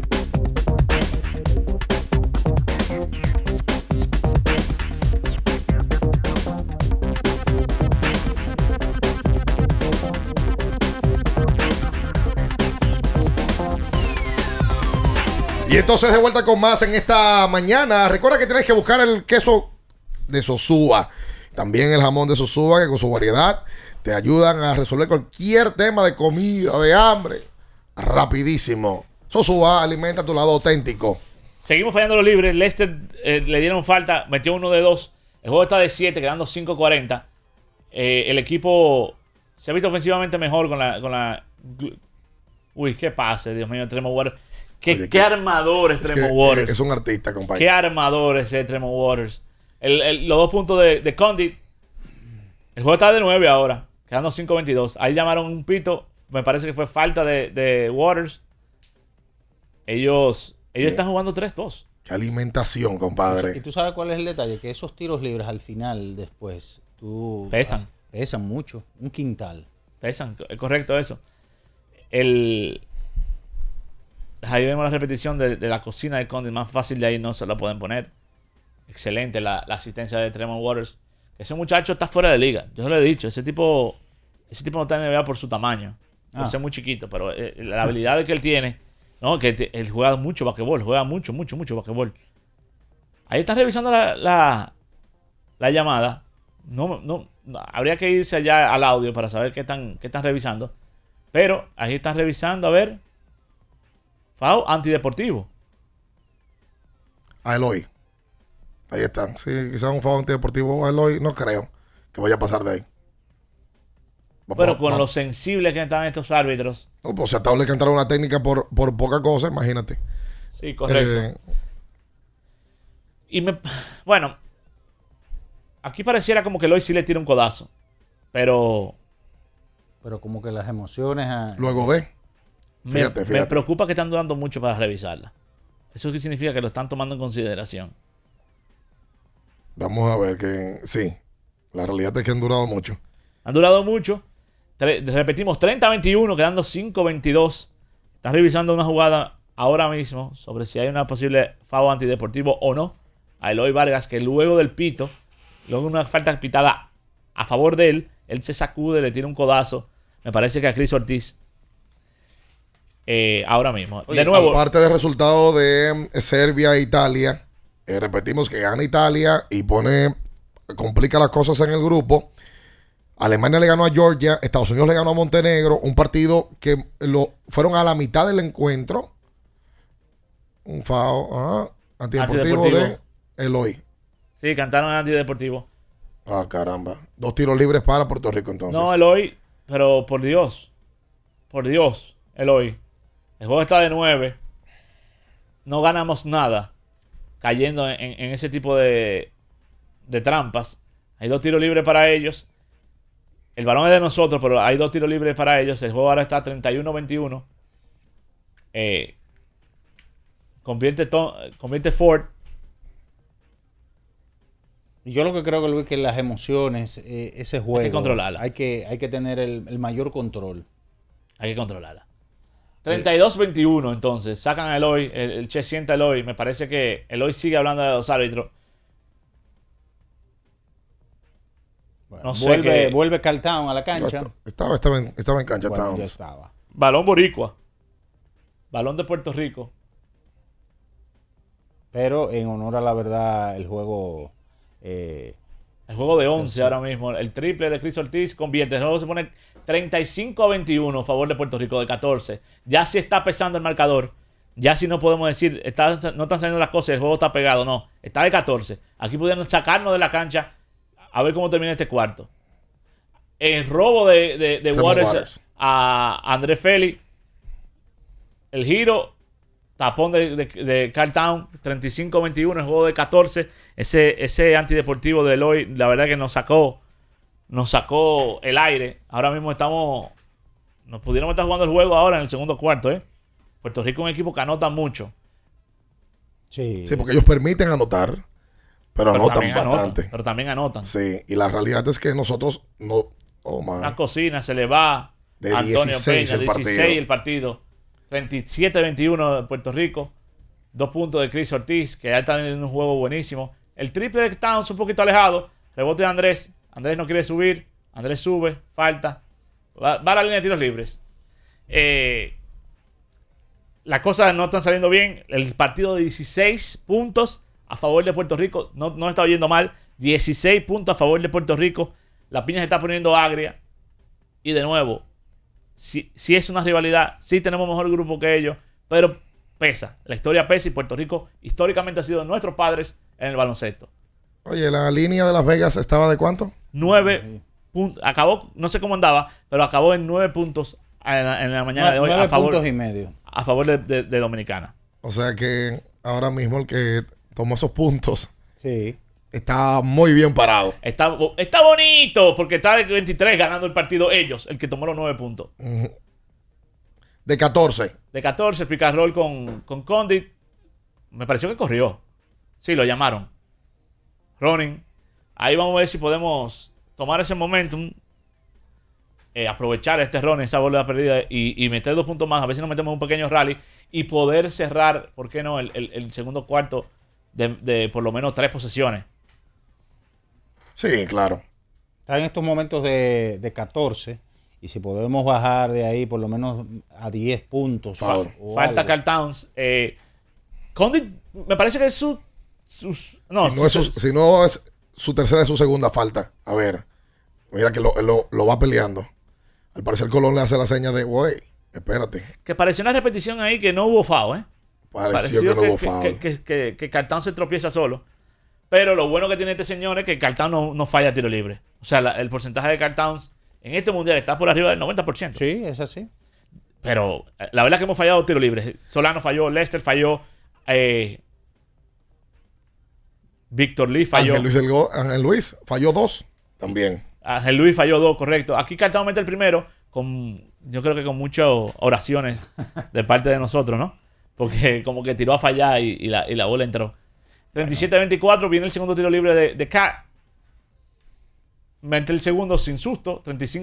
Y entonces de vuelta con más en esta mañana. Recuerda que tienes que buscar el queso de Sosúa. También el jamón de Sosúa, que con su variedad te ayudan a resolver cualquier tema de comida, de hambre. Rapidísimo. Sosúa, alimenta tu lado auténtico. Seguimos fallando los libres. Leicester le dieron falta, metió uno de 2. El juego está de 7, quedando 5:40. El equipo se ha visto ofensivamente mejor con la... Uy, qué pase, Dios mío, Tremont Waters. ¿Qué armadores Tremont Waters? Es un artista, compadre. ¿Qué armadores Tremont Waters? Los 2 puntos de Condit. El juego está de 9 ahora, quedando 5:22. Ahí llamaron un pito. Me parece que fue falta de Waters. Ellos están jugando 3-2. Qué alimentación, compadre. Y tú sabes cuál es el detalle, que esos tiros libres al final, después, pesan mucho, un quintal. Pesan, es correcto eso. Ahí vemos la repetición de la cocina de Condit. Más fácil de ahí no se la pueden poner. Excelente la asistencia de Tremont Waters. Ese muchacho está fuera de liga. Yo se lo he dicho. Ese tipo no está en NBA por su tamaño. Por ser muy chiquito. Pero la habilidad que él tiene. No, que él juega mucho basquetbol. Juega mucho basquetbol. Ahí están revisando la llamada. No, habría que irse allá al audio para saber qué están revisando. Pero ahí están revisando, a ver. Foul antideportivo. A Eloy. Ahí están. Sí, quizás un foul antideportivo a Eloy. No creo que vaya a pasar de ahí. Pero con lo sensibles que están estos árbitros. No, pues a le cantaron una técnica por poca cosa, imagínate. Sí, correcto. Bueno, aquí pareciera como que Eloy sí le tira un codazo. Pero como que las emociones... Luego de... Fíjate. Me preocupa que están durando mucho para revisarla. ¿Eso qué significa? Que lo están tomando en consideración. Vamos a ver que... Sí. La realidad es que han durado mucho. Han durado mucho. Repetimos, 30-21, quedando 5-22. Están revisando una jugada ahora mismo sobre si hay una posible foul antideportivo o no a Eloy Vargas, que luego del pito, luego de una falta pitada a favor de él se sacude, le tira un codazo. Me parece que a Chris Ortiz ahora mismo. Oye, de nuevo, aparte del resultado de Serbia e Italia, repetimos que gana Italia y complica las cosas en el grupo. Alemania le ganó a Georgia, Estados Unidos le ganó a Montenegro, un partido que fueron a la mitad del encuentro. Un foul antideportivo de Eloy. Sí, cantaron antideportivo. Ah, caramba. 2 tiros libres para Puerto Rico entonces. No, Eloy, pero por Dios, Eloy. El juego está de 9. No ganamos nada cayendo en ese tipo de trampas. Hay 2 tiros libres para ellos. El balón es de nosotros, pero hay 2 tiros libres para ellos. El juego ahora está 31-21. Convierte Ford. Y yo lo que creo, Luis, que las emociones, ese juego... Hay que controlarla. Hay que tener el mayor control. Hay que controlarla. 32-21, entonces. Sacan a Eloy. El Che sienta a Eloy. Me parece que Eloy sigue hablando de los árbitros. Bueno, no sé vuelve Carl Town a la cancha. Estaba en cancha. Bueno, ya estaba. Balón boricua. Balón de Puerto Rico. Pero en honor a la verdad, el juego... el juego de 11 ahora mismo. El triple de Chris Ortiz convierte. El juego se pone 35-21 a favor de Puerto Rico, de 14. Ya sí está pesando el marcador. Ya sí no podemos decir, no están saliendo las cosas, el juego está pegado. No, está de 14. Aquí pudieron sacarnos de la cancha. A ver cómo termina este cuarto. El robo de Waters a Andrés Félix. El giro. Tapón de Carl Town. 35-21. El juego de 14. Ese antideportivo de Eloy. La verdad que nos sacó el aire. Ahora mismo nos pudiéramos estar jugando el juego ahora en el segundo cuarto. Puerto Rico es un equipo que anota mucho. Sí, porque ellos permiten anotar. Pero anotan bastante. Pero también anotan. Sí, y la realidad es que nosotros no... Una cocina, se le va de Antonio 16 Peña, 16 el partido. 37-21 de Puerto Rico. 2 puntos de Chris Ortiz, que ya está en un juego buenísimo. El triple de Towns un poquito alejado. Rebote de Andrés. Andrés no quiere subir. Andrés sube. Falta. Va a la línea de tiros libres. Las cosas no están saliendo bien. El partido de 16 puntos a favor de Puerto Rico. No está yendo mal. 16 puntos a favor de Puerto Rico. La piña se está poniendo agria. Y de nuevo, si es una rivalidad, sí tenemos mejor grupo que ellos, pero pesa. La historia pesa y Puerto Rico históricamente ha sido nuestros padres en el baloncesto. Oye, la línea de Las Vegas estaba de ¿cuánto? 9 puntos. Acabó, no sé cómo andaba, pero acabó en 9 puntos en la mañana de hoy. 9 puntos y medio. A favor de Dominicana. O sea que ahora mismo el que tomó esos puntos sí, está muy bien parado. Está bonito porque está de 23 ganando el partido ellos, el que tomó los 9 puntos. De 14. De 14, pick and roll con Condit. Me pareció que corrió. Sí, lo llamaron. Ronin. Ahí vamos a ver si podemos tomar ese momentum. Aprovechar este Ronin, esa bola perdida y meter 2 puntos más. A ver si nos metemos un pequeño rally y poder cerrar, ¿por qué no? El segundo cuarto de por lo menos 3 posesiones. Sí, claro. Está en estos momentos de 14. Y si podemos bajar de ahí por lo menos a 10 puntos. Falta Carl Towns. Condit, me parece que es sus... No, si no es su tercera y su segunda falta. A ver, mira que lo va peleando. Al parecer Colón le hace la seña de, güey, espérate. Que pareció una repetición ahí que no hubo foul, ¿eh? Pareció que no hubo foul. Que Cartown se tropieza solo. Pero lo bueno que tiene este señor es que Cartown no falla tiro libre. O sea, el porcentaje de Cartowns en este mundial está por arriba del 90%. Sí, es así. Pero la verdad es que hemos fallado tiro libre. Solano falló, Lester falló, Víctor Lee falló. Ángel Luis falló 2 también. Ángel Luis falló 2, correcto. Aquí Cartón mete el primero, yo creo que con muchas oraciones de parte de nosotros, ¿no? Porque como que tiró a fallar y la bola entró. 37-24, viene el segundo tiro libre de Cat. Mete el segundo sin susto.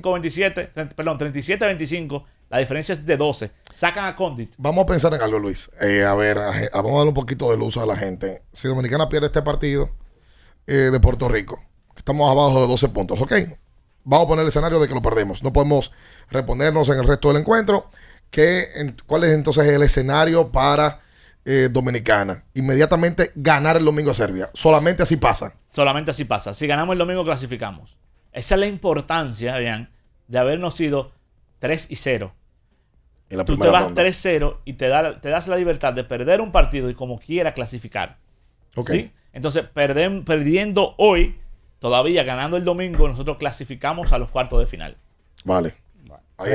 37-25. La diferencia es de 12. Sacan a Condit. Vamos a pensar en algo, Luis. A ver, vamos a darle un poquito de luz a la gente. Si Dominicana pierde este partido de Puerto Rico, estamos abajo de 12 puntos, ¿ok? Vamos a poner el escenario de que lo perdemos. No podemos reponernos en el resto del encuentro. ¿Cuál es entonces el escenario para Dominicana? Inmediatamente ganar el domingo a Serbia. Solamente así pasa. Solamente así pasa. Si ganamos el domingo, clasificamos. Esa es la importancia, vean, de habernos ido 3-0. Tú te vas 3-0 y te das la libertad de perder un partido y como quiera clasificar. Okay. ¿Sí? Entonces, perdiendo hoy, todavía ganando el domingo, nosotros clasificamos a los cuartos de final. Vale. Ahí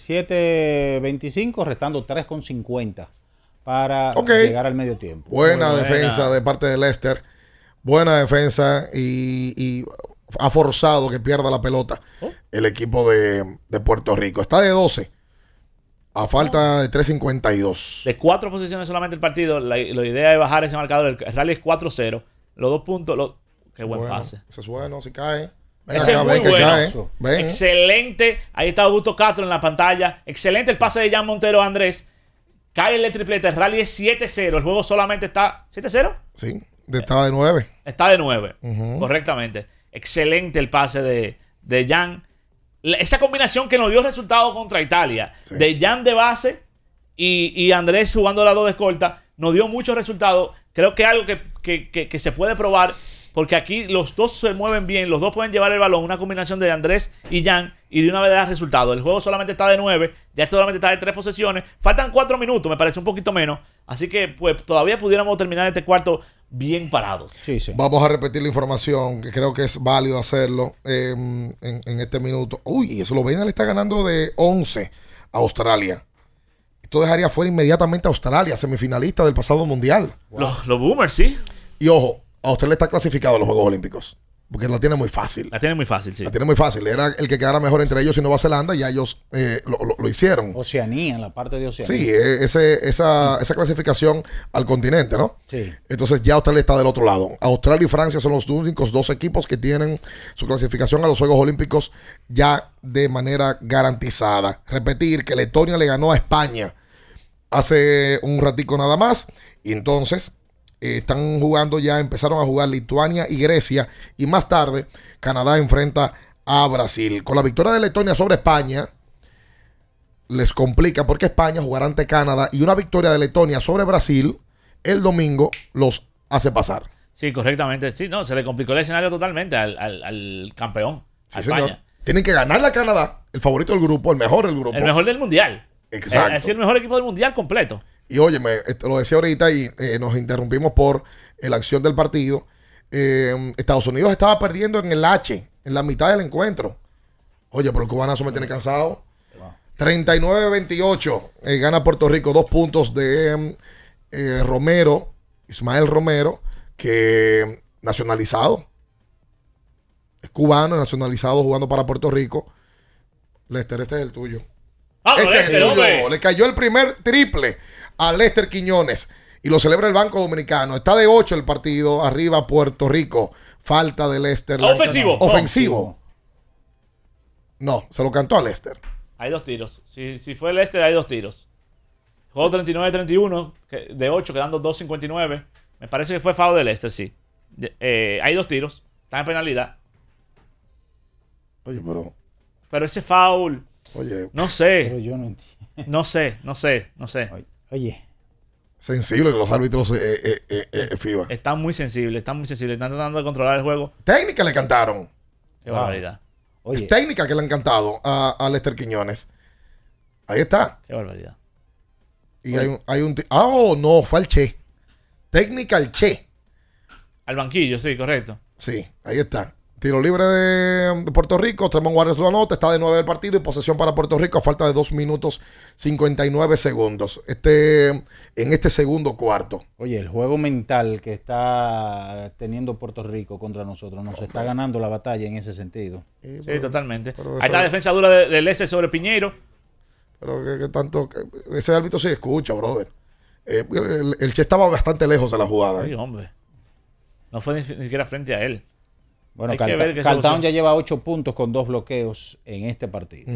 37-25, restando 3,50 para llegar al medio tiempo. Buena defensa de parte de Lester. Buena defensa y ha forzado que pierda la pelota el equipo de Puerto Rico. Está de 12 a falta de 3.52. De 4 posiciones solamente el partido. La idea es bajar ese marcador. El rally es 4-0. Los 2 puntos. Qué buen pase. Ese es bueno, si cae. Ese es muy bueno. Excelente. Ahí está Augusto Castro en la pantalla. Excelente el pase de Jan Montero a Andrés. Cae el triplete. El rally es 7-0. El juego solamente está 7-0. Sí, estaba de 9. Está de 9. Correctamente. Excelente el pase de Jan. Esa combinación que nos dio resultado contra Italia. Sí. De Jan de base y Andrés jugando la 2 de escolta. Nos dio muchos resultados. Creo que es algo que se puede probar. Porque aquí los dos se mueven bien. Los dos pueden llevar el balón. Una combinación de Andrés y Jan. Y de una vez da resultado. El juego solamente está de 9. Ya solamente está de 3 posesiones. Faltan 4 minutos. Me parece un poquito menos. Así que pues todavía pudiéramos terminar este cuarto bien parados. Sí. Vamos a repetir la información. Que creo que es válido hacerlo en este minuto. Uy, Eslovenia le está ganando de 11 a Australia. Esto dejaría fuera inmediatamente a Australia. Semifinalista del pasado mundial. Wow. Los Boomers, sí. Y ojo. Australia está clasificado a los Juegos Olímpicos. Porque la tiene muy fácil. La tiene muy fácil, sí. La tiene muy fácil. Era el que quedara mejor entre ellos y Nueva Zelanda. Y ya ellos lo hicieron. Oceanía, en la parte de Oceanía. Sí, esa clasificación al continente, ¿no? Sí. Entonces ya Australia está del otro lado. Australia y Francia son los únicos 2 equipos que tienen su clasificación a los Juegos Olímpicos ya de manera garantizada. Repetir que Letonia le ganó a España hace un ratico nada más. Y entonces están jugando ya, empezaron a jugar Lituania y Grecia. Y más tarde, Canadá enfrenta a Brasil. Con la victoria de Letonia sobre España, les complica porque España jugará ante Canadá. Y una victoria de Letonia sobre Brasil el domingo los hace pasar. Sí, correctamente. Sí, no, se le complicó el escenario totalmente al campeón. Sí, a España. Señor. Tienen que ganarle a Canadá, el favorito del grupo, el mejor del grupo. El mejor del mundial. Exacto. Es el mejor equipo del mundial completo. Y óyeme, lo decía ahorita y nos interrumpimos por la acción del partido. Estados Unidos estaba perdiendo en el H, en la mitad del encuentro. Oye, pero el cubanazo me tiene cansado. 39-28 gana Puerto Rico, 2 puntos de Romero, Ismael Romero, que nacionalizado. Es cubano, nacionalizado, jugando para Puerto Rico. Lester, este es el tuyo. Este es el tuyo. Le cayó el primer triple a Lester Quiñones y lo celebra el Banco Dominicano. Está de 8 el partido, arriba Puerto Rico. Falta de Lester. Ofensivo. No, se lo cantó a Lester. Hay 2 tiros. Si fue Lester, hay 2 tiros. Juego 39-31, de 8, quedando 2.59. Me parece que fue foul de Lester, sí. Hay 2 tiros. Está en penalidad. Oye, pero ese foul... Oye, no sé. Pero yo no entiendo. No sé. Oye. Sensible los árbitros FIBA. Están muy sensibles, están tratando de controlar el juego. Técnica le cantaron. Qué barbaridad. Es técnica que le han cantado a Lester Quiñones. Ahí está. Qué barbaridad. Y no, fue al Che. Técnica al Che. Al banquillo, sí, correcto. Sí, ahí está. Tiro libre de Puerto Rico. Tremont Waters lo anota. Está de 9 el partido y posesión para Puerto Rico a falta de 2 minutos 59 segundos. En este segundo cuarto. Oye, el juego mental que está teniendo Puerto Rico contra nosotros nos está ganando la batalla en ese sentido. Sí, totalmente. Ahí está la defensa dura del S sobre Piñeiro. Pero que tanto. Ese árbitro se escucha, brother. El Che estaba bastante lejos de la jugada. Sí, hombre. No fue ni siquiera frente a él. Bueno, Carlton ya lleva 8 puntos con 2 bloqueos en este partido.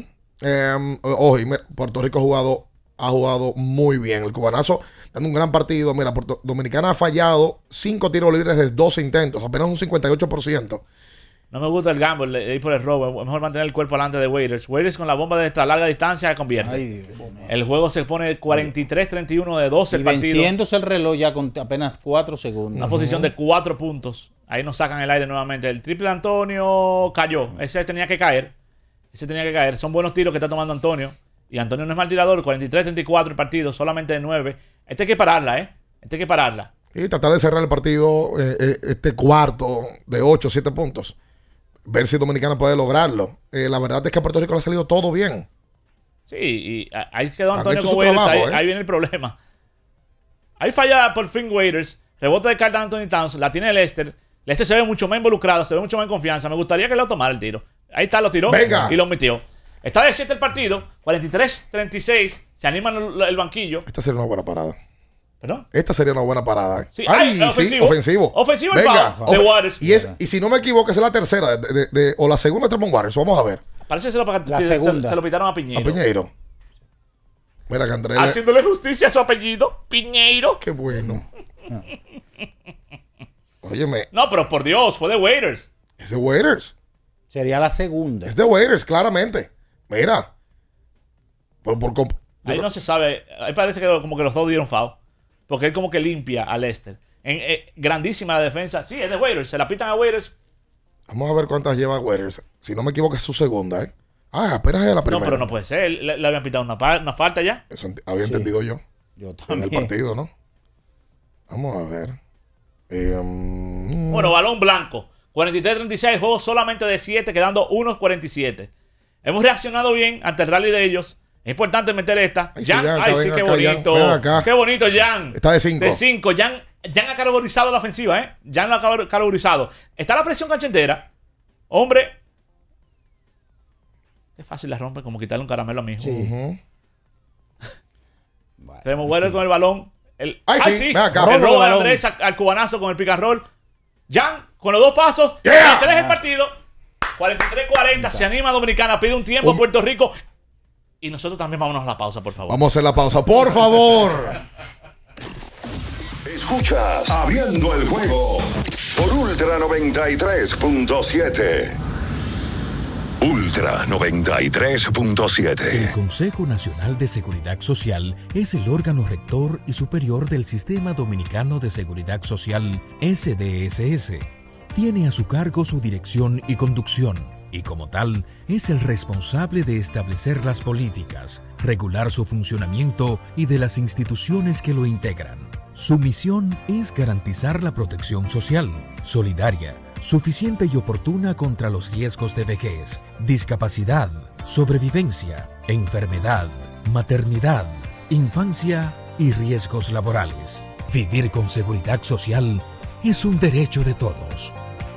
Hoy Puerto Rico ha jugado muy bien. El cubanazo dando un gran partido. Mira, Dominicana ha fallado 5 tiros libres de 12 intentos, apenas un 58%. No me gusta el gamble de ir por el robo. Es mejor mantener el cuerpo delante de Waiters. Waiters con la bomba de extra larga distancia convierte. Ay, el juego se pone 43-31 de 12 el partido. Venciéndose el reloj ya con apenas 4 segundos. Una posición de 4 puntos. Ahí nos sacan el aire nuevamente. El triple de Antonio cayó. Ese tenía que caer. Son buenos tiros que está tomando Antonio. Y Antonio no es mal tirador. 43-34 el partido. Solamente de 9. Hay que pararla, Y tratar de cerrar el partido este cuarto de 8-7 puntos. Ver si Dominicana puede lograrlo. La verdad es que a Puerto Rico le ha salido todo bien. Sí, y ahí quedó Antonio con Waiters. Ahí viene el problema. Ahí falla por fin Waiters. Rebote de Karl Anthony Towns. La tiene Lester. Lester se ve mucho más involucrado. Se ve mucho más en confianza. Me gustaría que lo tomara el tiro. Ahí está, lo tiró. Venga. Y lo metió. Está de 7 el partido. 43-36. Se anima el banquillo. Esta sería una buena parada. ¿Perdón? Esta sería una buena parada. Sí, ofensivo. Ofensivo Venga, de Waters. Y si no me equivoco, es la tercera o la segunda de Tremont Waters. Vamos a ver. Parece que se lo pitaron a Piñeiro. Mira, que Andrés haciéndole justicia a su apellido, Piñeiro. Qué bueno. Óyeme. No, pero por Dios, fue de Waiters. Es de Waiters. Sería la segunda. Es de Waiters, claramente. Mira. Ahí no se sabe. Ahí parece que como que los dos dieron foul. Porque él como que limpia a Lester. Grandísima la defensa. Sí, es de Waiters. Se la pitan a Waiters. Vamos a ver cuántas lleva Waiters. Si no me equivoco, es su segunda, ¿eh? Apenas es la primera. No, pero no puede ser. Le habían pitado una falta ya. Eso había entendido yo. Yo también. En el partido, ¿no? Vamos a ver. Bueno, balón blanco. 43-36. El juego solamente de 7, quedando 1-47. Hemos reaccionado bien ante el rally de ellos. Es importante meter esta. Jan, qué bonito. Qué bonito, Jan. Está de 5. De 5. Jan ha carburizado la ofensiva, ¿eh? Jan lo ha carburizado. Está la presión canchentera. Hombre. Es fácil la rompe, como quitarle un caramelo a mi hijo. Sí. Tenemos Waiters con el balón. Sí. El robo de Andrés al cubanazo con el pick and roll. Jan, con los 2 pasos. 3 el partido. 43-40. Se anima Dominicana. Pide un tiempo a Puerto Rico. Y nosotros también vámonos a la pausa, por favor. Vamos a hacer la pausa, por favor. Escuchas Abriendo el Juego por Ultra 93.7. Ultra 93.7. El Consejo Nacional de Seguridad Social es el órgano rector y superior del Sistema Dominicano de Seguridad Social, SDSS. Tiene a su cargo su dirección y conducción. Y como tal, es el responsable de establecer las políticas, regular su funcionamiento y de las instituciones que lo integran. Su misión es garantizar la protección social, solidaria, suficiente y oportuna contra los riesgos de vejez, discapacidad, sobrevivencia, enfermedad, maternidad, infancia y riesgos laborales. Vivir con seguridad social es un derecho de todos.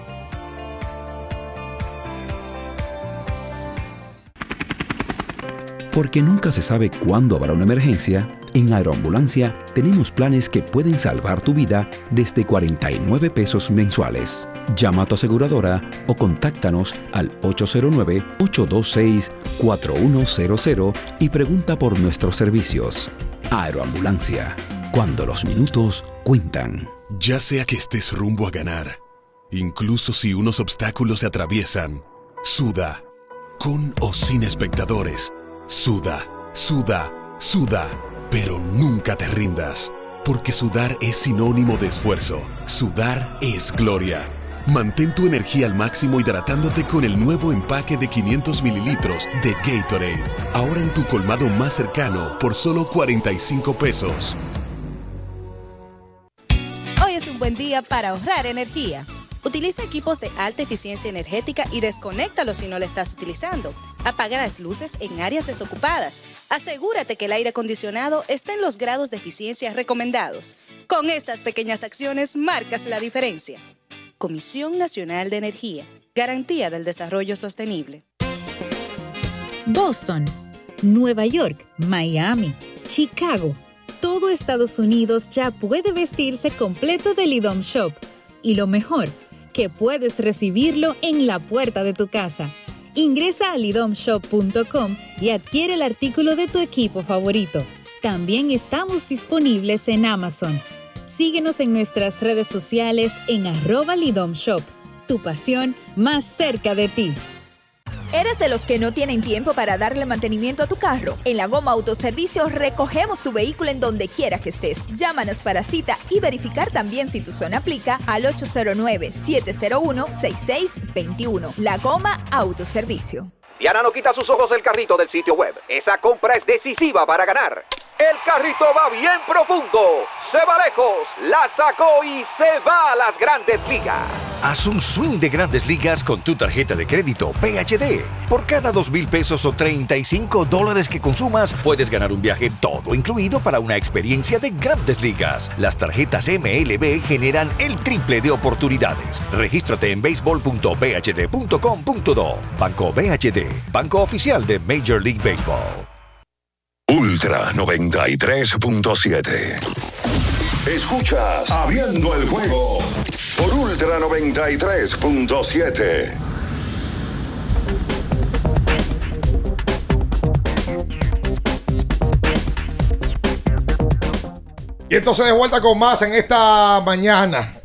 Porque nunca se sabe cuándo habrá una emergencia, en Aeroambulancia tenemos planes que pueden salvar tu vida desde 49 pesos mensuales. Llama a tu aseguradora o contáctanos al 809-826-4100 y pregunta por nuestros servicios. Aeroambulancia, cuando los minutos cuentan. Ya sea que estés rumbo a ganar, incluso si unos obstáculos se atraviesan, suda, con o sin espectadores. Suda, suda, suda. Pero nunca te rindas, porque sudar es sinónimo de esfuerzo. Sudar es gloria. Mantén tu energía al máximo hidratándote con el nuevo empaque de 500 mililitros de Gatorade. Ahora en tu colmado más cercano por solo 45 pesos. Hoy es un buen día para ahorrar energía. Utiliza equipos de alta eficiencia energética y desconéctalos si no lo estás utilizando. Apaga las luces en áreas desocupadas. Asegúrate que el aire acondicionado esté en los grados de eficiencia recomendados. Con estas pequeñas acciones marcas la diferencia. Comisión Nacional de Energía. Garantía del Desarrollo Sostenible. Boston, Nueva York, Miami, Chicago. Todo Estados Unidos ya puede vestirse completo del IDOM Shop. Y lo mejor, que puedes recibirlo en la puerta de tu casa. Ingresa a lidomshop.com y adquiere el artículo de tu equipo favorito. También estamos disponibles en Amazon. Síguenos en nuestras redes sociales en @lidomshop. Tu pasión más cerca de ti. ¿Eres de los que no tienen tiempo para darle mantenimiento a tu carro? En la Goma Autoservicio recogemos tu vehículo en donde quiera que estés. Llámanos para cita y verificar también si tu zona aplica al 809-701-6621. La Goma Autoservicio. Diana no quita sus ojos del carrito del sitio web. Esa compra es decisiva para ganar. El carrito va bien profundo, se va lejos, la sacó y se va a las Grandes Ligas. Haz un swing de Grandes Ligas con tu tarjeta de crédito PHD. Por cada $2,000 o $35 que consumas, puedes ganar un viaje todo incluido para una experiencia de Grandes Ligas. Las tarjetas MLB generan el triple de oportunidades. Regístrate en baseball.bhd.com.do. Banco BHD, banco oficial de Major League Baseball. Ultra 93.7. Escuchas Abriendo el Juego por Ultra 93.7. Y entonces de vuelta con más en esta mañana.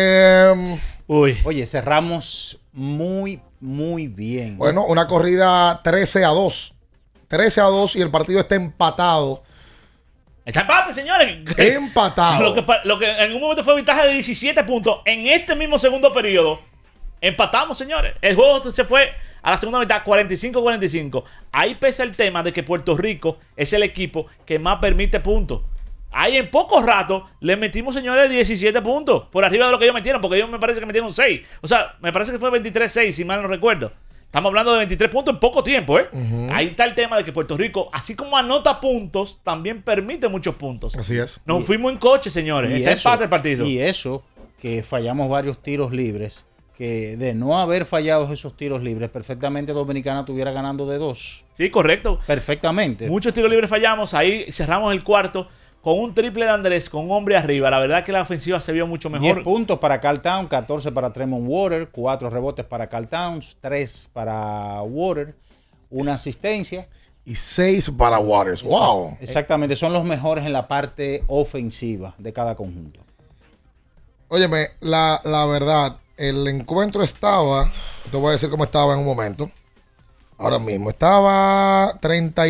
Oye, cerramos muy bien. Bueno, una corrida 13-2. 13-2 y el partido está empatado. Está empate, señores. Empatado. Lo que en un momento fue ventaja de 17 puntos. En este mismo segundo periodo, empatamos, señores. El juego se fue a la segunda mitad 45-45. Ahí pesa el tema de que Puerto Rico es el equipo que más permite puntos. Ahí en poco rato le metimos, señores, 17 puntos. Por arriba de lo que ellos metieron, porque ellos me parece que metieron 6. O sea, me parece que fue 23-6, si mal no recuerdo. Estamos hablando de 23 puntos en poco tiempo, ¿eh? Uh-huh. Ahí está el tema de que Puerto Rico, así como anota puntos, también permite muchos puntos. Así es. Nos fuimos en coche, señores. Está empate el partido. Y eso, que fallamos varios tiros libres, que de no haber fallado esos tiros libres, perfectamente Dominicana estuviera ganando de 2. Sí, correcto. Perfectamente. Muchos tiros libres fallamos. Ahí cerramos el cuarto con un triple de Andrés, con un hombre arriba. La verdad que la ofensiva se vio mucho mejor. 10 puntos para Karl Towns, 14 para Tremont Waters, 4 rebotes para Karl Towns, 3 para Waters, una asistencia. Y 6 para Waters. ¡Wow! Exactamente, son los mejores en la parte ofensiva de cada conjunto. Óyeme, la verdad, el encuentro estaba, te voy a decir cómo estaba en un momento. Ahora mismo estaba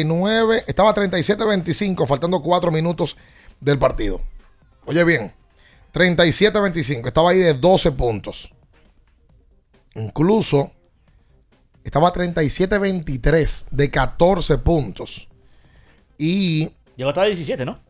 37-25, faltando 4 minutos del partido. Oye bien, 37-25, estaba ahí de 12 puntos. Incluso estaba 37-23 de 14 puntos. Y llegó hasta 17, ¿no?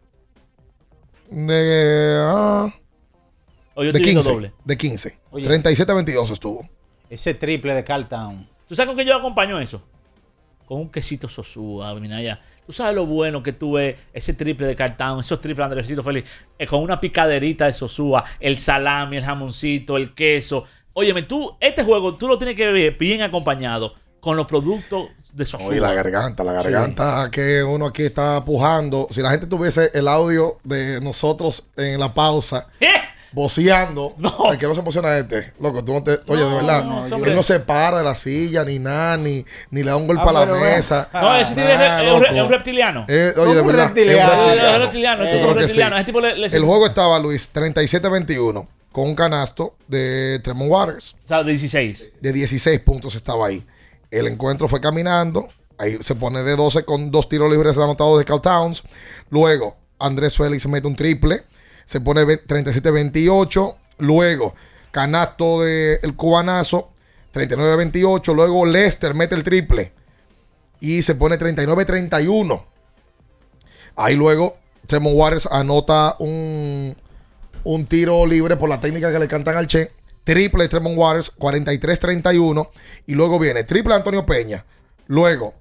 De 15. Doble. De 15. 37-22 estuvo. Ese triple de Karl Towns. ¿Tú sabes con qué yo acompaño eso? Con un quesito Sosúa, Minaya. ¿Tú sabes lo bueno que tuve ese triple de Karl Towns, esos triples de Andresito Félix? Con una picaderita de Sosúa, el salami, el jamoncito, el queso. Óyeme, este juego tú lo tienes que ver bien acompañado con los productos de Sosúa. Oye, la garganta sí. Que uno aquí está pujando. Si la gente tuviese el audio de nosotros en la pausa... Voceando, no. Que no se emociona loco, tú no te, oye, de verdad, él no se para de la silla ni nada, ni le da un golpe a la mesa. No, ese tipo es un reptiliano. Oye, de verdad, es un reptiliano. Ese tipo el juego estaba, Luis, 37-21 con un canasto de Tremont Waters. O sea, de 16. De 16 puntos estaba ahí. El encuentro fue caminando Ahí se pone de 12 con 2 tiros libres anotados de Karl Towns. Luego, Andrés Félix mete un triple. Se pone 37-28. Luego, canasto del cubanazo, 39-28. Luego, Lester mete el triple. Y se pone 39-31. Ahí luego, Tremont Waters anota un tiro libre por la técnica que le cantan al Che. Triple de Tremont Waters, 43-31. Y luego viene triple de Antonio Peña. Luego,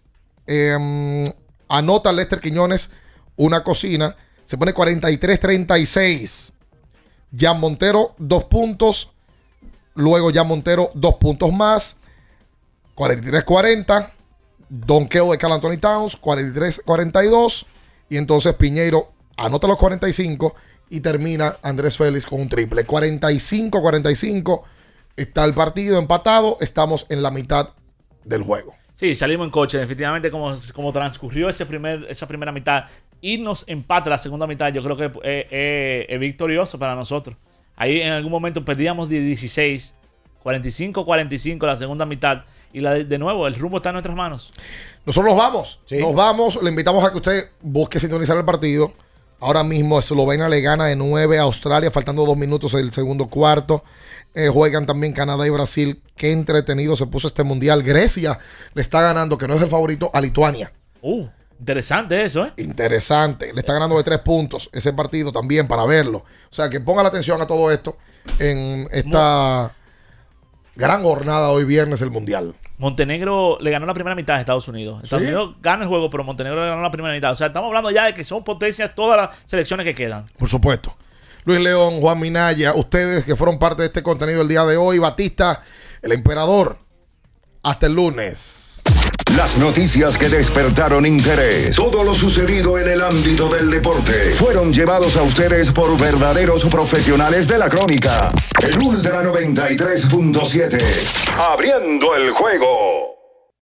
anota Lester Quiñones una cocina. Se pone 43-36. Jan Montero, 2 puntos. Luego Jan Montero, 2 puntos más. 43-40. Donqueo de Karl Anthony Towns, 43-42. Y entonces Piñeiro anota los 45 y termina Andrés Félix con un triple. 45-45. Está el partido empatado. Estamos en la mitad del juego. Sí, salimos en coche. Definitivamente como transcurrió esa primera mitad y nos empata la segunda mitad, yo creo que es victorioso para nosotros. Ahí en algún momento perdíamos de 16, 45-45 la segunda mitad. Y de nuevo, el rumbo está en nuestras manos. Nosotros nos vamos. Sí. Nos vamos. Le invitamos a que usted busque sintonizar el partido. Ahora mismo Eslovenia le gana de 9 a Australia, faltando 2 minutos del segundo cuarto. Juegan también Canadá y Brasil. Qué entretenido se puso este mundial. Grecia le está ganando, que no es el favorito, a Lituania. Interesante eso, ¿eh? Interesante. Le está ganando de 3 puntos ese partido también para verlo. O sea, que ponga la atención a todo esto en esta gran jornada hoy viernes del mundial. Montenegro le ganó la primera mitad a Estados Unidos. Estados Unidos gana el juego, pero Montenegro le ganó la primera mitad. O sea, estamos hablando ya de que son potencias todas las selecciones que quedan. Por supuesto. Luis León, Juan Minaya, ustedes que fueron parte de este contenido el día de hoy. Batista, el emperador. Hasta el lunes. Las noticias que despertaron interés. Todo lo sucedido en el ámbito del deporte. Fueron llevados a ustedes por verdaderos profesionales de la crónica. El Ultra 93.7. Abriendo el juego.